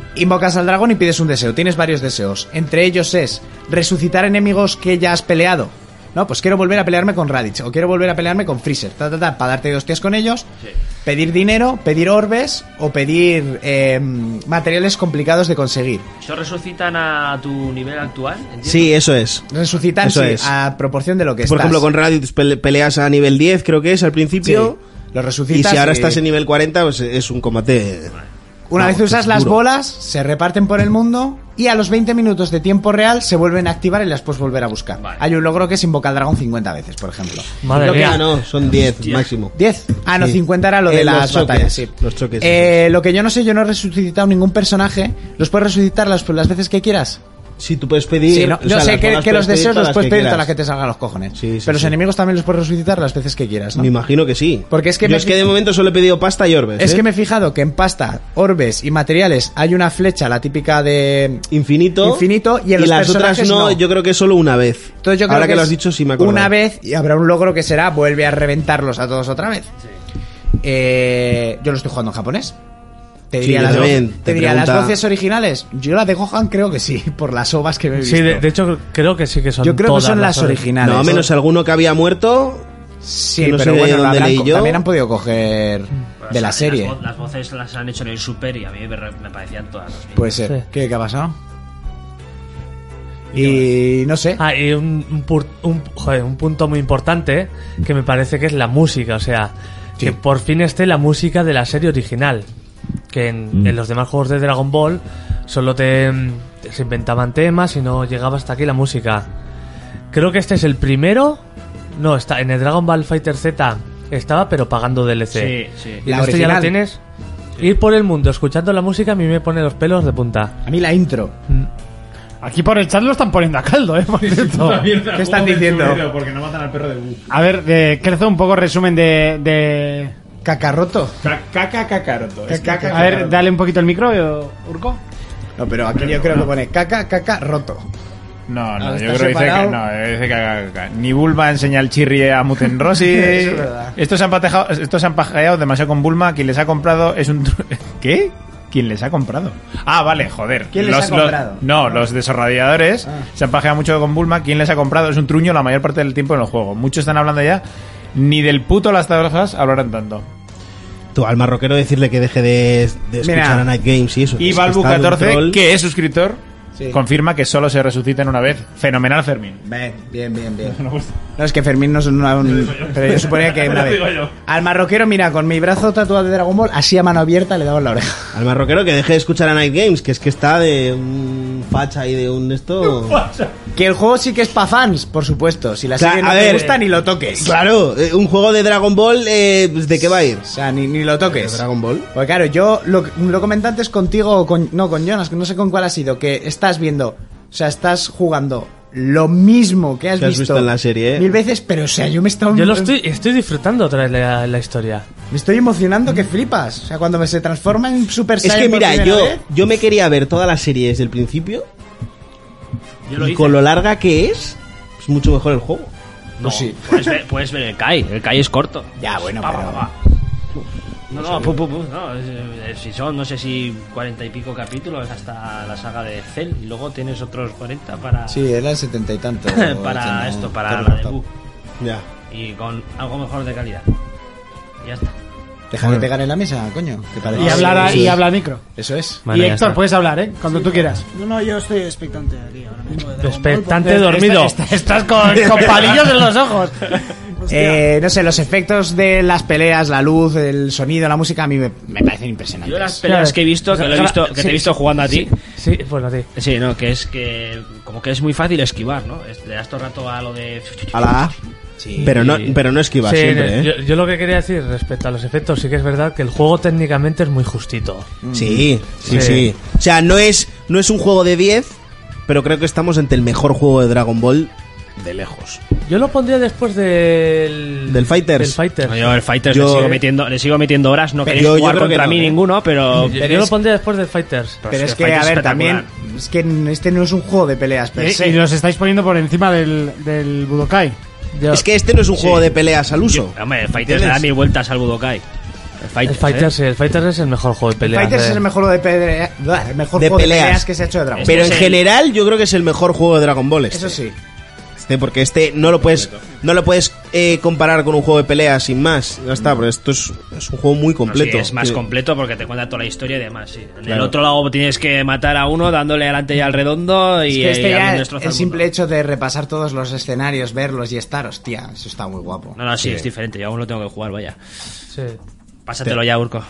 Invocas al dragón y pides un deseo. Tienes varios deseos. Entre ellos es resucitar enemigos que ya has peleado. No, pues quiero volver a pelearme con Raditz o quiero volver a pelearme con Freezer, ta, ta, ta, para darte dos hostias con ellos, sí. Pedir dinero, pedir orbes o pedir eh, materiales complicados de conseguir. ¿Eso resucitan a tu nivel actual? ¿Entiendo? Sí, eso es. Resucitan eso sí, es. a proporción de lo que Por estás. ejemplo, con Raditz peleas a nivel diez, creo que es al principio. Sí. Lo resucitas y si ahora y... estás en nivel cuarenta, pues es un combate... Una no, vez usas las duro. bolas, se reparten por el mundo y a los veinte minutos de tiempo real se vuelven a activar y las puedes volver a buscar. Vale. Hay un logro que es invocar al dragón cincuenta veces, por ejemplo. Madre lo mía. Que, no, son diez máximo. ¿diez? Ah, no, sí. cincuenta era lo de eh, las choques, batallas, sí. Los choques. Eh, lo que yo no sé, yo no he resucitado ningún personaje. ¿Los puedes resucitar las, las veces que quieras? Sí, tú puedes pedir... Sí, no, yo o sea, sé que, que los deseos los puedes pedir todas las que te salgan los cojones. Sí, sí, pero los sí. enemigos también los puedes resucitar las veces que quieras, ¿no? Me imagino que sí. Porque es que yo me es que de momento solo he pedido pasta y orbes. Es ¿eh? que me he fijado que en pasta, orbes y materiales hay una flecha, la típica de... Infinito. Infinito. Y en y los las personajes otras no, no, yo creo que solo una vez. Entonces yo creo Ahora que, que lo es has dicho sí me acuerdo. una vez y habrá un logro que será vuelve a reventarlos a todos otra vez. Sí. Eh, yo lo estoy jugando en japonés. Te diría, sí, las, también, te te diría pregunta... las voces originales. Yo la de Gohan creo que sí, por las ovas que me he visto. Sí, de, de hecho creo que sí que son Yo creo todas que son las, las originales. No, menos alguno que había muerto. Sí, no pero sé bueno, dónde habrán, leí yo. también han podido coger Bueno, de la las, serie. Las, vo las voces las han hecho en el Super y a mí me, me parecían todas las mismas. Puede ser. Sí. ¿Qué, ¿Qué ha pasado? Y no sé. Ah, y un, un, pur- un, joder, un punto muy importante que me parece que es la música, o sea, Sí. que por fin esté la música de la serie original. Que en, Mm. en los demás juegos de Dragon Ball solo te, te- se inventaban temas y no llegaba hasta aquí la música. Creo que este es el primero. No, está en el Dragon Ball Fighter Z estaba, pero pagando D L C. Sí, sí. Y La en este ya original. lo tienes. Ir por el mundo escuchando la música a mí me pone los pelos de punta. A mí la intro. Aquí por el chat lo están poniendo a caldo, ¿eh? Por cierto. ¿Qué están diciendo? Porque no matan al perro de Bu. A ver, de Kerzo, un poco resumen de... de... Cacarroto. Caca cacaroto. Es caca A ver, cacaroto. dale un poquito el micro, Urco. No, pero aquí yo creo que pone caca, caca, roto. No, no, Ah, yo está creo que dice que, separado. no, dice que, que- que- ni Bulma enseña el chirri a Muten Rossi. Eso es verdad. Estos se han patejado, estos se han pajeado demasiado con Bulma. Quien les ha comprado es un... tru- ¿Qué? ¿Quién les ha comprado? Ah, vale, joder. ¿Quién les los, ha comprado? los- no, los desarrolladores Ah. se han pajeado mucho con Bulma. ¿Quién les ha comprado? Es un truño la mayor parte del tiempo en el juego. Muchos están hablando ya. Ni del puto Las Tazas hablarán tanto. Tú, al marroquero decirle que deje de, de escuchar Mira. a Night Games y eso. Y Es que Balbu está de un catorce, troll. que es suscriptor, Sí. confirma que solo se resucitan una vez. Fenomenal, Fermín. Bien, bien, bien, bien. No, es que Fermín no es una, un... Pero yo suponía que una vez. Al marroquero, mira, con mi brazo tatuado de Dragon Ball, así a mano abierta le daba en la oreja. Al marroquero que deje de escuchar a Night Games, que es que está de un facha y de un esto... Que el juego sí que es pa' fans, por supuesto. Si la O sea, serie no a te ver, gusta, ni lo toques. Claro, eh, un juego de Dragon Ball, eh, pues, ¿de qué va a ir? O sea, ni, ni lo toques. Dragon Ball. Porque claro, yo lo, lo comenté antes contigo, o con, no, con Jonas, que no sé con cuál ha sido, que estás viendo, o sea, estás jugando lo mismo que has, Que has visto, visto en la serie, ¿eh? mil veces, pero o sea, yo me estoy, Yo lo estoy, estoy disfrutando otra vez la, la historia. me estoy emocionando que flipas. O sea, cuando me se transforma en Super Es Saiyan que por mira, primera yo, vez, yo me quería ver toda la serie desde el principio Yo lo y hice. con lo larga que es, es mucho mejor el juego. No, pues sí. Puedes ver, puedes ver el Kai. El Kai es corto. Ya, bueno, Va, pero... va, va. No, no, pu, pu, pu, no, es- es- si son, no sé si cuarenta y pico capítulos hasta la saga de Cell y luego tienes otros cuarenta para Sí, era el setenta y tanto. para ochenta, esto, para todo la de rato. Bu. Ya. Y con algo mejor de calidad. Ya está. Deja de pegar en la mesa, coño. que parece- Y hablar, a- Sí. y habla al micro. Eso es. Vale, y ya Héctor, está. puedes hablar, ¿eh? Cuando tú quieras. No, no, yo estoy expectante aquí ahora mismo. de Dragon Ball, Expectante porque- dormido. Está- está- estás con, con palillos en los ojos. Eh, no sé, los efectos de las peleas, la luz, el sonido, la música, a mí me, me parecen impresionantes. Yo las peleas que he visto, que, lo he visto, que te he visto jugando a ti. Sí, pues a ti. Sí, no, que es que como que es muy fácil esquivar, ¿no? Es- Le das todo el rato a lo de... A la A. Sí. Pero no, pero no esquivas Sí, siempre, ¿eh? yo, yo lo que quería decir respecto a los efectos, sí que es verdad que el juego técnicamente es muy justito. Sí, sí, sí, Sí. O sea, no es, no es un juego de diez, pero creo que estamos ante el mejor juego de Dragon Ball de lejos. Yo lo pondría después del... Del Fighters. Del Fighters. No, yo el Fighters Yo- le, sigo metiendo, le sigo metiendo horas, no Pero queréis yo- yo jugar creo que contra no, mí ¿eh? ninguno, pero... Yo, Pero yo lo es- pondría después del Fighters. Pero es el que, Fighter a es ver, espectacular. también, es que este no es un juego de peleas per Y, se. y los estáis poniendo por encima del, del Budokai. Yo- Es que este no es un juego de peleas al uso. Hombre, el Fighters le da ¿Entiendes? mil vueltas al Budokai. El Fighters, el Fighters, ¿eh? sí, el Fighters es el mejor juego de El peleas. Fighters de- es el mejor juego de, pelea- el mejor De juego de peleas. peleas que se ha hecho de Dragon Ball. Pero Este en es el- general yo creo que es el mejor juego de Dragon Ball este. Eso sí. Este, porque este no lo puedes no lo puedes eh, comparar con un juego de peleas sin más. Ya está, pero esto es, es un juego muy No, completo. sí, es más Sí. completo porque te cuenta toda la historia y demás, sí. En el Claro. otro lado tienes que matar a uno dándole adelante y al redondo y, Es que este y ya, abriendo el destroza el simple mundo. hecho de repasar todos los escenarios, verlos y estar, hostia, eso está muy guapo. No, no, sí, es diferente. Yo aún lo tengo que jugar, vaya. Sí. Pásatelo ya, Urco.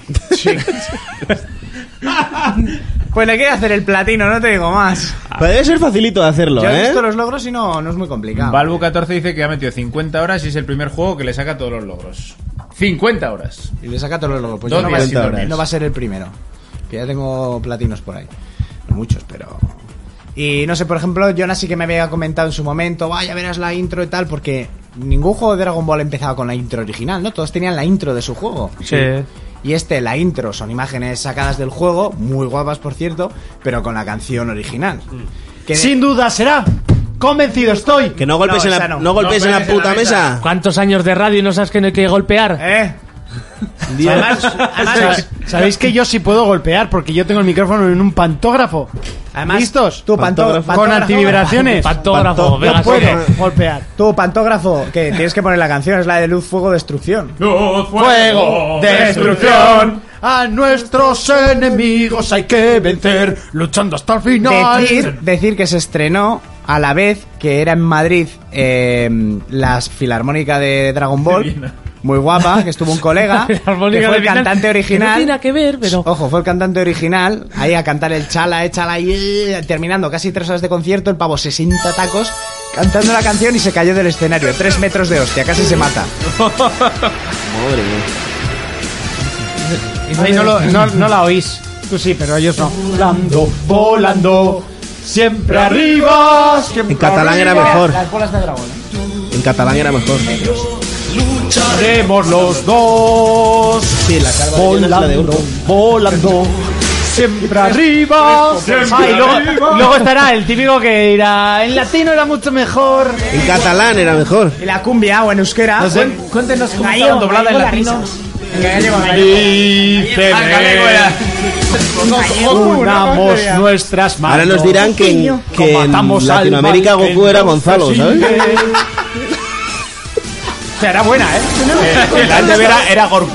Pues le quiero hacer el platino, no te digo más. Pero debe ser facilito de hacerlo, Yo he ¿eh? visto los logros y no, no es muy complicado. Balbu catorce dice que ha metido cincuenta horas y es el primer juego que le saca todos los logros. cincuenta horas. Y le saca todos los logros. Pues Dos yo no, va a días sin ser, dormir. no va a ser el primero. Que ya tengo platinos por ahí. No muchos, pero... Y no sé, por ejemplo, Jonas sí que me había comentado en su momento, vaya, verás la intro y tal, porque ningún juego de Dragon Ball empezaba con la intro original, ¿no? Todos tenían la intro de su juego. Sí. Y este, la intro, son imágenes sacadas del juego, muy guapas por cierto, pero con la canción original. Que Sin duda será. Convencido estoy. Que no golpes No, en esa la, no. no golpes No en la golpes en puta la mesa. ¿Cuántos años de radio y no sabes que no hay que golpear? ¿Eh? Dios. Además, además, Sabéis que yo sí puedo golpear porque yo tengo el micrófono en un pantógrafo. además ¿Listos? tú, panto- Pantógrafo. Con pantógrafo- antivibraciones. Pantógrafo, Yo venga, puedo sigue. golpear. Tú, pantógrafo, que tienes que poner la canción, es la de Luz, Fuego, Destrucción. Fuego, destrucción. A nuestros enemigos hay que vencer, luchando hasta el final. Decir, decir que se estrenó a la vez que era en Madrid eh, la Filarmónica de Dragon Ball. Muy guapa, que estuvo un colega, que Filarmónica fue de el Vietnam, cantante que no original. tiene nada que ver, pero... Ojo, fue el cantante original, ahí a cantar el chala, échala y eh, terminando casi tres horas de concierto, el pavo sesenta tacos cantando la canción y se cayó del escenario. Tres metros de hostia, casi se mata. Madre mía. Ahí no, lo- no- no la oís. Tú sí, pero ellos no. Volando, volando, siempre arriba. Siempre En catalán era arriba. mejor. Las bolas de dragón. En catalán era mejor. Lucharemos los dos. Sí, la calva de Jonas es la de Volando, Urco. volando, siempre arriba. Ah, y luego, luego estará el típico que irá. En latino era mucho mejor. En catalán era mejor. Y la cumbia o en euskera. No sé, cuéntenos cómo Gallego, estaba doblada en gallego, latino. las risas. En gallego, en gallego. Díceme, unamos nuestras manos. Ahora nos dirán que en, que en Combatamos al Latinoamérica mal Goku era que nos Gonzalo, ¿sabes? persigue. O sea, era buena, ¿eh? El antes era, era Gorku.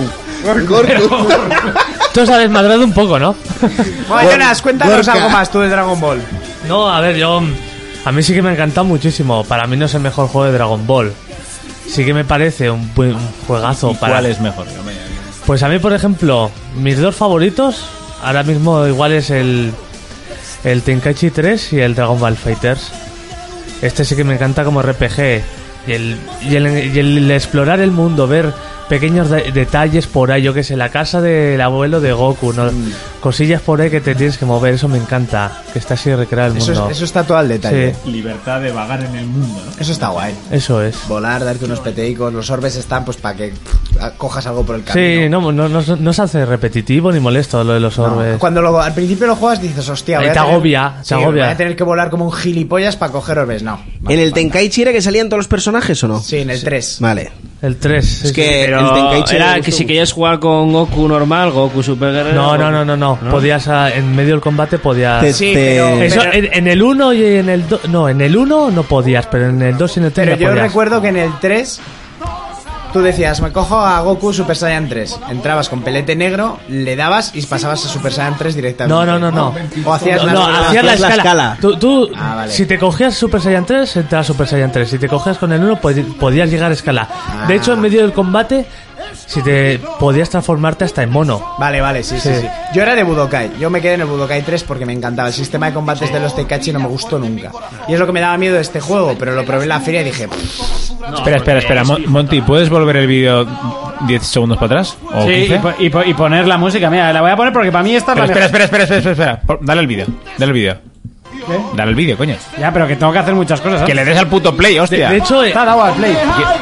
Tú os has desmadrado un poco, ¿no? Bueno, Jonas, cuéntanos Gorka. algo más tú de Dragon Ball. No, a ver, yo... A mí sí que me ha encantado muchísimo. Para mí no es el mejor juego de Dragon Ball. Sí que me parece un, buen- un juegazo para... ¿Cuál es mejor? Pues a mí, por ejemplo, mis dos favoritos ahora mismo igual es el, el Tenkaichi tres y el Dragon Ball Fighters. Este sí que me encanta como R P G. Y el, y el, y el explorar el mundo, ver pequeños de- detalles por ahí, yo que sé, la casa del abuelo de Goku, ¿no? Cosillas por ahí que te tienes que mover, eso me encanta, que está así recreado el Eso, mundo. es- eso está todo al detalle. Sí. Libertad de vagar en el mundo, ¿no? Eso está guay. Eso es. Volar, darte unos peteicos, los orbes están pues para que pff, cojas algo por el camino. Sí, no, no, no, no se hace repetitivo ni molesto lo de los No, orbes. Cuando lo- al principio lo juegas dices, hostia, Ahí voy a te tener- agobia, te sí, agobia. voy a tener que volar como un gilipollas para coger orbes. No. ¿En el Tenkaichi era que salían todos los personajes o no? Sí, en el tres. Vale. El tres. Es que Pero el Tenkaichi era me que gustó si querías jugar con Goku normal, Goku Super Guerrero... No, no, no, no, no. Podías, ah, en medio del combate podías... Te- Sí, te- pero- Eso, en, en el uno y en el dos... No, en el uno no podías, pero en el dos y en el tres Pero ya yo podías. recuerdo que en el tres tú decías, me cojo a Goku Super Saiyan tres. Entrabas con pelete negro, le dabas y pasabas a Super Saiyan tres directamente. No, no, no, no. O hacías No, la- no, ah, hacías la hacías la escala. escala. Tú, tú Ah, vale. si te cogías Super Saiyan tres, entrabas Super Saiyan tres. Si te cogías con el uno, pod- podías llegar a escala. Ah. De hecho, en medio del combate, si te podías transformarte hasta en mono. Vale, vale, sí, sí, Sí. sí. Yo era de Budokai. Yo me quedé en el Budokai tres porque me encantaba. El sistema de combates de los Tenkaichi no me gustó nunca. Y es lo que me daba miedo de este juego, pero lo probé en la feria y dije, "Pff, espera, espera, espera. Mon- Monty, ¿puedes volver el vídeo diez segundos para atrás? ¿O Sí, y, quince? po- y po- y poner la música. Mira, la voy a poner porque para mí esta es la Espera, espera, mejor. espera, espera, espera, espera, espera. Por- Dale el vídeo, dale el vídeo. Dale el vídeo, coño. Ya, pero que tengo que hacer muchas cosas. ¿eh? Que le des al puto play, De, hostia. de hecho, eh, Está dado al play.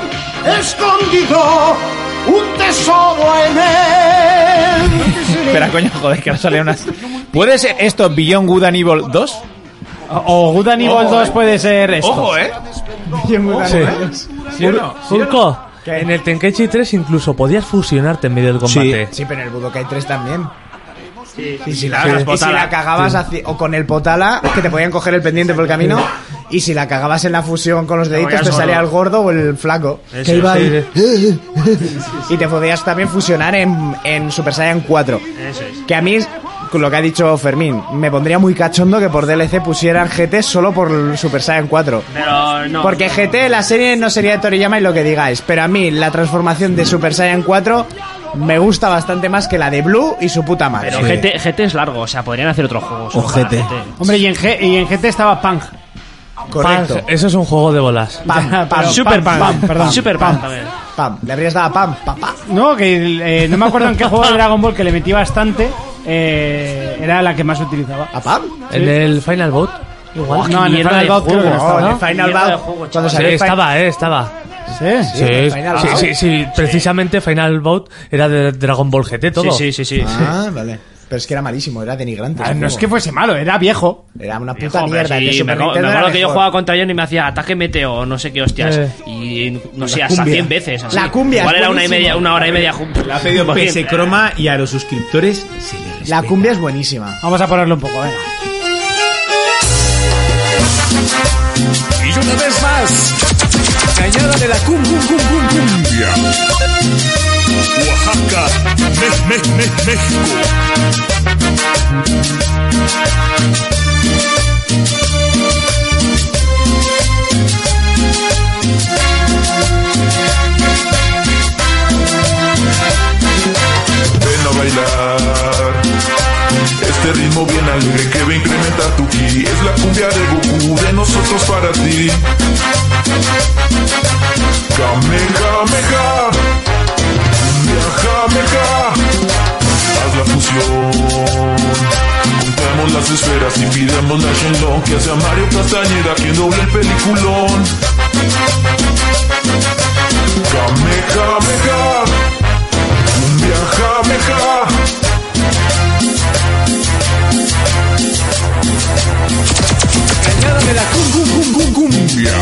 Escondido un tesoro en él. Espera, coño, joder, que ahora sale unas... ¿Puede ser esto Beyond Good and Evil dos? O, o Good and Evil Ojo, dos eh. puede ser esto. Ojo, eh. sí. ¿Sí o no? ¿Sí o Urco, no? En el Tenkaichi tres incluso podías fusionarte en medio del combate. Sí, pero en el Budokai tres también. Sí, y si la, sí, y si la cagabas Sí. haci- o con el potala, que te podían coger el pendiente por el camino, y si la cagabas en la fusión con los deditos, volvías te salía gordo. el gordo o el flaco. Eso, que iba sí, ahí. Y te podías también fusionar en, en Super Saiyan cuatro. Eso es. Que a mí, con lo que ha dicho Fermín, me pondría muy cachondo que por D L C pusieran G T solo por el Super Saiyan cuatro. Pero no. Porque G T, la serie no sería de Toriyama y lo que digáis, pero a mí la transformación de Super Saiyan cuatro me gusta bastante más que la de Blue y su puta madre. Pero G T, G T es largo, o sea, podrían hacer otro juego. solo O para G T. Hombre, y en, G, y en G T estaba Pang. Correcto. Pam, eso es un juego de bolas. Pam, pam, Super pam, Pam, pam, perdón. Super pam, Pam también. pam. Le habrías dado pam, papá. No, que eh, no me acuerdo en qué juego de Dragon Ball que le metí bastante. Eh, era la que más utilizaba. ¿A pam? En el Final Bout. Igual. No, en el mierda Final de Bout creo que no juego, estaba. en ¿no? el Final Mierda de Bout. juego, Cuando chaval. salió Sí, el Fi- estaba, eh, estaba. Sí. Sí, el sí, Final sí, Bout. sí, sí, precisamente Final Bout era de Dragon Ball G T todo. Sí, sí, sí, sí. Ah, vale. Pero es que era malísimo, era denigrante. Ah, ese no es juego. que fuese malo, era viejo. Era una Viejo, puta pero mierda. el de sí, Super me, acuerdo- Nintendo me era acuerdo que yo mejor. jugaba contra John y me hacía ataque meteo, no sé qué hostias. Eh. Y no sé, La hasta cumbia. cien veces. así. La cumbia Igual es era una, y buenísima. media, una hora y media juntos. La ha pedido P S Croma y a los suscriptores se les respeta. La cumbia es buenísima. Vamos a ponerlo un poco, venga. Y una vez más, cañada de la cum, cum, cum, cum, cumbia. Oaxaca, me, me, me, México. Ven a bailar este ritmo bien alegre que va a incrementar tu ki. Es la cumbia de Goku, de nosotros para ti. Kamehameha, cumbia Kameha. Haz la fusión, juntemos las esferas y pidamos la Shenlong, que hace a Mario Castañeda quien doble el peliculón. Kamehameha, cumbia Kameha. Cañada de la cum, cum, cum, cum, cumbia.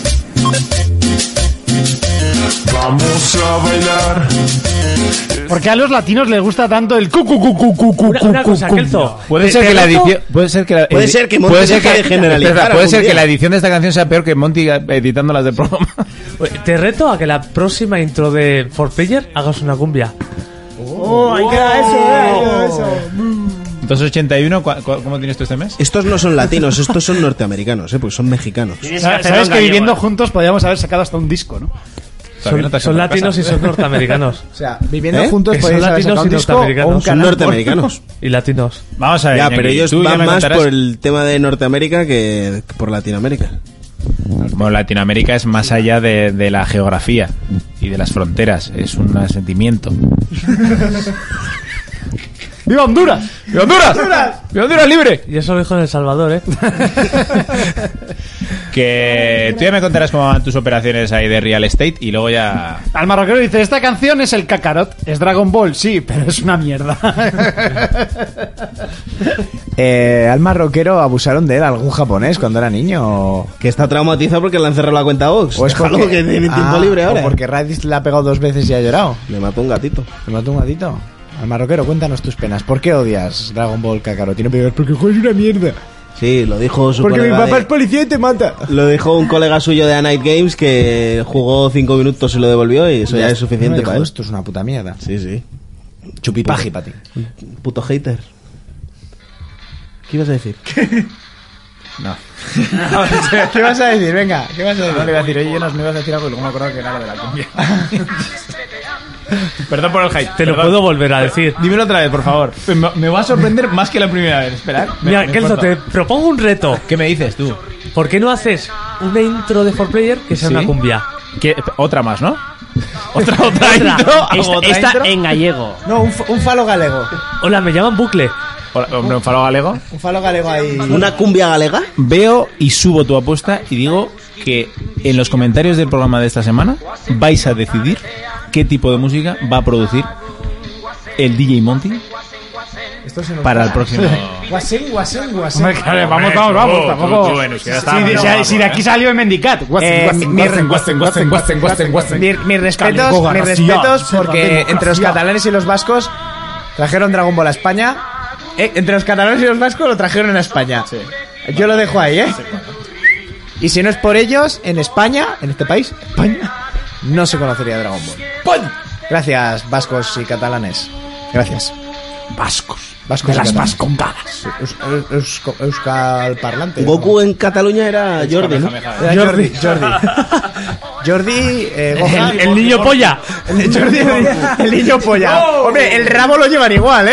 Vamos a bailar. ¿Por qué a los latinos les gusta tanto el cu cu cu cu cu cu Una, una cu, cosa, cu, Kelzo. Puede ¿te- ser te que la reto? edición puede ser que la, Puede edi- ser que Monty puede ser deje que de generalizar espera, puede algún ser día. que la edición de esta canción sea peor que Monty editando las del programa. Te reto a que la próxima intro de For Player hagas una cumbia. Oh, ahí queda eso, eh, ahí queda eso. dos ochenta y uno, ¿cu- cu- ¿cómo tienes tú este mes? Estos no son latinos, estos son norteamericanos, ¿eh? Porque son mexicanos. Tienes que ¿Sabes, hacerlo sabes en que gallego, viviendo eh. juntos podíamos haber sacado hasta un disco, ¿no? Todavía no te Son, has son ido a latinos y casa. son norteamericanos. O sea, viviendo ¿Eh? juntos Que son podéis haber latinos sacado y un disco o un norteamericanos. Son canal norteamericanos. Y latinos. Vamos a ver. Ya, Iñaki, pero ellos tú ya van me más contarás- por el tema de Norteamérica que por Latinoamérica. Bueno, Latinoamérica es más allá de, de la geografía y de las fronteras. Es un sentimiento. ¡Viva Honduras! ¡Viva Honduras! ¡Viva Honduras libre! Y eso lo dijo en El Salvador, ¿eh? Que tú ya me contarás cómo van tus operaciones ahí de real estate y luego ya... Al marroquero dice, esta canción es el Kakarot. Es Dragon Ball, sí, pero es una mierda. Eh, al marroquero abusaron de él, algún japonés cuando era niño. O, Que está traumatizado porque le han cerrado la cuenta Vox. o es Déjalo, porque que tiene tiempo Ah, libre ahora. O porque Raditz le ha pegado dos veces y ha llorado. Le mató un gatito. ¿Le mató un gatito? Al marroquero, cuéntanos tus penas. ¿Por qué odias Dragon Ball Kakarot? Tiene peor porque el juego es una mierda. Sí, lo dijo su Porque mi colega papá de- es policía y te mata. Lo dijo un colega suyo de A Night Games que jugó cinco minutos y lo devolvió y eso ya, es suficiente No, para dijo, él. esto es una puta mierda. Sí, sí. Chupipaji para ti. Puto hater. ¿Qué ibas a decir? No. ¿Qué vas a decir? Venga, ¿qué vas a decir? No le iba a decir, oye, Jonas, me ibas a decir algo y luego me acuerdo que era lo de la cumbia. Perdón por el hype. Te lo perdón. puedo volver a decir. Dímelo otra vez, por favor. Me, me va a sorprender más que la primera vez. Esperad. Me- Mira, me Kelzo, importa. te propongo un reto. ¿Qué me dices tú? ¿Por qué no haces una intro de For Player que sea ¿Sí? una cumbia? ¿Qué? Otra más, ¿no? Otra, otra, Otra. intro. ¿Hago Esta, otra esta intro? en gallego. No, un, f- un falo galego. Hola, me llaman Bucle. Hola, hombre, un falo galego. Un falo galego ahí. ¿Una cumbia galega? Veo y subo tu apuesta y digo que en los comentarios del programa de esta semana vais a decidir qué tipo de música va a producir el D J Monty Esto se nos para va. el próximo. Guasén, guasén, guasén. Hombre, claro, vamos, vamos, vamos. Tampoco. Si, si- si de aquí salió el Mendicat. Eh, mi- mi- Mi- Mis respetos, mis respetos, porque entre los catalanes y los vascos trajeron Dragon Ball a España. Eh, entre los catalanes y los vascos lo trajeron a España. Yo lo dejo ahí, ¿eh? Y si no es por ellos, en España, en este país, España, no se conocería Dragon Ball. Gracias, vascos y catalanes. Gracias. Vascos. Vascos De las y catalanes. vascongadas. Eus- eus- eus- Euskal parlante. Goku en Cataluña era Jordi, ¿no? Era Jordi, Jordi. Jordi, eh, Gohan. El, el niño polla. El, Jordi, el, el niño polla. Hombre, el rabo lo llevan igual, ¿eh?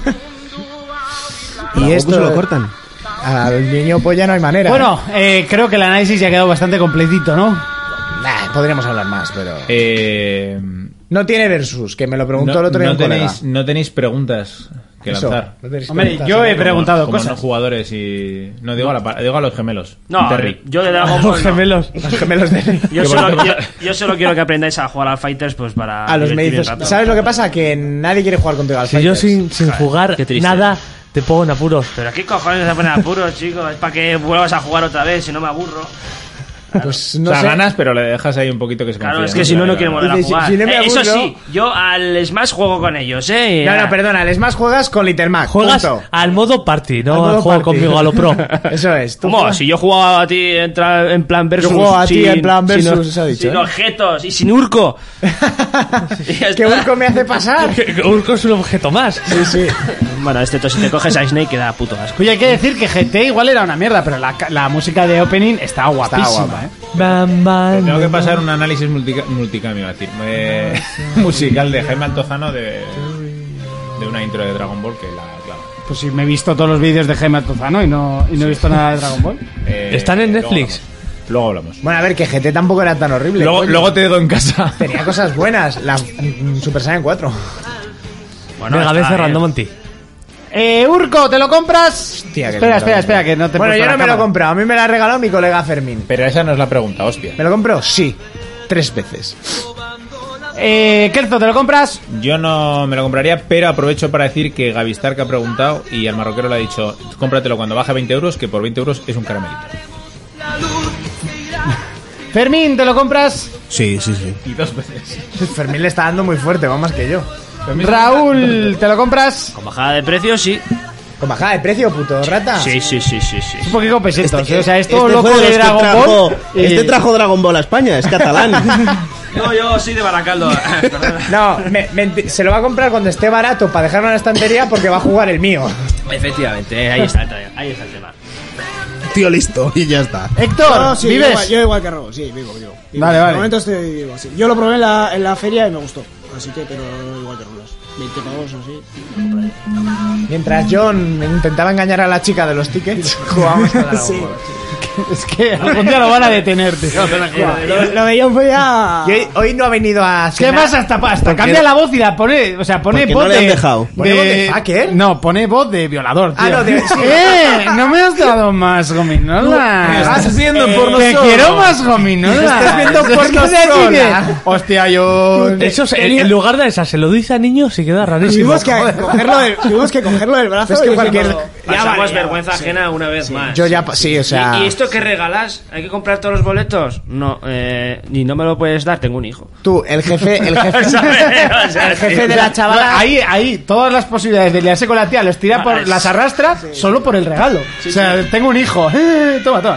Y Y esto esto se lo cortan. Al niño polla no hay manera. Bueno, eh, creo que el análisis ya ha quedado bastante completito, ¿no? Nah, podríamos hablar más, pero. Eh, No tiene versus, que me lo preguntó no, el otro día no un colega. tenéis, no tenéis preguntas que Eso, lanzar. no tenéis Hombre, preguntas, yo he ¿no? preguntado como cosas. no jugadores y no digo a, la, pa- digo a los gemelos. No, Terry. yo de Dragon Los Ball. no. gemelos. Los gemelos de. Yo solo, yo, yo solo quiero que aprendáis a jugar al Fighters pues para. A los divertirme un mellizos. rato. ¿Sabes lo que pasa? Que nadie quiere jugar contigo al Si yo Fighters. sin, sin jugar qué triste. nada, te pongo en apuros. Pero qué cojones se ponen apuros, chicos. Es para que vuelvas a jugar otra vez, si no me aburro. Pues no o sea, sé. ganas, pero le dejas ahí un poquito que se Claro, confíe, es que si no, no quiero volver a Dice, si- jugar. si no me Eh, eso aburro- sí, yo al Smash juego con ellos, ¿eh? No, no, perdona, el Smash juegas con Little Mac. Juegas punto. al modo party, no Al modo al juego party. conmigo a lo pro. Eso es. Tú ¿Cómo? juegas- Si yo jugaba a ti en, tra- en plan versus. Yo juego a ti sin- en plan sin- versus, eso ha dicho, Sin ¿eh? objetos y sin Urco. Y ya ¿Qué está. Urco me hace pasar? Urco es un objeto más. Sí, sí. Bueno, este si te coges a Snake queda puto asco. Oye, hay que decir que G T igual era una mierda, pero la, la música de opening está guapísima, guapa. ¿eh? Bam, bam, Tengo que bam. pasar un análisis multica, multicam, iba a decir, eh, musical de Jaime Altozano de, de una intro de Dragon Ball que la claro. Pues sí, me he visto todos los vídeos de Jaime Altozano y no, y no he visto nada de Dragon Ball. Eh, ¿Están en luego Netflix? hablamos. Luego hablamos. Bueno, a ver, que G T tampoco era tan horrible. Luego, coño. luego te digo en casa. Tenía cosas buenas. La mm, Super Saiyan cuatro. Bueno, Venga, ve está cerrando, bien. Monty. Eh, Urco, ¿te lo compras? Hostia, que espera, me espera, lo- espera, que no te he Bueno, puesto yo la no me lo he cámara. comprado. A mí me la ha regalado mi colega Fermín. Pero esa no es la pregunta, hostia. ¿Me lo compró? Sí. Tres veces. Eh, Kerzo, ¿te lo compras? Yo no me lo compraría, pero aprovecho para decir que Gavistar que ha preguntado y al marroquero le ha dicho, cómpratelo cuando baje veinte euros, que por veinte euros es un caramelito. Fermín, ¿te lo compras? Sí, sí, sí. Y dos veces. Fermín le está dando muy fuerte, va más que yo. Raúl, ¿te lo compras? Con bajada de precio, sí. ¿Con bajada de precio, puto rata? Sí, sí, sí, sí, sí. Un poquito pesetos, Este- ¿eh? O sea, esto este loco fue de los que Dragon trajo- Ball. y- Este trajo Dragon Ball a España, es catalán. No, yo soy de Baracaldo. No, me- me- se lo va a comprar cuando esté barato para dejarlo en la estantería porque va a jugar el mío. Efectivamente, ahí está, el tema, ahí está el tema. Tío listo, y ya está. Héctor, No, sí, ¿vives? Yo, igual- yo igual que Raúl, sí, vivo, vivo. vivo. Vale, vale. De momento estoy vivo, sí. Yo lo probé en la, en la feria y me gustó. Así que, pero igual que Rulas. veinte pavos o así. lo compraría. Mientras John intentaba engañar a la chica de los tickets, jugábamos a Dragon Sí. Ball. Es que algún día lo van a detener, tío. Lo, lo veía un día. Y hoy, hoy no ha venido a... ¿Qué cenar. más? Hasta, hasta Porque- cambia la voz y la pone. O sea, pone Porque voz no le de. han dejado. ¿Pone voz de fucker? No, pone voz de violador, tío. Ah, no, de- sí. ¡Eh! No me has dado más gominola. Estás viendo porno Que solo. quiero más gominola. Estás viendo Es que porno de aquí sola. de- Hostia, yo. Eso, es- en, en lugar de esa, se lo dice a niños y queda rarísimo. Tuvimos que, cogerlo del, tuvimos que cogerlo del brazo. Es que y cualquier- dijimos, Ya Pasamos vale, ya vergüenza ajena una vez más. Yo ya... Sí, o sea... ¿Y, y esto qué regalas? ¿Hay que comprar todos los boletos? No, eh, ni no me lo puedes dar, tengo un hijo. Tú, el jefe... El jefe, O sea, el jefe de la chavala... Ahí, ahí, todas las posibilidades de liarse con la tía, los tira por, las arrastra solo por el regalo. o sea, tengo un hijo. Eh, toma, toma.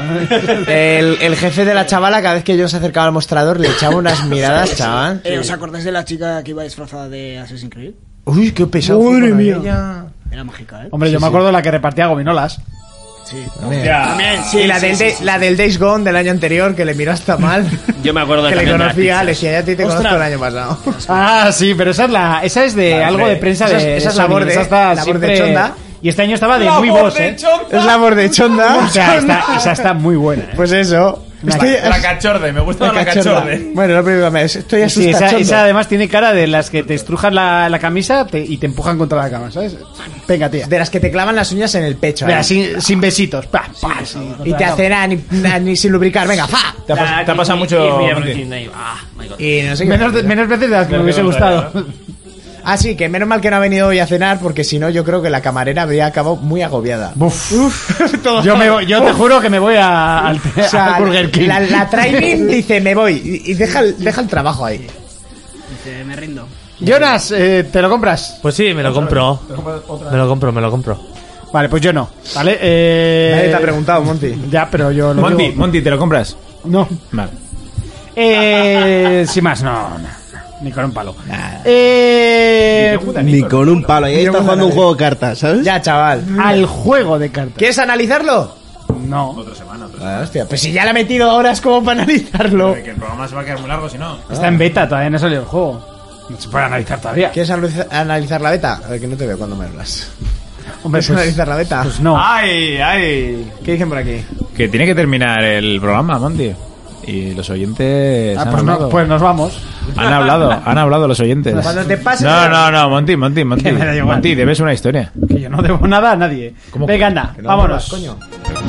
El, el jefe de la chavala, cada vez que John se acercaba al mostrador, le echaba unas miradas, chaval. eh, ¿Os acordáis de la chica que iba disfrazada de Assassin's Creed? Uy, qué pesado. Madre fue con mía. ella. Era mágica, ¿eh? Hombre, yo me acuerdo de la que repartía gominolas. Sí. También, sí, y la, del, de- la del Days Gone del año anterior, que le miró hasta mal. Yo me acuerdo de que le también de conocía, las le decía, ya a ti te Ostras. conozco el año pasado. Ah, sí, pero esa es la, esa es de Vale, algo hombre. de prensa Esa de, es- esa de es labor Sony, de- esa está labor de siempre- chonda. Y este año estaba de muy boss, eh. Es labor de chonda. O sea, está- esa está muy buena. eh. Pues eso. Estoy, La cachorde, me gusta la cachorda. cachorde. Bueno, no preocupa, estoy Sí, esa, asustado. esa además tiene cara de las que te estrujan la, la camisa te- y te empujan contra la cama, ¿sabes? Venga, tía. De las que te clavan las uñas en el pecho. Mira, ahí. sin, sin besitos. Pa, pa, sí, Y te hacen a ni, a ni sin lubricar. Venga, fa. ¿Te ha, pas- te ha pasado mucho? Y mi Monty? everything ahí. Ah, my God. Y no sé qué. Menos, de- menos veces de las que me hubiese gustado. Ah, sí, que menos mal que no ha venido hoy a cenar, porque si no, yo creo que la camarera habría acabado muy agobiada. Uf. Uf. Yo, me, yo te juro que me voy a, al, o sea, al Burger King. La, la training dice, me voy, y, y deja, el, deja el trabajo ahí. Dice, me rindo. Jonas, eh, ¿te lo compras? Pues sí, me lo compro. Me lo compro, me lo compro. Vale, pues yo no, ¿vale? Eh... Nadie te ha preguntado, Monty. Ya, pero yo lo Monty, digo... Monty, ¿te lo compras? No. Vale. Eh... Sin más, no, no. Ni con un palo. Eh... Ni con un palo. Y ahí está jugando un juego de cartas, ¿sabes? Ya, chaval. Al juego de cartas. ¿Quieres analizarlo? No. Otra semana, otra Ah, hostia, pues si ya le ha metido horas como para analizarlo. semana. Que el programa se va a quedar muy largo si no. Está en beta, todavía no ha salido el juego. No se puede analizar todavía. ¿Quieres analiza- analizar la beta? A ver, que no te veo cuando me hablas. Hombre, ¿Quieres pues, analizar la beta? pues no. ¡Ay, ay! ¿Qué dicen por aquí? Que tiene que terminar el programa, Monty. Y los oyentes Ah, han pues, hablado. no, pues nos vamos. Han hablado, han hablado los oyentes. Cuando te pases... No, no, no, Monty, Monty, Monty. Que me da igual. Monty, debes una historia. Que yo no debo nada a nadie. ¿Cómo Venga, que- anda, Que no vámonos. hablas, coño.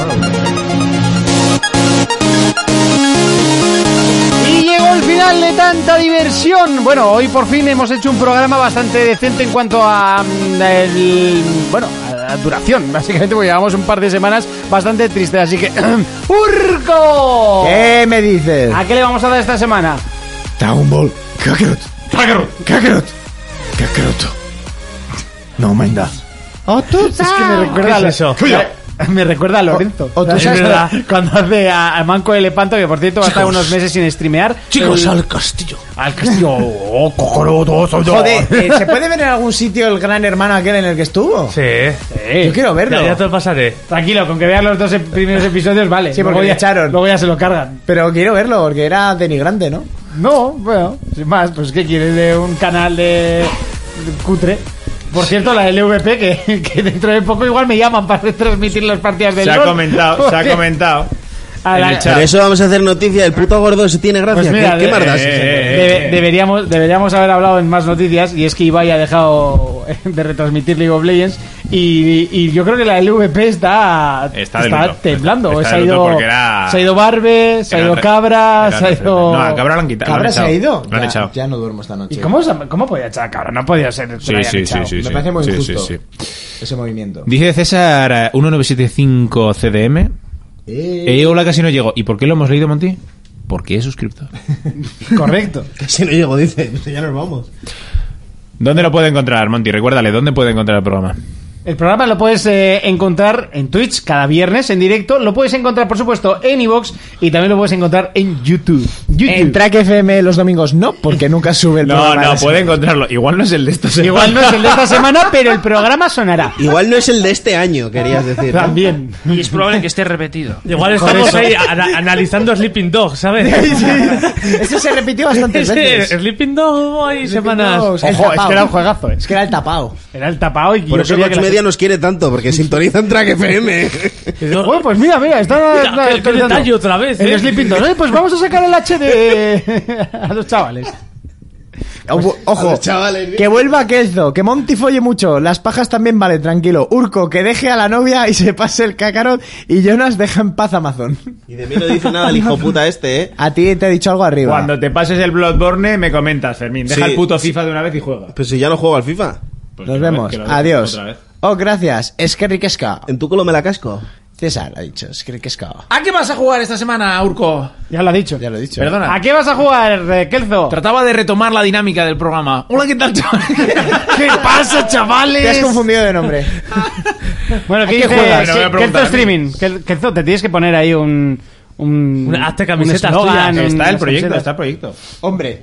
Y llegó el final de tanta diversión. Bueno, hoy por fin hemos hecho un programa bastante decente en cuanto a mm, el, bueno, a, a duración, básicamente, porque llevamos un par de semanas bastante tristes, así que ¡Urco! ¿Qué me dices? ¿A qué le vamos a dar esta semana? Dragon Ball. Kakarot. Kakarot. Kakarot. Kakarot. No, manda. Oh, tú es que me recuerda ¿Qué es a eso? Me recuerda a Lorenzo. O- o tú ¿Sabes? sabes- Es verdad. Cuando hace a, a Manco de Lepanto, que por cierto va a estar Chicos. unos meses sin streamear. Chicos, El- al castillo. al castillo. Oh, Kokoroto, soy yo. Joder, eh, ¿se puede ver en algún sitio el gran hermano aquel en el que estuvo? Sí. Sí. Yo quiero verlo. Ya, ya te lo pasaré. Tranquilo, con que veas los dos e- primeros episodios, vale. Sí, porque luego le ya, echaron. Luego ya se lo cargan. Pero quiero verlo porque era denigrante, ¿no? No, bueno, sin más, pues ¿qué quieres de un canal de, de cutre? Por cierto, la L V P, que, que dentro de poco igual me llaman para retransmitir las partidas del Se ha LOL. comentado, se ha comentado. A en la- el chat. Por eso vamos a hacer noticia. El puto gordo se tiene gracia. Pues mira, ¿Qué, qué de- más das? eh, eh, Debe- deberíamos, deberíamos haber hablado en más noticias, y es que Ibai ha dejado de retransmitir League of Legends y, y yo creo que la L V P está, Está de luto. temblando. Está se, ha de luto ido, porque era- se ha ido Barbe, se ha era ido re- Cabra, era se ha referente. ido... No, a Cabra lo han quitado. ¿Cabra lo han se ha echado. ido? Lo han Ya- echado. Ya no duermo esta noche. ¿Y cómo, se- cómo podía echar a Cabra? No podía ser que Sí, lo hayan sí, sí, echado. sí, Me sí. parece muy Sí, injusto sí, ese movimiento. Dice César eh, uno nueve siete cinco C D M. Eh, Eh, hola, casi no llego. ¿Y por qué lo hemos leído, Monty? Porque es suscriptor. Correcto. Si no llego, dice. Ya nos vamos. ¿Dónde lo puede encontrar, Monty? Recuérdale, ¿dónde puede encontrar el programa? El programa lo puedes eh, encontrar en Twitch cada viernes en directo. Lo puedes encontrar, por supuesto, en iVoox y también lo puedes encontrar en YouTube. YouTube. En Track F M los domingos no, porque nunca sube el No, programa. no, de la puede semana. encontrarlo. Igual no es el de esta semana. Igual no es el de esta semana, pero el programa sonará. Igual no es el de este año, querías decir. ¿no? También. Y es probable que esté repetido. Igual estamos ahí ana- analizando Sleeping Dog, ¿sabes? Ese se repitió bastantes veces. Ese, Sleeping Dog hay semanas. Dogs, el Ojo, es tapao. que era un juegazo, eh. Es que era el tapao. Era el tapado y Por yo eso quería Vox que la Media nos quiere tanto, porque sintonizan Track F M. Bueno, pues mira, mira, está Mira, está qué- qué actualizando. detalle otra vez, El ¿eh? Sleeping Dogs. Eh, pues vamos a sacar el H de a los chavales. Ojo, A ojo, los chavales, ¿eh? que vuelva Kelzo, que Monty folle mucho, las pajas también vale, tranquilo. Urco, que deje a la novia y se pase el Kakarot, y Jonas deja en paz a Amazon. Y de mí no dice nada el hijo puta este, ¿eh? A ti te he dicho algo arriba. Cuando te pases el Bloodborne, me comentas, Fermín. Deja Sí. el puto FIFA de una vez y juega. Pues si ya no juego al FIFA. Pues Nos que lo- vemos, que lo dejes adiós. otra vez. Oh, gracias, es que riquesca. En tu culo me la casco. César ha dicho, es que riquesca. ¿A qué vas a jugar esta semana, Urco? Ya lo ha dicho. Ya lo he dicho. Perdona. ¿A qué vas a jugar, eh, Kelzo? Trataba de retomar la dinámica del programa. Hola, ¿qué tal, chavales? ¿Qué pasa, chavales? Te has confundido de nombre. Bueno, ¿qué ¿A qué dice juegas? No me voy a Kelzo preguntar a mí. Streaming? Kel- Kelzo, te tienes que poner ahí un... un Una- hazte un camisetas eslogan, tuyas. Está el unas proyecto, camisetas. está el proyecto. Hombre.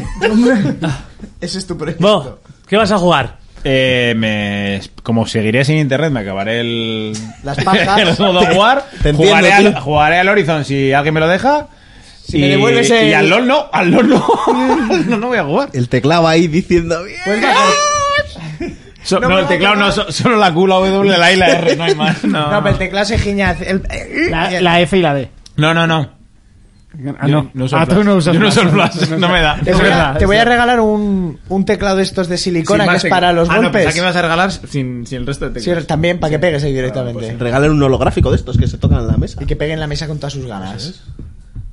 Ese es tu proyecto. Vos, ¿qué vas a jugar? Eh, me, como seguiré sin internet, me acabaré el. Las pajas. el God of War. Te entiendo, jugaré, al, tío. jugaré al Horizon si alguien me lo deja. Si y, me devuelves el- y al LOL no, al LOL no. Al LOL no voy a jugar. El teclado ahí diciendo bien. Pues va, So- No no, me el va a teclado no, tocar. so- solo la Q, la W, la I, la R, no hay más. No, No, pero el teclado se giña. El... La, la F y la D. no, no. no. Ah, Yo no. no uso Ah, el tú Flash. no usas Yo no uso el Flash. Flash, no me da. Te Es voy, a, verdad, te es voy a verdad. regalar un, un teclado de estos de silicona Sin que más es para los Ah, no, golpes. pensaba que me vas a regalar sin, sin el resto de Sí, teclados. también, para que pegues ahí directamente. Regalen un holográfico de estos que se tocan en la mesa. Y que peguen la mesa con todas sus ganas.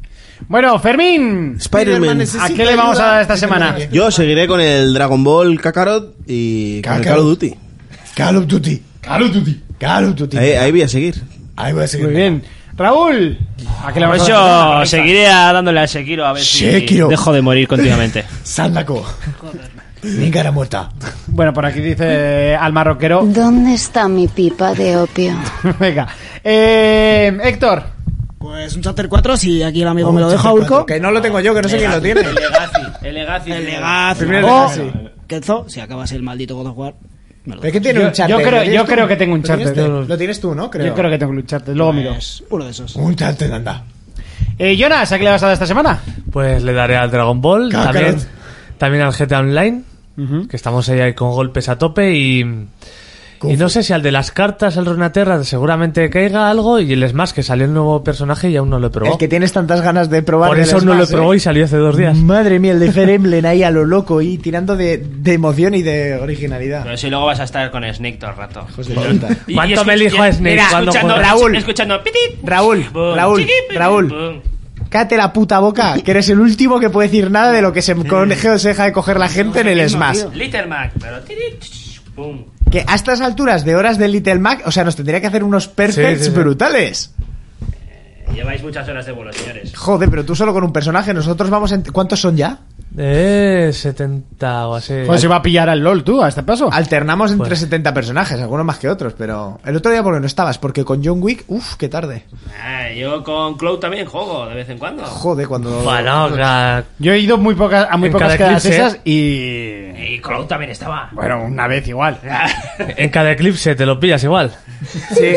Bueno, Fermín. Spider-Man. ¿A qué le vamos a dar esta semana? Yo seguiré con el Dragon Ball Kakarot y con el Call of Duty. Call of Duty. Call of Duty. Call of Duty. Ahí, ahí voy a seguir. Ahí voy a seguir. Muy bien. Raúl, ¿a qué le vamos Pues a dar? yo seguiré dándole al Sekiro a ver Sekiro. si dejo de morir continuamente. Sándako. Mi cara muerta. Bueno, por aquí dice al marroquero. ¿Dónde está mi pipa de opio? Venga. Eh, Héctor. Pues un Chapter cuatro, si aquí el amigo me lo deja, Urco. Que no lo tengo yo, que no sé quién lo tiene. El Legacy. El Legacy. El Legacy. Primero O Legacy. Kenzo, si acabas el maldito God of War. me lo ¿Pero qué tiene Yo- un Uncharted? yo creo- ¿Lo tienes yo tú? creo que tengo un ¿Lo tienes Uncharted. tú? Lo tienes tú, ¿no? Creo. Yo creo que tengo que lucharte. Luego miro. Pues, uno de esos. Un Uncharted, anda. Eh, Jonas, ¿a qué le vas a dar esta semana? Pues le daré al Dragon Ball, Kakarot. también, también al G T A Online, que estamos ahí con golpes a tope y... Y no sé si al de las cartas, el Runeterra, seguramente caiga algo, y el Smash, que salió el nuevo personaje y aún no lo he probado. El que tienes tantas ganas de probar. Por del eso no lo he Smash, ¿eh? probado y salió hace dos días. Madre mía, el de Fire Emblem ahí a lo loco y tirando de, de emoción y de originalidad. Pero si luego vas a estar con Snake todo el rato. Hijos de puta. Y- ¿Cuánto y escuch- me elijo a y- Snake mira, cuando escuchando, juega? Raúl. Escuchando pitit. Raúl, Bum, Raúl, chiqui, pitit, Raúl. bum. Cállate la puta boca, que eres el último que puede decir nada de lo que se coneje o se deja de coger la gente en el Smash. Little Mac, pero tirit, pum. Que a estas alturas de horas del Little Mac, o sea, nos tendría que hacer unos perfects Sí, sí, sí. brutales. Lleváis muchas horas de vuelo, señores. Joder, pero tú solo con un personaje, nosotros vamos en... ¿Cuántos son ya? Eh, setenta o así. Pues se va a pillar al LOL tú, a este paso. Alternamos entre Pues- setenta personajes, algunos más que otros, pero... El otro día porque no estabas, porque con John Wick, uff, qué tarde. Ah, yo con Cloud también juego de vez en cuando. Joder, cuando... Bueno, ca- Yo he ido muy pocas, a muy En pocas cada quedadas eclipse, esas y... Y Cloud también estaba. Bueno, una vez igual. en cada eclipse te lo pillas igual. Sí.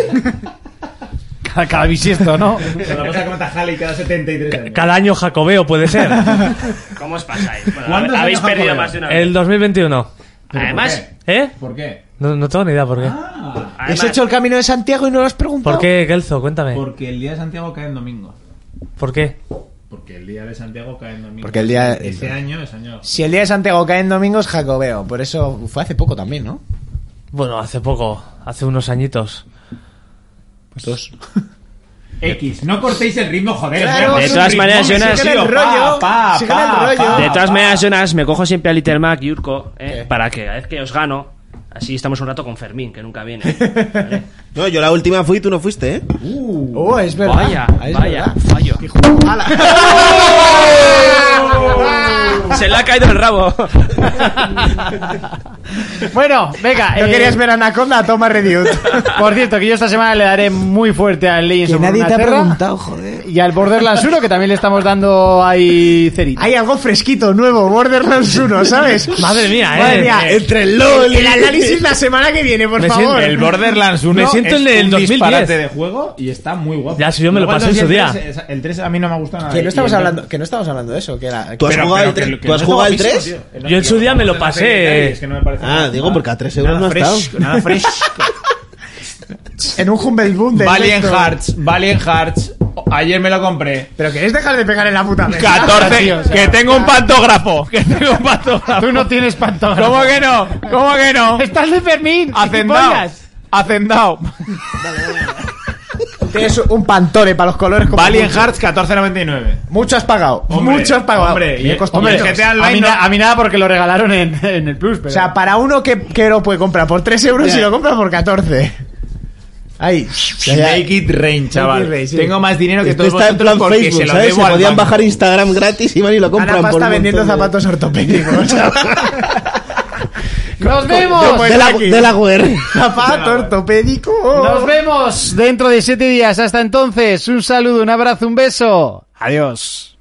Cada, cada bisiesto, ¿no? Se la pasa como Tajali cada setenta y tres años. Cada año jacobeo puede ser. ¿Cómo os pasáis? Bueno, ¿Cuántos habéis años perdido Jacobo? más de una vez. El dos mil veintiuno. Además, ¿Eh? ¿Por qué? No, no tengo ni idea por qué. Ah, ¿Has además hecho el camino de Santiago y no lo has preguntado? ¿Por qué, Kelzo? Cuéntame. porque el día de Santiago cae en domingo. ¿Por qué? Porque el día de Santiago cae en domingo. Porque el día- Este año es año. Si el día de Santiago cae en domingo es jacobeo, por eso fue hace poco también, ¿no? Bueno, hace poco, hace unos añitos. Pues dos. X, no cortéis el ritmo, joder. Claro, es de un todas ritmo, maneras, me Jonas- sigue Sigan el pa, rollo, pa, sigan pa, el rollo. pa, de todas pa. maneras, Jonas, me cojo siempre a Little Mac y Urco, ¿eh? ¿Qué? Para que cada vez que os gano, así estamos un rato con Fermín, que nunca viene. ¿Vale? No, yo la última fui y tú no fuiste, ¿eh? Oh, es verdad. Vaya, es vaya, verdad. fallo. ¡Hala! Se le ha caído el rabo. Bueno, venga. ¿No eh, querías ver Anaconda? Toma Reddit. Por cierto, que yo esta semana le daré muy fuerte al Legends Que of nadie te ha Runeterra preguntado, joder. y al Borderlands uno, que también le estamos dando ahí cerito. Hay algo fresquito, nuevo, Borderlands uno, ¿sabes? Madre mía, eh. Madre mía, Eh, entre el LOL y el análisis la semana que viene, por Me favor. El Borderlands uno Me siento es en el un dos mil diez. disparate de juego y está muy guapo. Ya, si yo me lo Luego el pasé en dos y su el día. tres, el tres a mí no me ha gustado nada. Que no estamos Y el dos- hablando, que no estamos hablando de eso, que era... ¿Tú has Pero- jugado pero el tres? que- que ¿Tú has no jugado el está tres? guapísimo, tío. Yo en su día me lo No sé, pasé. es que no me parece Ah, nada. digo, porque a tres euros Nada no ha estado. fresco, nada fresco. En un Humble Bundle. Valiant de esto. Hearts, Valiant Hearts. Ayer me lo compré. Pero queréis dejar de pegar en la puta mesa. catorce, tío, o sea, que tengo un pantógrafo. Que tengo un pantógrafo. Tú no tienes pantógrafo. ¿Cómo que no? ¿Cómo que no? Estás de Fermín. Hacendado. gilipollas. Hacendado. Tienes un pantone para los colores como Valiant mucho. Hearts catorce noventa y nueve. Mucho has pagado. Hombre, mucho has pagado. hombre, Me y- he costado hombre, mucho. G T A A mí, Online na- no- a mí nada porque lo regalaron en, en el Plus. Pero... O sea, para uno que, que lo puede comprar por tres euros y lo compra por catorce. Ahí. Make it rain, chaval. Make it rain, sí. Tengo más dinero que Esto todos está en vosotros plan porque Facebook, se lo ¿sabes? Se debo al podían banco. bajar Instagram gratis y van y lo compran Ana por Pasta un vendiendo montón de- zapatos ortopédicos. ¡Nos vemos! De la, de la Guer. Zapato ortopédico. Nos vemos dentro de siete días. Hasta entonces, un saludo, un abrazo, un beso. Adiós.